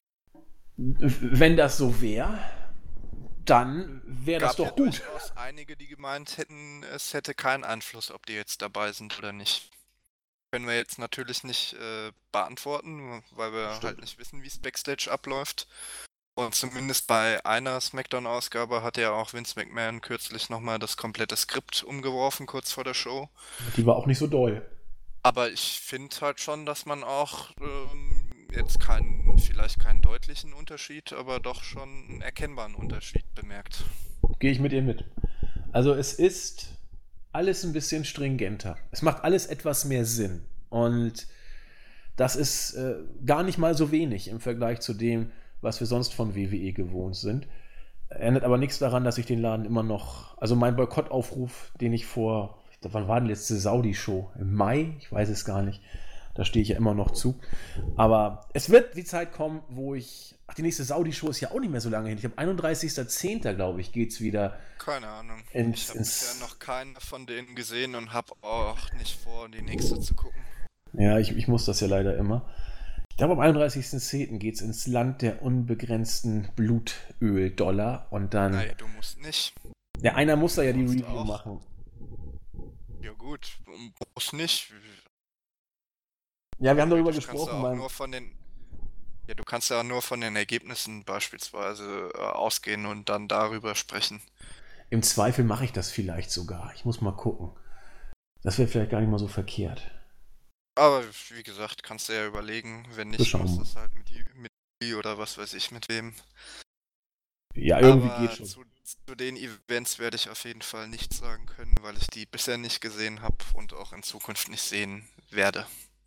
[SPEAKER 1] Wenn das so wäre, dann wäre das doch gut.
[SPEAKER 2] Es gab einige, die gemeint hätten, es hätte keinen Einfluss, ob die jetzt dabei sind oder nicht. Können wir jetzt natürlich nicht beantworten, weil wir halt nicht wissen, wie es Backstage abläuft. Und zumindest bei einer SmackDown-Ausgabe hat ja auch Vince McMahon kürzlich nochmal das komplette Skript umgeworfen, kurz vor der Show.
[SPEAKER 1] Die war auch nicht so doll.
[SPEAKER 2] Aber ich finde halt schon, dass man auch jetzt vielleicht keinen deutlichen Unterschied, aber doch schon einen erkennbaren Unterschied bemerkt.
[SPEAKER 1] Gehe ich mit ihr mit. Also es ist alles ein bisschen stringenter. Es macht alles etwas mehr Sinn. Und das ist gar nicht mal so wenig im Vergleich zu dem, was wir sonst von WWE gewohnt sind. Ändert aber nichts daran, dass ich den Laden immer noch, also mein Boykottaufruf, den ich wann war die letzte Saudi-Show? Im Mai? Ich weiß es gar nicht. Da stehe ich ja immer noch zu. Aber es wird die Zeit kommen, wo die nächste Saudi-Show ist ja auch nicht mehr so lange hin. Ich habe 31.10., glaube ich, geht's wieder
[SPEAKER 2] Keine Ahnung. Ich
[SPEAKER 1] ins,
[SPEAKER 2] habe bisher
[SPEAKER 1] ins
[SPEAKER 2] noch keine von denen gesehen und habe auch nicht vor, die nächste zu gucken.
[SPEAKER 1] Ja, ich muss das ja leider immer. Ich glaube, am 31.10. geht es ins Land der unbegrenzten Blutöl-Dollar und dann.
[SPEAKER 2] Naja, du musst nicht.
[SPEAKER 1] Ja, einer muss da ja die
[SPEAKER 2] Sonst
[SPEAKER 1] Review
[SPEAKER 2] auch.
[SPEAKER 1] machen.
[SPEAKER 2] Ja gut, musst nicht.
[SPEAKER 1] Ja, wir haben darüber
[SPEAKER 2] Theoretisch kannst du
[SPEAKER 1] gesprochen.
[SPEAKER 2] auch nur von den. Ja, du kannst ja nur von den Ergebnissen beispielsweise ausgehen und dann darüber sprechen.
[SPEAKER 1] Im Zweifel mache ich das vielleicht sogar. Ich muss mal gucken. Das wäre vielleicht gar nicht mal so verkehrt.
[SPEAKER 2] Aber wie gesagt, kannst du ja überlegen, wenn nicht,
[SPEAKER 1] schauen
[SPEAKER 2] machst
[SPEAKER 1] wir.
[SPEAKER 2] du es halt mit oder was weiß ich mit wem.
[SPEAKER 1] Ja, irgendwie
[SPEAKER 2] Aber
[SPEAKER 1] geht schon.
[SPEAKER 2] zu den Events werde ich auf jeden Fall nichts sagen können, weil ich die bisher nicht gesehen habe und auch in Zukunft nicht sehen werde.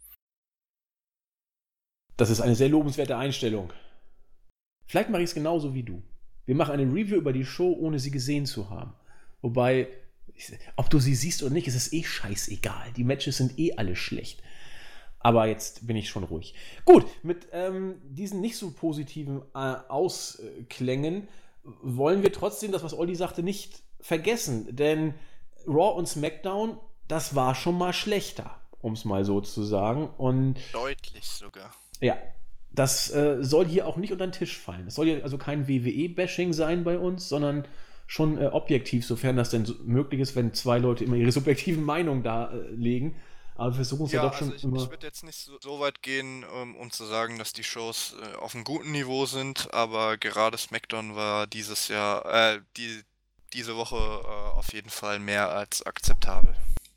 [SPEAKER 1] Das ist eine sehr lobenswerte Einstellung. Vielleicht mache ich es genauso wie du. Wir machen eine Review über die Show, ohne sie gesehen zu haben. Wobei, ob du sie siehst oder nicht, ist es eh scheißegal. Die Matches sind eh alle schlecht. Aber jetzt bin ich schon ruhig. Gut, mit diesen nicht so positiven Ausklängen wollen wir trotzdem das, was Olli sagte, nicht vergessen. Denn Raw und SmackDown, das war schon mal schlechter, um es mal so zu sagen. Und
[SPEAKER 2] Deutlich sogar.
[SPEAKER 1] ja, das soll hier auch nicht unter den Tisch fallen. Es soll hier also kein WWE-Bashing sein bei uns, sondern schon objektiv, sofern das denn möglich ist, wenn zwei Leute immer ihre subjektiven Meinungen darlegen. Aber wir versuchen es ja doch schon
[SPEAKER 2] Also
[SPEAKER 1] immer.
[SPEAKER 2] ich würde jetzt nicht so weit gehen, um zu sagen, dass die Shows auf einem guten Niveau sind, aber gerade SmackDown war diese Woche auf jeden Fall mehr als akzeptabel.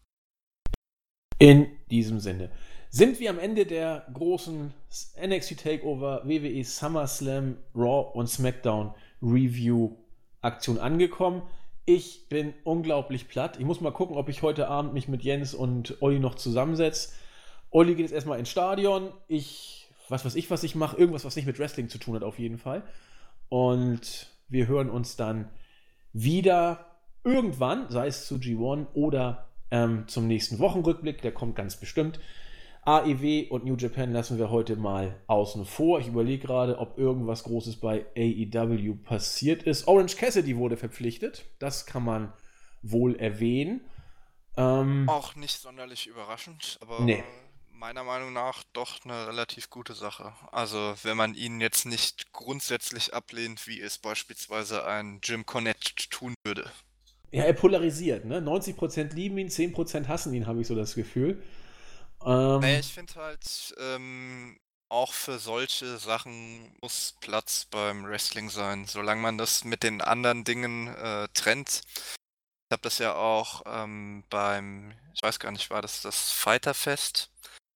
[SPEAKER 1] In diesem Sinne sind wir am Ende der großen NXT Takeover WWE SummerSlam Raw und SmackDown Review Aktion angekommen. Ich bin unglaublich platt. Ich muss mal gucken, ob ich heute Abend mich mit Jens und Olli noch zusammensetze. Olli geht jetzt erstmal ins Stadion. Was weiß ich, was ich mache. Irgendwas, was nicht mit Wrestling zu tun hat, auf jeden Fall. Und wir hören uns dann wieder irgendwann, sei es zu G1 oder zum nächsten Wochenrückblick. Der kommt ganz bestimmt. AEW und New Japan lassen wir heute mal außen vor. Ich überlege gerade, ob irgendwas Großes bei AEW passiert ist. Orange Cassidy wurde verpflichtet. Das kann man wohl erwähnen.
[SPEAKER 2] Auch nicht sonderlich überraschend, aber
[SPEAKER 1] Nee.
[SPEAKER 2] meiner Meinung nach doch eine relativ gute Sache. Also wenn man ihn jetzt nicht grundsätzlich ablehnt, wie es beispielsweise ein Jim Cornette tun würde.
[SPEAKER 1] Ja, er polarisiert, ne? 90% lieben ihn, 10% hassen ihn, habe ich so das Gefühl.
[SPEAKER 2] Naja, ich finde halt, auch für solche Sachen muss Platz beim Wrestling sein, solange man das mit den anderen Dingen trennt. Ich habe das ja auch ich weiß gar nicht, war das Fighterfest?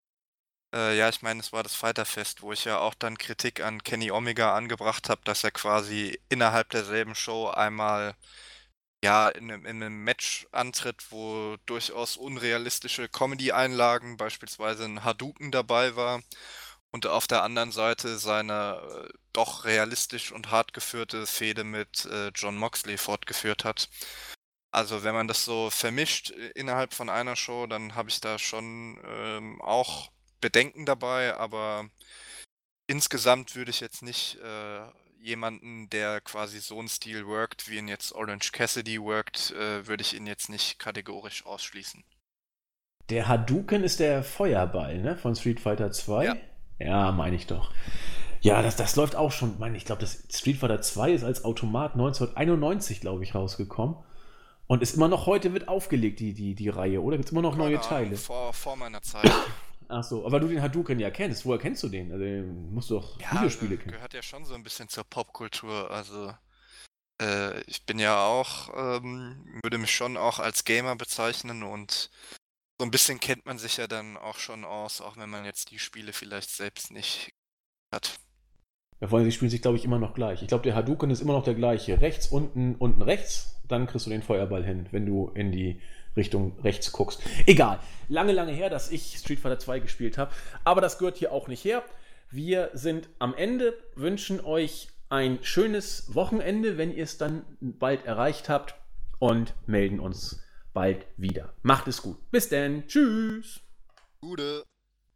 [SPEAKER 2] Ja, ich meine, es war das Fighterfest, wo ich ja auch dann Kritik an Kenny Omega angebracht habe, dass er quasi innerhalb derselben Show einmal ja, in einem Match antritt, wo durchaus unrealistische Comedy-Einlagen, beispielsweise ein Hadouken dabei war und auf der anderen Seite seine doch realistisch und hart geführte Fehde mit Jon Moxley fortgeführt hat. Also wenn man das so vermischt innerhalb von einer Show, dann habe ich da schon auch Bedenken dabei, aber insgesamt würde ich jetzt nicht jemanden, der quasi so einen Stil workt, wie ihn jetzt Orange Cassidy workt, würde ich ihn jetzt nicht kategorisch ausschließen.
[SPEAKER 1] Der Hadouken ist der Feuerball, ne? Von Street Fighter 2.
[SPEAKER 2] Ja.
[SPEAKER 1] Ja, meine ich doch. Ja, das läuft auch schon. Ich glaube, das Street Fighter 2 ist als Automat 1991, glaube ich, rausgekommen. Und ist immer noch heute wird aufgelegt, die Reihe, oder? Gibt es immer noch neue Teile?
[SPEAKER 2] Vor meiner Zeit.
[SPEAKER 1] Ach so, aber du den Hadouken ja kennst. Woher kennst du den? Also, den musst du doch Videospiele kennen.
[SPEAKER 2] Gehört ja schon so ein bisschen zur Popkultur. Also ich bin ja auch, würde mich schon auch als Gamer bezeichnen und so ein bisschen kennt man sich ja dann auch schon aus, auch wenn man jetzt die Spiele vielleicht selbst nicht hat.
[SPEAKER 1] Ja, vor allem, sie spielen sich, glaube ich, immer noch gleich. Ich glaube, der Hadouken ist immer noch der gleiche. Rechts, unten rechts, dann kriegst du den Feuerball hin, wenn du in die Richtung rechts guckst. Egal. Lange her, dass ich Street Fighter 2 gespielt habe. Aber das gehört hier auch nicht her. Wir sind am Ende, wünschen euch ein schönes Wochenende, wenn ihr es dann bald erreicht habt, und melden uns bald wieder. Macht es gut. Bis dann. Tschüss.
[SPEAKER 2] Gute.